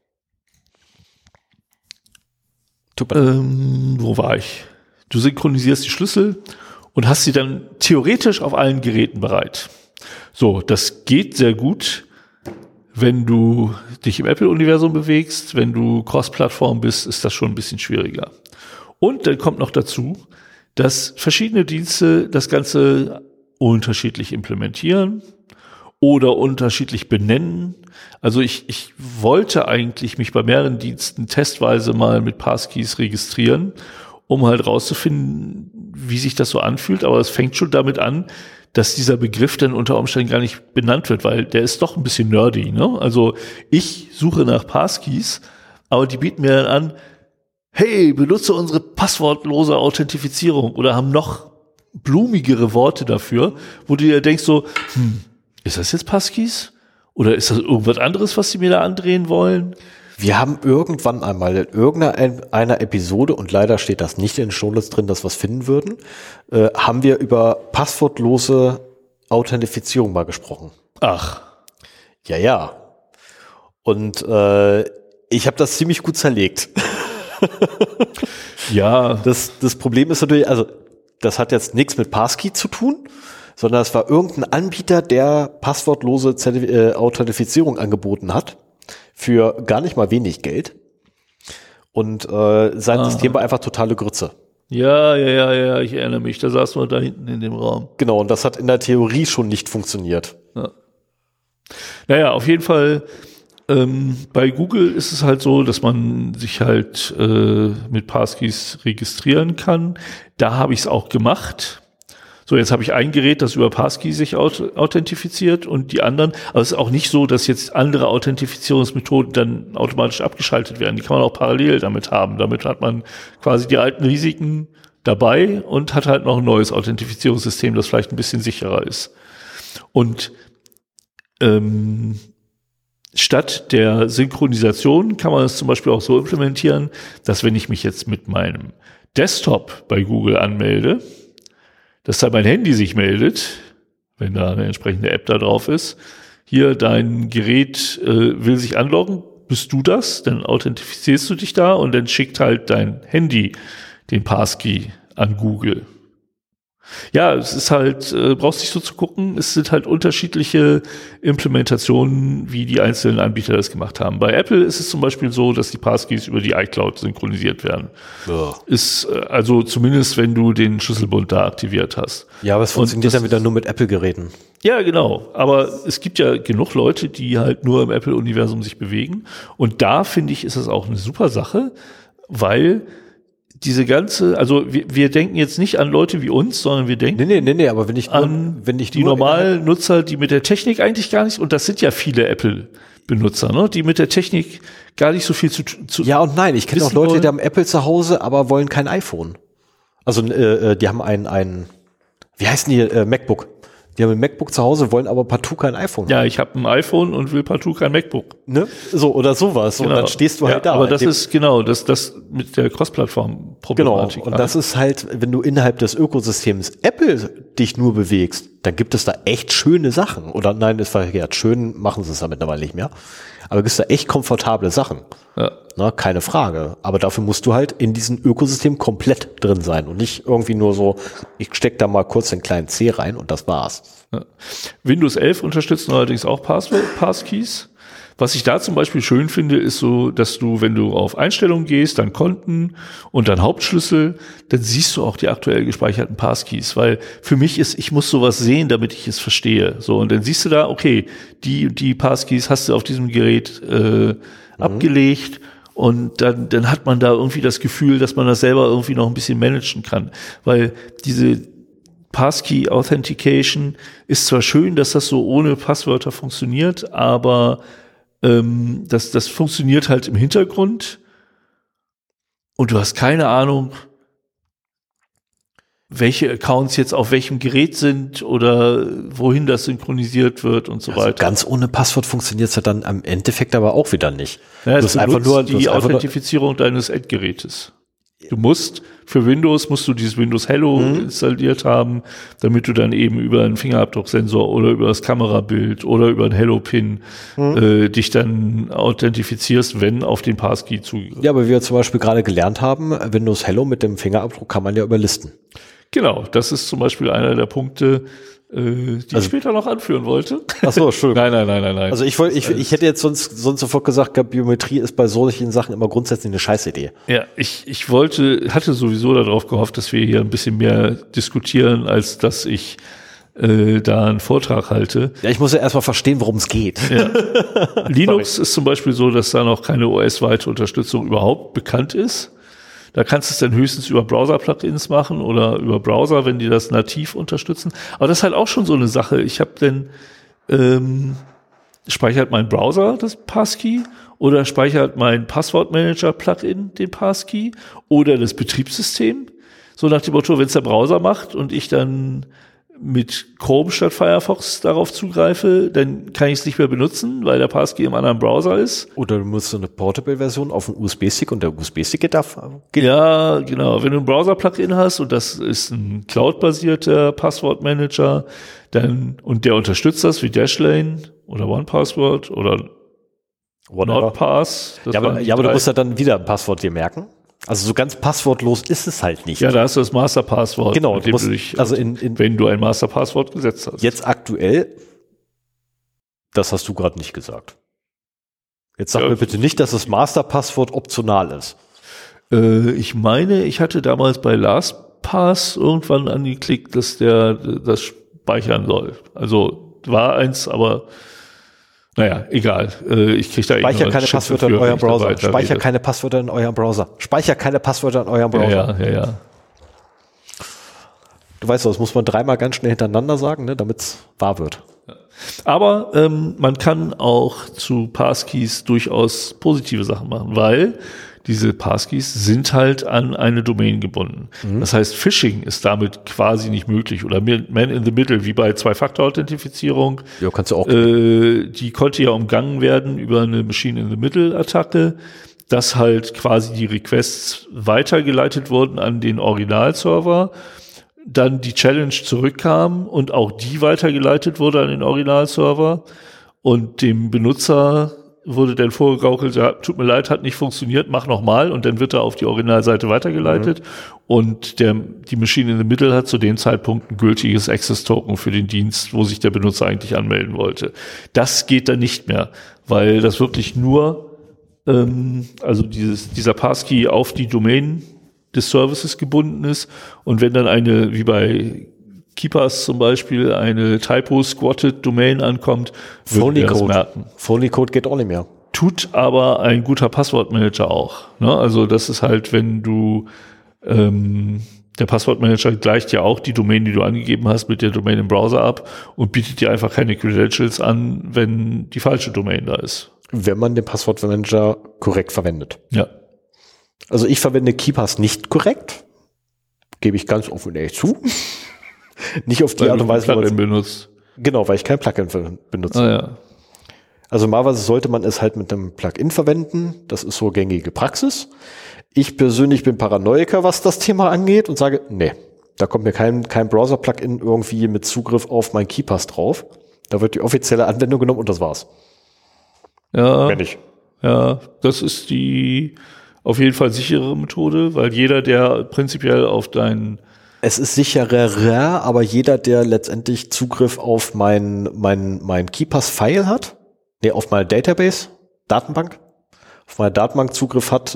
Wo war ich? Du synchronisierst die Schlüssel und hast sie dann theoretisch auf allen Geräten bereit. So, das geht sehr gut, wenn du dich im Apple-Universum bewegst. Wenn du Cross-Plattform bist, ist das schon ein bisschen schwieriger. Und dann kommt noch dazu, dass verschiedene Dienste das Ganze unterschiedlich implementieren oder unterschiedlich benennen. Also ich wollte eigentlich mich bei mehreren Diensten testweise mal mit Passkeys registrieren, um halt rauszufinden, wie sich das so anfühlt. Aber es fängt schon damit an, dass dieser Begriff dann unter Umständen gar nicht benannt wird, weil der ist doch ein bisschen nerdy, ne? Also ich suche nach Passkeys, aber die bieten mir dann an, hey, benutze unsere passwortlose Authentifizierung, oder haben noch blumigere Worte dafür, wo du dir denkst so, ist das jetzt Passkeys? Oder ist das irgendwas anderes, was sie mir da andrehen wollen? Wir haben irgendwann einmal in irgendeiner Episode, und leider steht das nicht in den Shownotes drin, dass wir es finden würden, haben wir über passwortlose Authentifizierung mal gesprochen. Ach. Ja. Und ich habe das ziemlich gut zerlegt. Ja. Das Problem ist natürlich, also das hat jetzt nichts mit Passkey zu tun, sondern es war irgendein Anbieter, der passwortlose Authentifizierung angeboten hat für gar nicht mal wenig Geld. Und sein System war einfach totale Grütze. Ja, ich erinnere mich, da saßen wir da hinten in dem Raum. Genau, und das hat in der Theorie schon nicht funktioniert. Ja. Naja, auf jeden Fall, bei Google ist es halt so, dass man sich halt mit Passkeys registrieren kann. Da habe ich es auch gemacht. So, jetzt habe ich ein Gerät, das über Passkey sich authentifiziert und die anderen, aber es ist auch nicht so, dass jetzt andere Authentifizierungsmethoden dann automatisch abgeschaltet werden. Die kann man auch parallel damit haben. Damit hat man quasi die alten Risiken dabei und hat halt noch ein neues Authentifizierungssystem, das vielleicht ein bisschen sicherer ist. Und statt der Synchronisation kann man es zum Beispiel auch so implementieren, dass wenn ich mich jetzt mit meinem Desktop bei Google anmelde, dass da mein Handy sich meldet, wenn da eine entsprechende App da drauf ist. Hier, dein Gerät will sich anloggen, bist du das? Dann authentifizierst du dich da und dann schickt halt dein Handy den Passkey an Google. Ja, es ist halt, brauchst nicht so zu gucken, es sind halt unterschiedliche Implementationen, wie die einzelnen Anbieter das gemacht haben. Bei Apple ist es zum Beispiel so, dass die Passkeys über die iCloud synchronisiert werden. Ja. Ist also zumindest, wenn du den Schlüsselbund da aktiviert hast. Ja, aber es funktioniert dann wieder nur mit Apple-Geräten. Ja, genau. Aber es gibt ja genug Leute, die halt nur im Apple-Universum sich bewegen. Und da, finde ich, ist es auch eine super Sache, weil diese ganze, also wir denken jetzt nicht an Leute wie uns, sondern wir denken nee, aber wenn ich die normalen Nutzer, die mit der Technik eigentlich gar nicht, und das sind ja viele Apple-Benutzer, ne, die mit der Technik gar nicht so viel zu ja und nein, ich kenne auch Leute, die haben Apple zu Hause, aber wollen kein iPhone. Also die haben ein wie heißen die, MacBook. Die haben ein MacBook zu Hause, wollen aber partout kein iPhone. Ja, ich habe ein iPhone und will partout kein MacBook. Ne? So, oder sowas. Genau. Und dann stehst du halt da. Aber das ist genau, das mit der Cross-Plattform-Problematik. Genau, und das ist halt, wenn du innerhalb des Ökosystems Apple dich nur bewegst, dann gibt es da echt schöne Sachen. Oder nein, ist verkehrt. Schön machen sie es ja mittlerweile nicht mehr. Aber gibt es da echt komfortable Sachen. Ja. Na, keine Frage. Aber dafür musst du halt in diesem Ökosystem komplett drin sein und nicht irgendwie nur so, ich steck da mal kurz den kleinen C rein und das war's. Ja. Windows 11 unterstützt allerdings auch Passkeys. Was ich da zum Beispiel schön finde, ist so, dass du, wenn du auf Einstellungen gehst, dann Konten und dann Hauptschlüssel, dann siehst du auch die aktuell gespeicherten Passkeys, weil für mich ist, ich muss sowas sehen, damit ich es verstehe. So, und dann siehst du da, okay, die Passkeys hast du auf diesem Gerät abgelegt. Und dann hat man da irgendwie das Gefühl, dass man das selber irgendwie noch ein bisschen managen kann. Weil diese Passkey Authentication ist zwar schön, dass das so ohne Passwörter funktioniert, aber das funktioniert halt im Hintergrund und du hast keine Ahnung, welche Accounts jetzt auf welchem Gerät sind oder wohin das synchronisiert wird und so weiter. Ganz ohne Passwort funktioniert es ja dann am Endeffekt aber auch wieder nicht. Ja, es benutzt die Authentifizierung deines Endgerätes. Du musst, für Windows musst du dieses Windows Hello installiert haben, damit du dann eben über einen Fingerabdrucksensor oder über das Kamerabild oder über einen Hello-Pin dich dann authentifizierst, wenn auf den Passkey zugegriffen. Ja, aber wie wir zum Beispiel gerade gelernt haben, Windows Hello mit dem Fingerabdruck kann man ja überlisten. Genau, das ist zum Beispiel einer der Punkte, die ich später noch anführen wollte. Ach so, Entschuldigung. Nein. Also ich hätte jetzt sonst sofort gesagt, Biometrie ist bei solchen Sachen immer grundsätzlich eine Scheißidee. Ja, ich hatte sowieso darauf gehofft, dass wir hier ein bisschen mehr diskutieren, als dass ich da einen Vortrag halte. Ja, ich muss ja erstmal verstehen, worum es geht. Ja. Linux ist zum Beispiel so, dass da noch keine OS-weite Unterstützung überhaupt bekannt ist. Da kannst du es dann höchstens über Browser-Plugins machen oder über Browser, wenn die das nativ unterstützen. Aber das ist halt auch schon so eine Sache. Ich habe dann speichert mein Browser das Passkey oder speichert mein Passwortmanager-Plugin den Passkey oder das Betriebssystem. So nach dem Motto, wenn es der Browser macht und ich dann mit Chrome statt Firefox darauf zugreife, dann kann ich es nicht mehr benutzen, weil der Passkey im anderen Browser ist. Oder du musst so eine Portable-Version auf einen USB-Stick und der USB-Stick geht da. Ja, genau. Wenn du ein Browser-Plugin hast und das ist ein Cloud-basierter Passwortmanager, und der unterstützt das wie Dashlane oder OnePassword oder NordPass. Ja, aber du musst ja dann wieder ein Passwort dir merken. Also so ganz passwortlos ist es halt nicht. Ja, da hast du das Masterpasswort. Genau. Wenn du ein Masterpasswort gesetzt hast. Jetzt aktuell, das hast du gerade nicht gesagt. Jetzt sag mir bitte nicht, dass das Masterpasswort optional ist. Ich meine, ich hatte damals bei LastPass irgendwann angeklickt, dass der das speichern soll. Also war eins, aber naja, egal. Ich kriege da Speicher keine Passwörter in eurem Browser. Speicher keine Passwörter in eurem Browser. Speicher keine Passwörter in eurem Browser. Ja. Du weißt doch, das muss man 3-mal ganz schnell hintereinander sagen, ne, damit es wahr wird. Aber man kann auch zu Passkeys durchaus positive Sachen machen, weil diese Passkeys sind halt an eine Domain gebunden. Das heißt, Phishing ist damit quasi nicht möglich. Oder Man in the Middle, wie bei Zwei-Faktor-Authentifizierung. Ja, kannst du auch. Die konnte ja umgangen werden über eine Machine-in-the-Middle-Attacke, dass halt quasi die Requests weitergeleitet wurden an den Originalserver, dann die Challenge zurückkam und auch die weitergeleitet wurde an den Originalserver und dem Benutzer wurde dann vorgegaukelt, ja, tut mir leid, hat nicht funktioniert, mach nochmal, und dann wird er auf die Originalseite weitergeleitet und die Machine in the Middle hat zu dem Zeitpunkt ein gültiges Access-Token für den Dienst, wo sich der Benutzer eigentlich anmelden wollte. Das geht dann nicht mehr, weil das wirklich nur also dieser Passkey auf die Domain des Services gebunden ist, und wenn dann eine, wie bei Keepers zum Beispiel, eine Typo-Squatted Domain ankommt, wird er das merken. Phony-Code geht auch nicht mehr. Tut aber ein guter Passwortmanager auch. Ne? Also das ist halt, wenn du der Passwortmanager gleicht ja auch die Domain, die du angegeben hast, mit der Domain im Browser ab und bietet dir einfach keine Credentials an, wenn die falsche Domain da ist. Wenn man den Passwortmanager korrekt verwendet. Ja. Also ich verwende Keepers nicht korrekt. Gebe ich ganz offen und ehrlich zu. Nicht auf die Art und Weise, weil du benutzt. Genau, weil ich kein Plugin benutze. Ah, ja. Also normalerweise sollte man es halt mit einem Plugin verwenden. Das ist so gängige Praxis. Ich persönlich bin Paranoiker, was das Thema angeht, und sage, nee, da kommt mir kein Browser-Plugin irgendwie mit Zugriff auf mein Keepers drauf. Da wird die offizielle Anwendung genommen und das war's. Ja. Wenn nicht. Ja, das ist die auf jeden Fall sichere Methode, weil jeder, der prinzipiell auf es ist sicherer, aber jeder, der letztendlich Zugriff auf mein Keepers-File hat, auf meine Database-Datenbank, auf meine Datenbank Zugriff hat,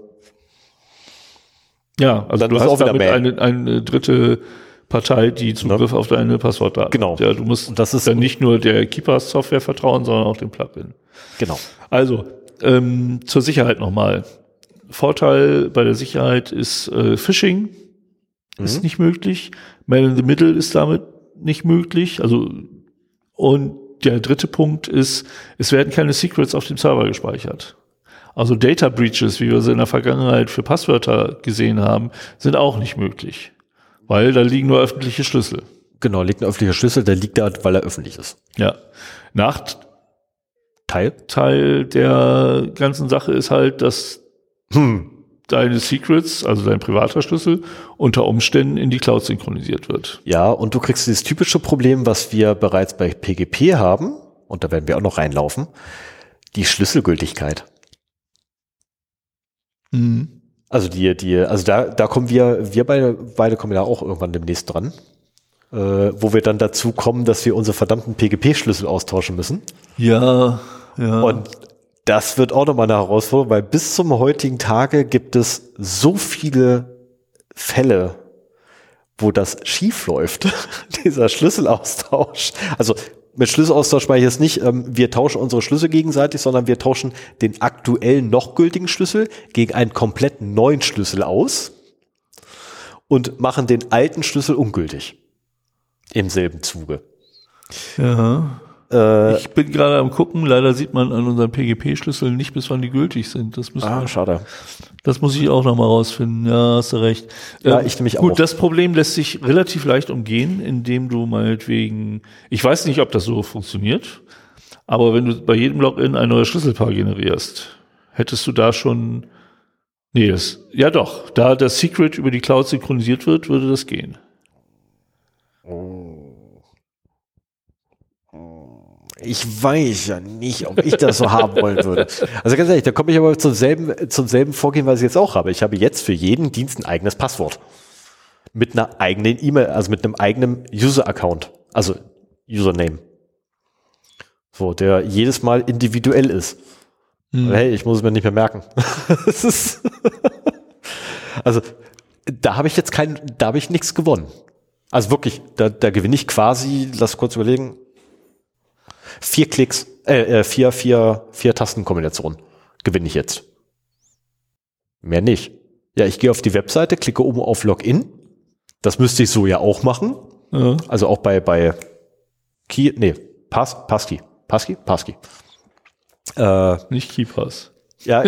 ja, also du hast damit eine dritte Partei, die Zugriff auf deine Passwortdaten. Genau. Ja, du musst dann nicht nur der Keepers-Software vertrauen, sondern auch dem Plugin. Genau. Also, zur Sicherheit nochmal. Vorteil bei der Sicherheit ist Phishing. Ist nicht möglich. Man in the Middle ist damit nicht möglich. Also, und der dritte Punkt ist, es werden keine Secrets auf dem Server gespeichert. Also Data Breaches, wie wir sie in der Vergangenheit für Passwörter gesehen haben, sind auch nicht möglich. Weil da liegen nur öffentliche Schlüssel. Genau, liegt ein öffentlicher Schlüssel, der liegt da, weil er öffentlich ist. Ja. Teil der ganzen Sache ist halt, dass deine Secrets, also dein privater Schlüssel, unter Umständen in die Cloud synchronisiert wird. Ja, und du kriegst dieses typische Problem, was wir bereits bei PGP haben, und da werden wir auch noch reinlaufen, die Schlüsselgültigkeit. Also da kommen wir beide kommen ja auch irgendwann demnächst dran, wo wir dann dazu kommen, dass wir unsere verdammten PGP-Schlüssel austauschen müssen. Ja. Und das wird auch nochmal eine Herausforderung, weil bis zum heutigen Tage gibt es so viele Fälle, wo das schief läuft, dieser Schlüsselaustausch. Also mit Schlüsselaustausch meine ich jetzt nicht, wir tauschen unsere Schlüssel gegenseitig, sondern wir tauschen den aktuellen noch gültigen Schlüssel gegen einen komplett neuen Schlüssel aus und machen den alten Schlüssel ungültig im selben Zuge. Ja. Ich bin gerade am gucken, leider sieht man an unseren PGP-Schlüsseln nicht, bis wann die gültig sind. Schade. Das muss ich auch nochmal rausfinden. Ja, hast du recht. Ja, ich nämlich auch. Gut, das Problem lässt sich relativ leicht umgehen, indem du meinetwegen, ich weiß nicht, ob das so funktioniert, aber wenn du bei jedem Login ein neues Schlüsselpaar generierst, hättest du da schon, ja doch, da das Secret über die Cloud synchronisiert wird, würde das gehen. Ich weiß ja nicht, ob ich das so haben wollen würde. Also ganz ehrlich, da komme ich aber zum selben Vorgehen, was ich jetzt auch habe. Ich habe jetzt für jeden Dienst ein eigenes Passwort. Mit einer eigenen E-Mail, also mit einem eigenen User-Account. Also Username. So, der jedes Mal individuell ist. Hey, ich muss es mir nicht mehr merken. Also, da habe ich jetzt da habe ich nichts gewonnen. Also wirklich, da gewinne ich quasi, lass kurz überlegen, 4 Klicks, 4 Tastenkombinationen gewinne ich jetzt. Mehr nicht. Ja, ich gehe auf die Webseite, klicke oben auf Login. Das müsste ich so ja auch machen. Ja. Also auch bei Passkey. Nicht KeyPass. Ja,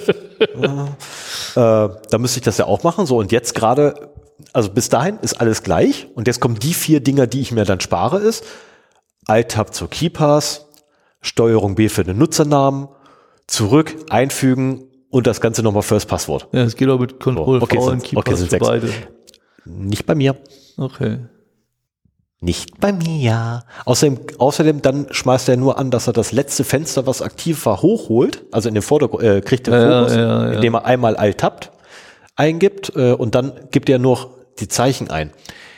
da müsste ich das ja auch machen. So, und jetzt gerade, also bis dahin ist alles gleich. Und jetzt kommen die 4 Dinger, die ich mir dann spare, ist Alt-Tab zur KeyPass, Steuerung B für den Nutzernamen, zurück, einfügen und das Ganze nochmal fürs Passwort. Ja, es geht auch mit Ctrl-V und KeyPass für beide. Nicht bei mir. Okay. Nicht bei mir. Außerdem dann schmeißt er nur an, dass er das letzte Fenster, was aktiv war, hochholt. Also in den Vordergrund, kriegt den Fokus, indem er einmal Alt-Tab eingibt und dann gibt er nur die Zeichen ein.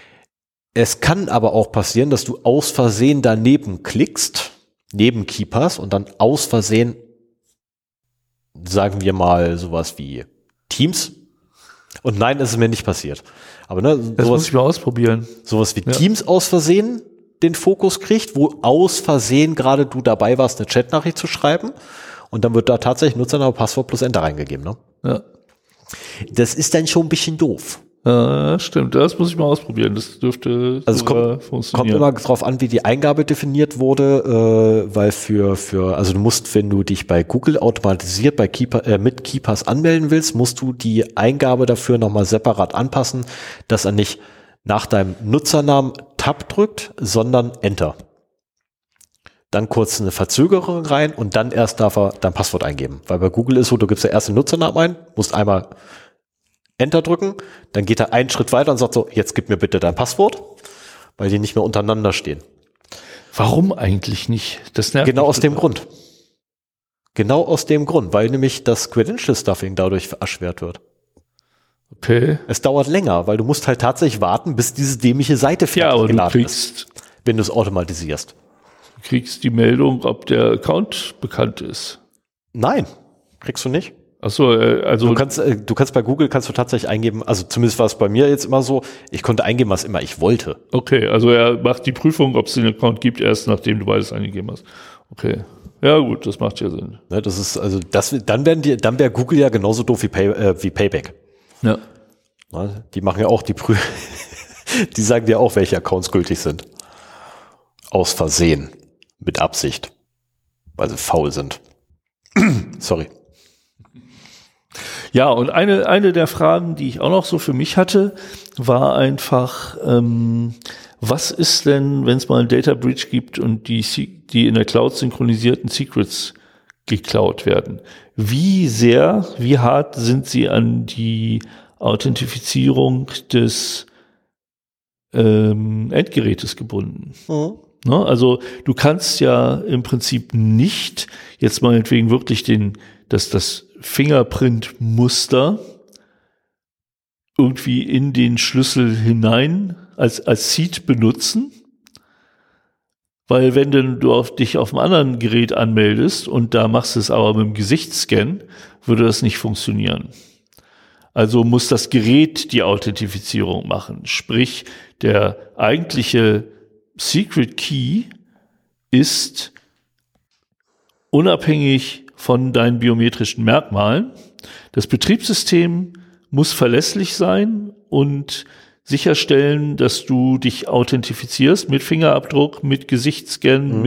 Es kann aber auch passieren, dass du aus Versehen daneben klickst, neben KeyPass und dann aus Versehen, sagen wir mal, sowas wie Teams. Und nein, ist es mir nicht passiert. Aber ne, das muss ich mal ausprobieren. Sowas wie Teams aus Versehen den Fokus kriegt, wo aus Versehen gerade du dabei warst, eine Chatnachricht zu schreiben. Und dann wird da tatsächlich Nutzername, Passwort plus Enter reingegeben. Ne? Ja. Das ist dann schon ein bisschen doof. Ja, stimmt, das muss ich mal ausprobieren. Das dürfte funktionieren. Kommt immer drauf an, wie die Eingabe definiert wurde, weil also du musst, wenn du dich bei Google automatisiert mit KeyPass anmelden willst, musst du die Eingabe dafür nochmal separat anpassen, dass er nicht nach deinem Nutzernamen Tab drückt, sondern Enter. Dann kurz eine Verzögerung rein und dann erst darf er dein Passwort eingeben. Weil bei Google ist so, du gibst ja erst den Nutzernamen ein, musst einmal Enter drücken, dann geht er einen Schritt weiter und sagt so, jetzt gib mir bitte dein Passwort, weil die nicht mehr untereinander stehen. Warum eigentlich nicht? Das nervt genau aus dem Grund. Genau aus dem Grund, weil nämlich das Credential-Stuffing dadurch erschwert wird. Okay. Es dauert länger, weil du musst halt tatsächlich warten, bis diese dämliche Seite fertig geladen ist, wenn du es automatisierst. Du kriegst die Meldung, ob der Account bekannt ist. Nein, kriegst du nicht. Ach so, also du kannst bei Google tatsächlich eingeben, also zumindest war es bei mir jetzt immer so, ich konnte eingeben, was immer ich wollte. Okay, also er macht die Prüfung, ob es den Account gibt, erst nachdem du beides eingegeben hast. Okay. Ja gut, das macht ja Sinn. Ne, das ist also dann wäre Google ja genauso doof wie Payback. Ja. Ne, die machen ja auch die die sagen dir auch, welche Accounts gültig sind. Aus Versehen, mit Absicht, weil sie faul sind. Sorry. Ja, und eine der Fragen, die ich auch noch so für mich hatte, war einfach, was ist denn, wenn es mal einen Data Breach gibt und die in der Cloud synchronisierten Secrets geklaut werden? Wie hart sind sie an die Authentifizierung des Endgerätes gebunden? Mhm. Ne? Also du kannst ja im Prinzip nicht jetzt meinetwegen wirklich das Fingerprint-Muster irgendwie in den Schlüssel hinein als Seed benutzen, weil wenn du dich auf einem anderen Gerät anmeldest und da machst du es aber mit dem Gesichtsscan, würde das nicht funktionieren. Also muss das Gerät die Authentifizierung machen, sprich der eigentliche Secret Key ist unabhängig von deinen biometrischen Merkmalen. Das Betriebssystem muss verlässlich sein und sicherstellen, dass du dich authentifizierst mit Fingerabdruck, mit Gesichtsscan, mit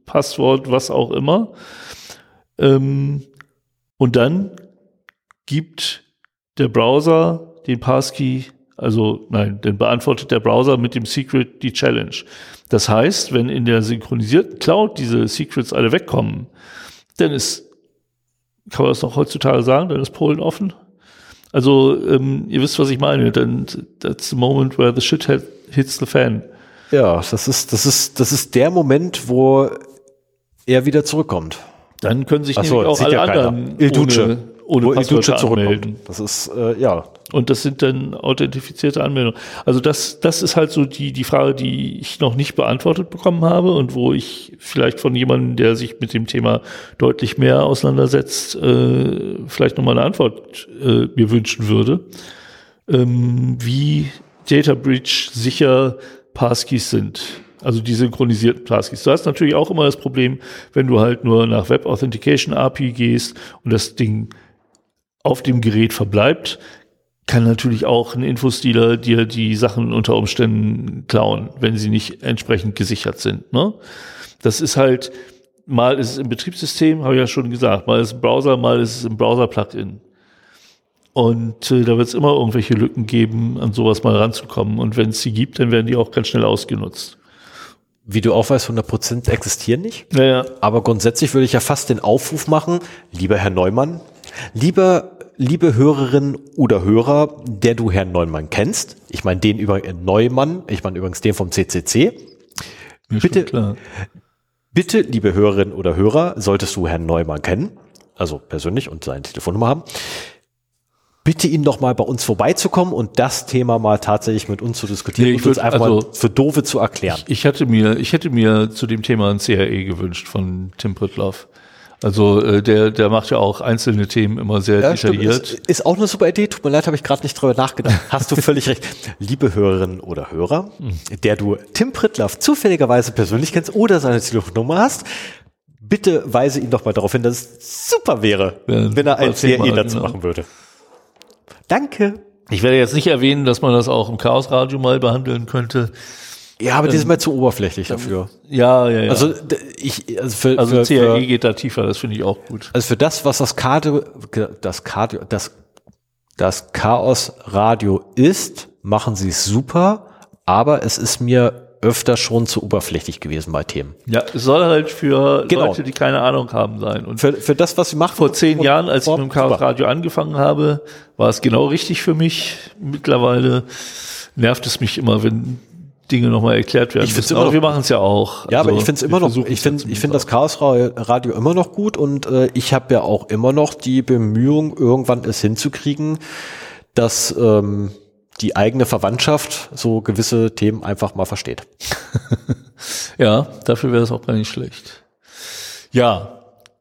Passwort, was auch immer. Und dann gibt der Browser den Passkey, dann beantwortet der Browser mit dem Secret die Challenge. Das heißt, wenn in der synchronisierten Cloud diese Secrets alle wegkommen, dann kann man das noch heutzutage sagen, dann ist Polen offen. Also, ihr wisst, was ich meine. Dann, that's the moment where the shit hits the fan. Ja, das ist der Moment, wo er wieder zurückkommt. Dann können sich nämlich auch alle anderen ohne Passwörter anmelden. Das ist, ja. Und das sind dann authentifizierte Anmeldungen. Also das ist halt so die Frage, die ich noch nicht beantwortet bekommen habe und wo ich vielleicht von jemandem, der sich mit dem Thema deutlich mehr auseinandersetzt, vielleicht nochmal eine Antwort mir wünschen würde. Wie Data Breach sicher Passkeys sind. Also die synchronisierten Passkeys. Du hast natürlich auch immer das Problem, wenn du halt nur nach Web Authentication API gehst und das Ding auf dem Gerät verbleibt, kann natürlich auch ein Infostealer dir die Sachen unter Umständen klauen, wenn sie nicht entsprechend gesichert sind. Ne? Das ist halt, mal ist es im Betriebssystem, habe ich ja schon gesagt, mal ist es im Browser, mal ist es im Browser-Plugin. Und da wird es immer irgendwelche Lücken geben, an sowas mal ranzukommen. Und wenn es sie gibt, dann werden die auch ganz schnell ausgenutzt. Wie du auch weißt, 100% existieren nicht. Ja. Aber grundsätzlich würde ich ja fast den Aufruf machen, lieber Herr Neumann, liebe Hörerin oder Hörer, der du Herrn Neumann kennst, ich meine den Neumann, ich meine übrigens den vom CCC, bitte, liebe Hörerin oder Hörer, solltest du Herrn Neumann kennen, also persönlich und seine Telefonnummer haben, bitte ihn doch mal bei uns vorbeizukommen und das Thema mal tatsächlich mit uns zu diskutieren und uns einfach mal für Doofe zu erklären. Ich hätte mir zu dem Thema ein CRE gewünscht von Tim Prittloff. Also der macht ja auch einzelne Themen immer sehr detailliert. Ist auch eine super Idee. Tut mir leid, habe ich gerade nicht drüber nachgedacht. Hast du völlig recht. Liebe Hörerinnen oder Hörer, der du Tim Prittloff zufälligerweise persönlich kennst oder seine Telefonnummer hast, bitte weise ihn doch mal darauf hin, dass es super wäre, wenn er ein CRE dazu machen würde. Danke. Ich werde jetzt nicht erwähnen, dass man das auch im Chaos Radio mal behandeln könnte. Ja, aber die sind mir zu oberflächlich dafür. Ja. Also CRE geht da tiefer, das finde ich auch gut. Also für das, was das Chaos Radio ist, machen sie es super, aber es ist mir öfter schon zu oberflächlich gewesen bei Themen. Ja, es soll halt für Leute, die keine Ahnung haben, sein. Und für das, was sie machen. Vor 10 Jahren, als ich mit dem Chaos Radio angefangen habe, war es genau richtig für mich. Mittlerweile nervt es mich immer, wenn Dinge nochmal erklärt werden. Aber wir machen es ja auch. Ja, also, aber ich finde es immer noch, ich finde das Chaos Radio immer noch gut und ich habe ja auch immer noch die Bemühung, irgendwann es hinzukriegen, dass die eigene Verwandtschaft so gewisse Themen einfach mal versteht. Ja, dafür wäre das auch gar nicht schlecht. Ja.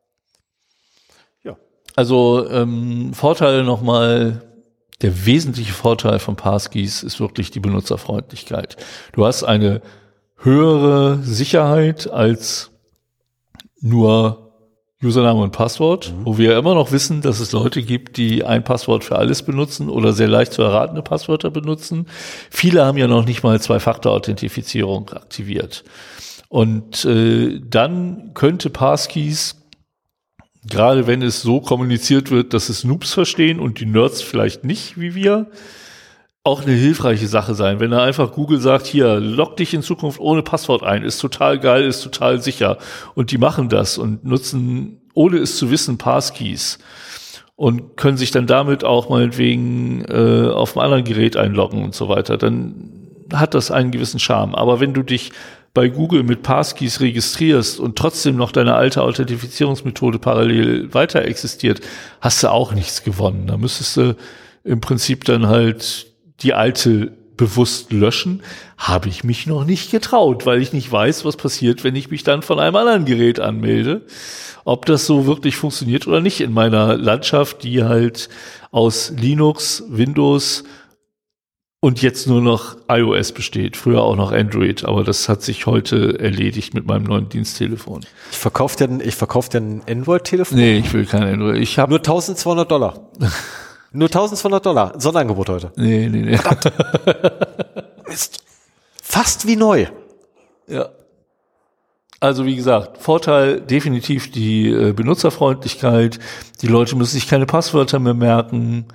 Also Vorteile nochmal. Der wesentliche Vorteil von Passkeys ist wirklich die Benutzerfreundlichkeit. Du hast eine höhere Sicherheit als nur Username und Passwort, wo wir immer noch wissen, dass es Leute gibt, die ein Passwort für alles benutzen oder sehr leicht zu erratende Passwörter benutzen. Viele haben ja noch nicht mal Zwei-Faktor-Authentifizierung aktiviert. Und dann könnte Passkeys, gerade wenn es so kommuniziert wird, dass es Noobs verstehen und die Nerds vielleicht nicht, wie wir, auch eine hilfreiche Sache sein. Wenn da einfach Google sagt, hier, log dich in Zukunft ohne Passwort ein, ist total geil, ist total sicher. Und die machen das und nutzen, ohne es zu wissen, Passkeys. Und können sich dann damit auch meinetwegen auf einem anderen Gerät einloggen und so weiter. Dann hat das einen gewissen Charme. Aber wenn du dich bei Google mit Passkeys registrierst und trotzdem noch deine alte Authentifizierungsmethode parallel weiter existiert, hast du auch nichts gewonnen. Da müsstest du im Prinzip dann halt die alte bewusst löschen. Habe ich mich noch nicht getraut, weil ich nicht weiß, was passiert, wenn ich mich dann von einem anderen Gerät anmelde. Ob das so wirklich funktioniert oder nicht in meiner Landschaft, die halt aus Linux, Windows und jetzt nur noch iOS besteht, früher auch noch Android, aber das hat sich heute erledigt mit meinem neuen Diensttelefon. Ich verkauf dir ein Android-Telefon? Nee, ich will kein Android. Ich habe nur $1.200. Nur $1.200. Sonderangebot heute. Nee. Mist. Fast wie neu. Ja. Also wie gesagt, Vorteil definitiv die Benutzerfreundlichkeit. Die Leute müssen sich keine Passwörter mehr merken,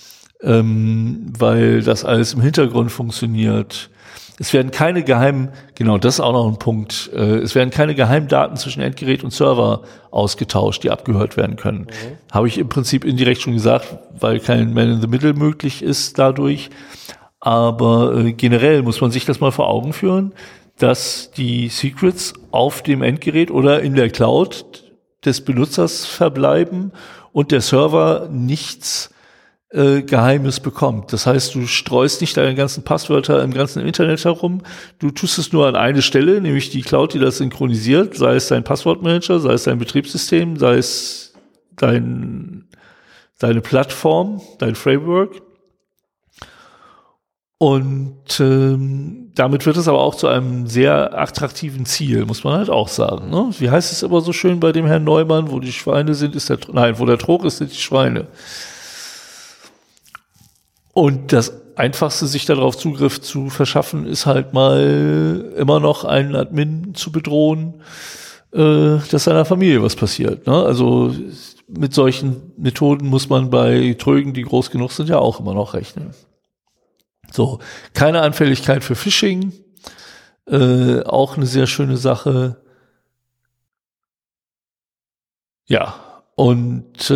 weil das alles im Hintergrund funktioniert. Es werden keine genau, das ist auch noch ein Punkt, es werden keine Geheimdaten zwischen Endgerät und Server ausgetauscht, die abgehört werden können. Habe ich im Prinzip indirekt schon gesagt, weil kein Man-in-the-Middle möglich ist dadurch. Aber generell muss man sich das mal vor Augen führen, dass die Secrets auf dem Endgerät oder in der Cloud des Benutzers verbleiben und der Server nichts Geheimes bekommt. Das heißt, du streust nicht deine ganzen Passwörter im ganzen Internet herum. Du tust es nur an eine Stelle, nämlich die Cloud, die das synchronisiert, sei es dein Passwortmanager, sei es dein Betriebssystem, sei es deine Plattform, dein Framework. Und damit wird es aber auch zu einem sehr attraktiven Ziel, muss man halt auch sagen. Ne? Wie heißt es immer so schön bei dem Herrn Neumann, wo die Schweine sind, wo der Trog ist, sind die Schweine. Und das Einfachste, sich darauf Zugriff zu verschaffen, ist halt mal immer noch einen Admin zu bedrohen, dass seiner Familie was passiert. Ne? Also mit solchen Methoden muss man bei Trögen, die groß genug sind, ja auch immer noch rechnen. So, keine Anfälligkeit für Phishing, auch eine sehr schöne Sache. Ja, und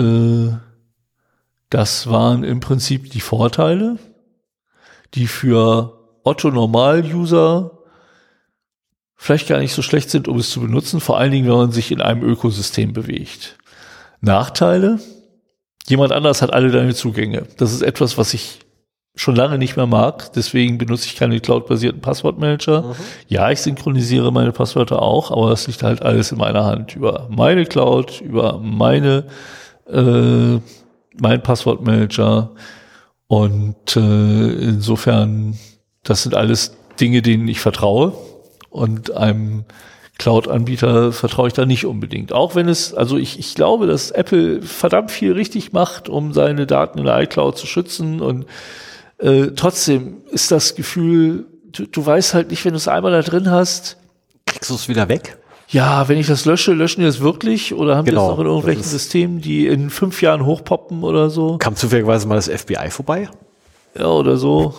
das waren im Prinzip die Vorteile, die für Otto-Normal-User vielleicht gar nicht so schlecht sind, um es zu benutzen, vor allen Dingen, wenn man sich in einem Ökosystem bewegt. Nachteile? Jemand anders hat alle deine Zugänge. Das ist etwas, was ich schon lange nicht mehr mag, deswegen benutze ich keine cloud-basierten Passwortmanager. Ja, ich synchronisiere meine Passwörter auch, aber das liegt halt alles in meiner Hand. Über meine Cloud, über mein Passwortmanager und insofern, das sind alles Dinge, denen ich vertraue und einem Cloud-Anbieter vertraue ich da nicht unbedingt. Auch wenn ich glaube, dass Apple verdammt viel richtig macht, um seine Daten in der iCloud zu schützen und trotzdem ist das Gefühl, du weißt halt nicht, wenn du es einmal da drin hast. Kriegst du es wieder weg? Ja, wenn ich das lösche, löschen die es wirklich? Oder haben die es noch in irgendwelchen Systemen, die in 5 Jahren hochpoppen oder so? Kam zufälligerweise mal das FBI vorbei? Ja, oder so.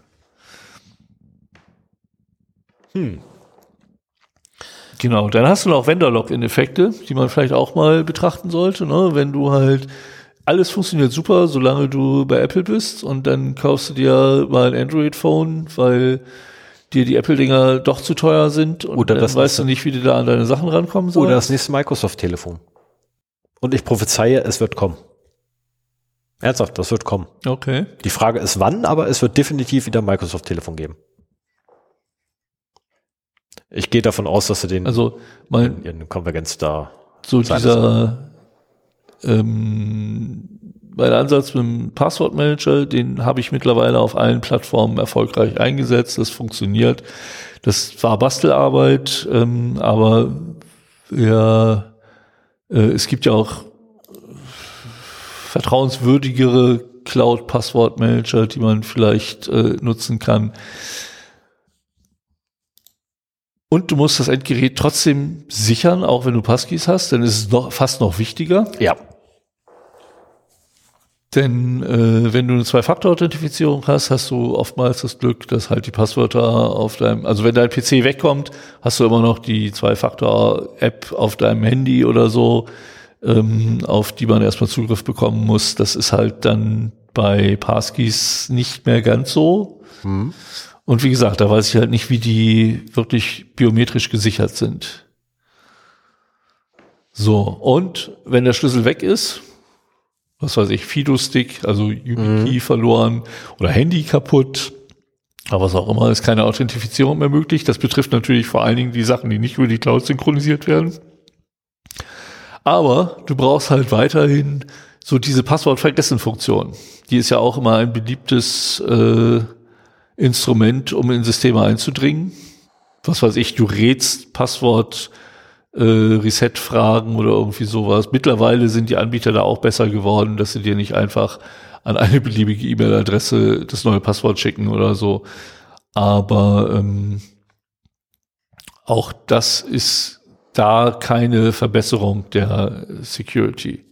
Genau, dann hast du noch Vendor-Login-Effekte, die man vielleicht auch mal betrachten sollte, ne? Wenn du halt alles funktioniert super, solange du bei Apple bist und dann kaufst du dir mal ein Android-Phone, weil dir die Apple-Dinger doch zu teuer sind und oder dann weißt du nicht, wie du da an deine Sachen rankommen sollst. Oder das nächste Microsoft-Telefon. Und ich prophezeie, es wird kommen. Ernsthaft, das wird kommen. Okay. Die Frage ist wann, aber es wird definitiv wieder ein Microsoft-Telefon geben. Ich gehe davon aus, dass sie ihren Konvergenz da so dieser mein Ansatz mit dem Passwortmanager, den habe ich mittlerweile auf allen Plattformen erfolgreich eingesetzt. Das funktioniert. Das war Bastelarbeit, aber ja, es gibt ja auch vertrauenswürdigere Cloud-Passwortmanager, die man vielleicht nutzen kann. Und du musst das Endgerät trotzdem sichern, auch wenn du Passkeys hast, dann ist es fast noch wichtiger. Ja. Denn wenn du eine Zwei-Faktor-Authentifizierung hast, hast du oftmals das Glück, dass halt die Passwörter also wenn dein PC wegkommt, hast du immer noch die Zwei-Faktor-App auf deinem Handy oder so, auf die man erstmal Zugriff bekommen muss. Das ist halt dann bei Passkeys nicht mehr ganz so. Und wie gesagt, da weiß ich halt nicht, wie die wirklich biometrisch gesichert sind. So, und wenn der Schlüssel weg ist, was weiß ich, Fido-Stick, also YubiKey verloren oder Handy kaputt, aber was auch immer, ist keine Authentifizierung mehr möglich. Das betrifft natürlich vor allen Dingen die Sachen, die nicht über die Cloud synchronisiert werden. Aber du brauchst halt weiterhin so diese Passwort-Vergessen-Funktion. Die ist ja auch immer ein beliebtes Instrument, um in Systeme einzudringen. Was weiß ich, du rätst Passwort Reset-Fragen oder irgendwie sowas. Mittlerweile sind die Anbieter da auch besser geworden, dass sie dir nicht einfach an eine beliebige E-Mail-Adresse das neue Passwort schicken oder so. Aber auch das ist da keine Verbesserung der Security.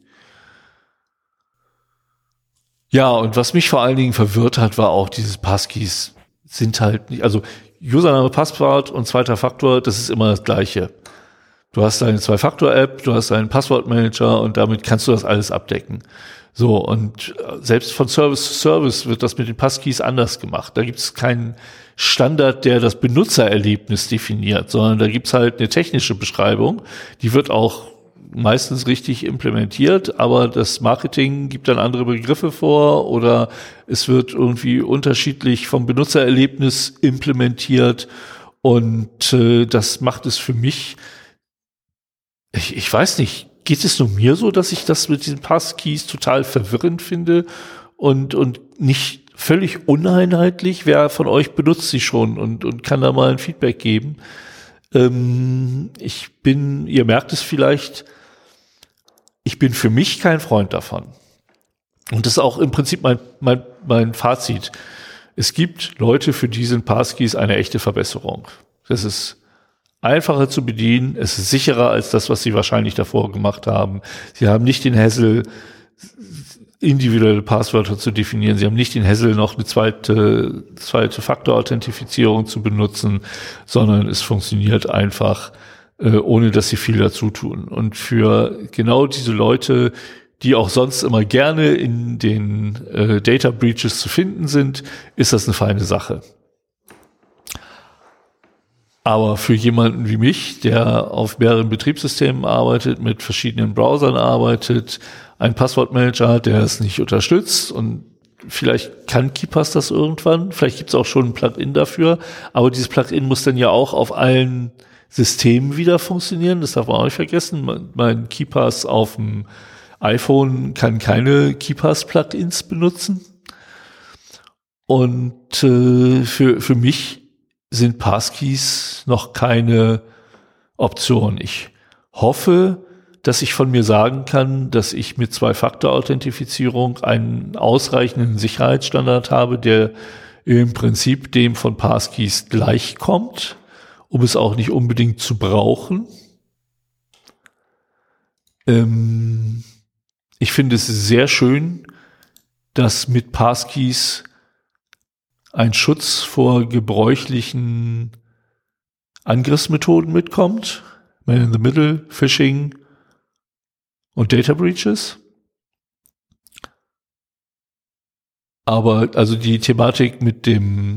Ja, und was mich vor allen Dingen verwirrt hat, war auch dieses Passkeys sind halt nicht, also Username, Passwort und zweiter Faktor, das ist immer das Gleiche. Du hast deine Zwei-Faktor-App, du hast deinen Passwortmanager und damit kannst du das alles abdecken. So, und selbst von Service zu Service wird das mit den Passkeys anders gemacht. Da gibt es keinen Standard, der das Benutzererlebnis definiert, sondern da gibt es halt eine technische Beschreibung, die wird auch meistens richtig implementiert, aber das Marketing gibt dann andere Begriffe vor oder es wird irgendwie unterschiedlich vom Benutzererlebnis implementiert und das macht es für mich, ich weiß nicht, geht es nur mir so, dass ich das mit diesen Passkeys total verwirrend finde und nicht völlig uneinheitlich? Wer von euch benutzt sie schon und kann da mal ein Feedback geben? Ihr merkt es vielleicht, ich bin für mich kein Freund davon. Und das ist auch im Prinzip mein Fazit. Es gibt Leute, für die sind Passkeys eine echte Verbesserung. Das ist einfacher zu bedienen, es ist sicherer als das, was sie wahrscheinlich davor gemacht haben. Sie haben nicht den Hassel, individuelle Passwörter zu definieren. Sie haben nicht den Hassel, noch eine zweite Faktor-Authentifizierung zu benutzen, sondern es funktioniert einfach, ohne dass sie viel dazu tun. Und für genau diese Leute, die auch sonst immer gerne in den Data Breaches zu finden sind, ist das eine feine Sache. Aber für jemanden wie mich, der auf mehreren Betriebssystemen arbeitet, mit verschiedenen Browsern arbeitet, einen Passwortmanager hat, der es nicht unterstützt und vielleicht kann KeePass das irgendwann, vielleicht gibt es auch schon ein Plugin dafür, aber dieses Plugin muss dann ja auch auf allen Systemen wieder funktionieren, das darf man auch nicht vergessen. Mein KeePass auf dem iPhone kann keine KeePass-Plugins benutzen und für mich sind Passkeys noch keine Option. Ich hoffe, dass ich von mir sagen kann, dass ich mit Zwei-Faktor-Authentifizierung einen ausreichenden Sicherheitsstandard habe, der im Prinzip dem von Passkeys gleichkommt, um es auch nicht unbedingt zu brauchen. Ich finde es sehr schön, dass mit Passkeys ein Schutz vor gebräuchlichen Angriffsmethoden mitkommt. Man in the Middle, Phishing und Data Breaches. Aber also die Thematik mit dem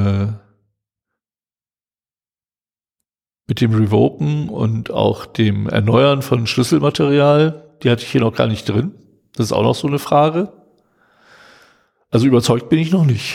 Revoken und auch dem Erneuern von Schlüsselmaterial, die hatte ich hier noch gar nicht drin. Das ist auch noch so eine Frage. Also überzeugt bin ich noch nicht.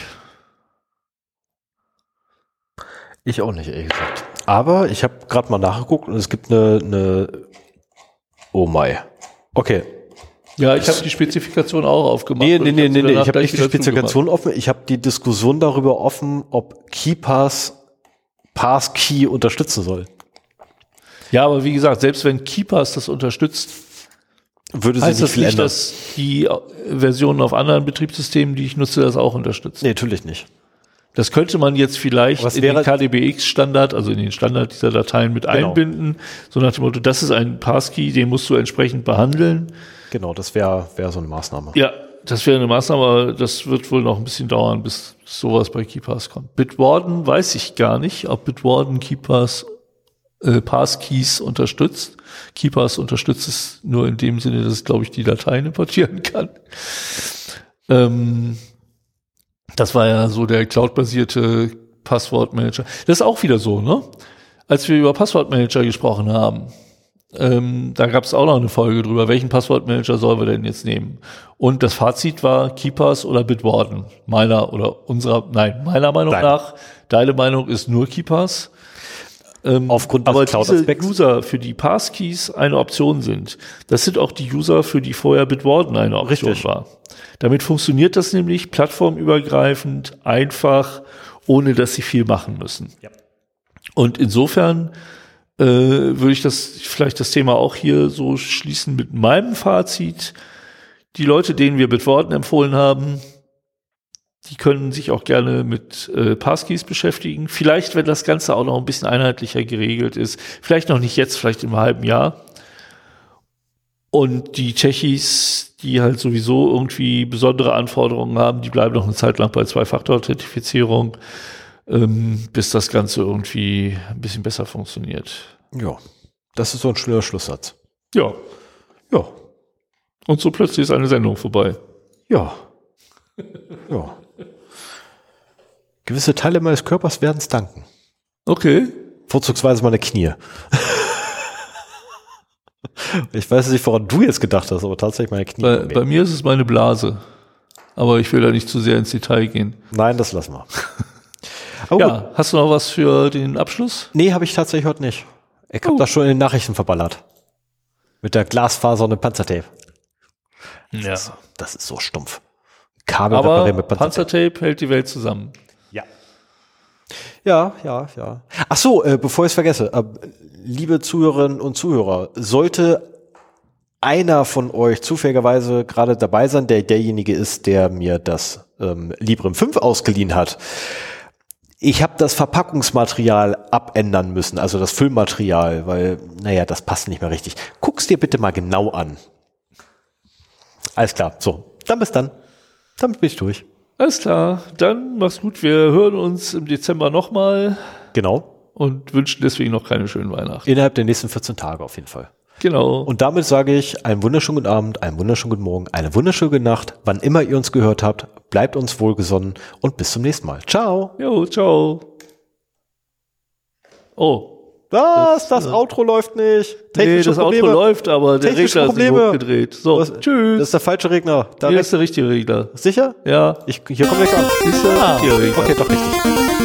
Ich auch nicht, ehrlich gesagt. Aber ich habe gerade mal nachgeguckt und es gibt eine Oh my. Okay. Ja, ich habe die Spezifikation auch aufgemacht. Nee, ich habe nicht die Spezifikation offen. Ich habe die Diskussion darüber offen, ob KeePass Passkey unterstützen soll. Ja, aber wie gesagt, selbst wenn KeePass das unterstützt, würde sich nicht viel ändern. Dass die Versionen auf anderen Betriebssystemen, die ich nutze, das auch unterstützen. Nee, natürlich nicht. Das könnte man jetzt vielleicht in den KDBX-Standard, also in den Standard dieser Dateien mit einbinden. So nach dem Motto, das ist ein Passkey, den musst du entsprechend behandeln. Genau, das wäre so eine Maßnahme. Ja, das wäre eine Maßnahme, aber das wird wohl noch ein bisschen dauern, bis sowas bei KeePass kommt. Bitwarden weiß ich gar nicht, ob Bitwarden KeePass Passkeys unterstützt. KeePass unterstützt es nur in dem Sinne, dass es, glaube ich, die Dateien importieren kann. Das war ja so der cloud-basierte Passwortmanager. Das ist auch wieder so, ne? Als wir über Passwortmanager gesprochen haben, da gab es auch noch eine Folge drüber, welchen Passwortmanager sollen wir denn jetzt nehmen? Und das Fazit war KeePass oder Bitwarden. Meiner Meinung nach, deine Meinung ist nur KeePass. Aufgrund des Cloud-Aspekts. User, für die Passkeys eine Option sind, das sind auch die User, für die vorher Bitwarden eine Option war. Damit funktioniert das nämlich plattformübergreifend, einfach, ohne dass sie viel machen müssen. Ja. Und insofern würde ich das Thema auch hier so schließen mit meinem Fazit. Die Leute, denen wir Bitwarden empfohlen haben, Die können sich auch gerne mit Passkeys beschäftigen. Vielleicht, wenn das Ganze auch noch ein bisschen einheitlicher geregelt ist. Vielleicht noch nicht jetzt, vielleicht im halben Jahr. Und die Techis, die halt sowieso irgendwie besondere Anforderungen haben, die bleiben noch eine Zeit lang bei Zwei-Faktor-Authentifizierung, bis das Ganze irgendwie ein bisschen besser funktioniert. Ja, das ist so ein schöner Schlusssatz. Ja. Ja. Und so plötzlich ist eine Sendung vorbei. Ja. Ja. Gewisse Teile meines Körpers werden es danken. Okay. Vorzugsweise meine Knie. Ich weiß nicht, woran du jetzt gedacht hast, aber tatsächlich meine Knie. Bei mir ist es meine Blase. Aber ich will da nicht zu sehr ins Detail gehen. Nein, das lassen wir. Aber ja, gut. hast du noch was für den Abschluss? Nee, habe ich tatsächlich heute nicht. Ich habe das schon in den Nachrichten verballert. Mit der glasfasernden Panzertape. Ja. Das ist so stumpf. Kabel Aber reparieren mit Panzertape hält die Welt zusammen. Ja. Ja. Ach so, bevor ich es vergesse, liebe Zuhörerinnen und Zuhörer, sollte einer von euch zufälligerweise gerade dabei sein, der derjenige ist, der mir das Librem 5 ausgeliehen hat. Ich habe das Verpackungsmaterial abändern müssen, also das Füllmaterial, weil, naja, das passt nicht mehr richtig. Guck's dir bitte mal genau an. Alles klar, so, dann bis dann. Damit bin ich durch. Alles klar, dann mach's gut. Wir hören uns im Dezember nochmal. Genau. Und wünschen deswegen noch keine schönen Weihnachten. Innerhalb der nächsten 14 Tage auf jeden Fall. Genau. Und damit sage ich einen wunderschönen guten Abend, einen wunderschönen guten Morgen, eine wunderschöne gute Nacht. Wann immer ihr uns gehört habt, bleibt uns wohlgesonnen und bis zum nächsten Mal. Ciao. Jo, ciao. Oh. Was? Das Outro läuft nicht. Nee, das Outro läuft, aber der Regler ist nicht hochgedreht. So, tschüss. Das ist der falsche Regler. Hier ist der richtige Regler. Sicher? Ja. Hier kommt nichts an. Ist der richtige Regler. Okay, doch richtig.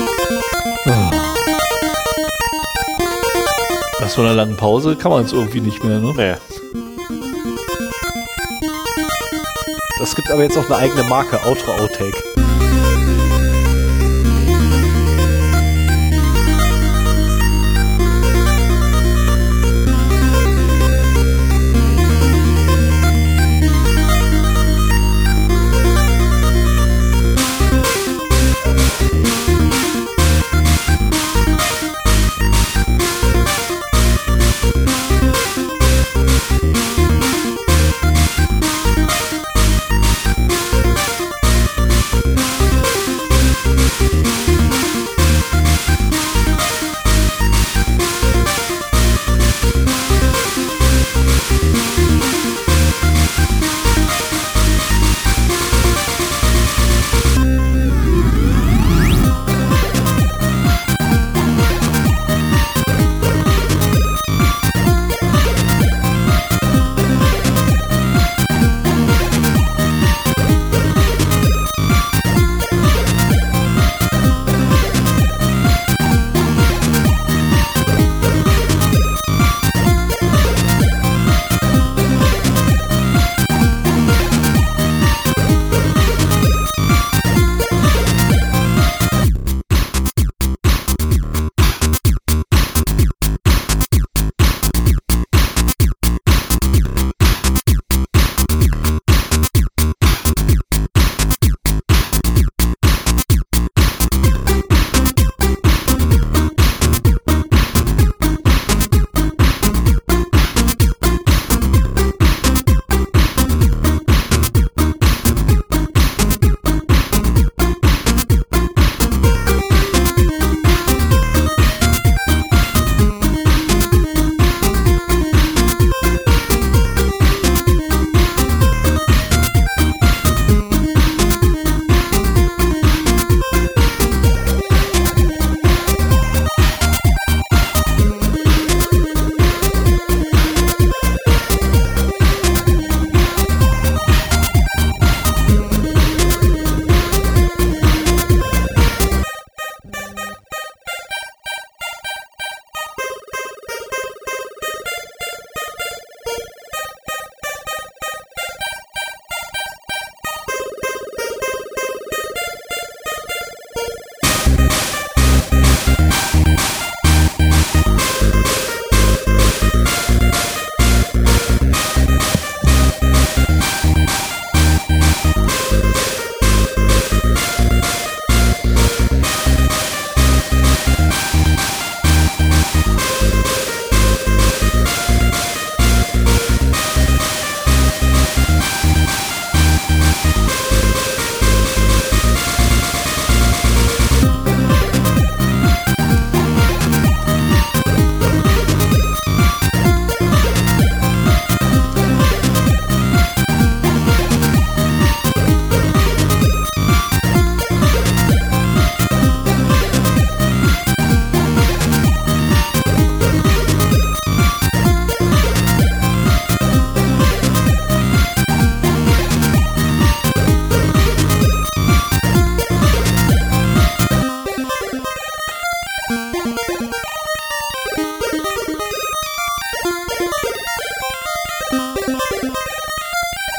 Nach so einer langen Pause kann man es irgendwie nicht mehr, ne? Nee. Das gibt aber jetzt auch eine eigene Marke, Outro Outtake.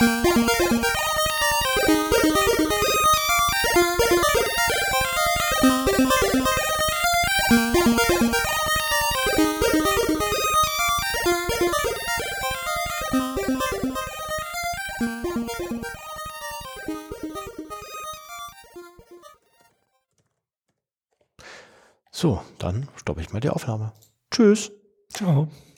So, dann stoppe ich mal die Aufnahme. Tschüss. Ciao.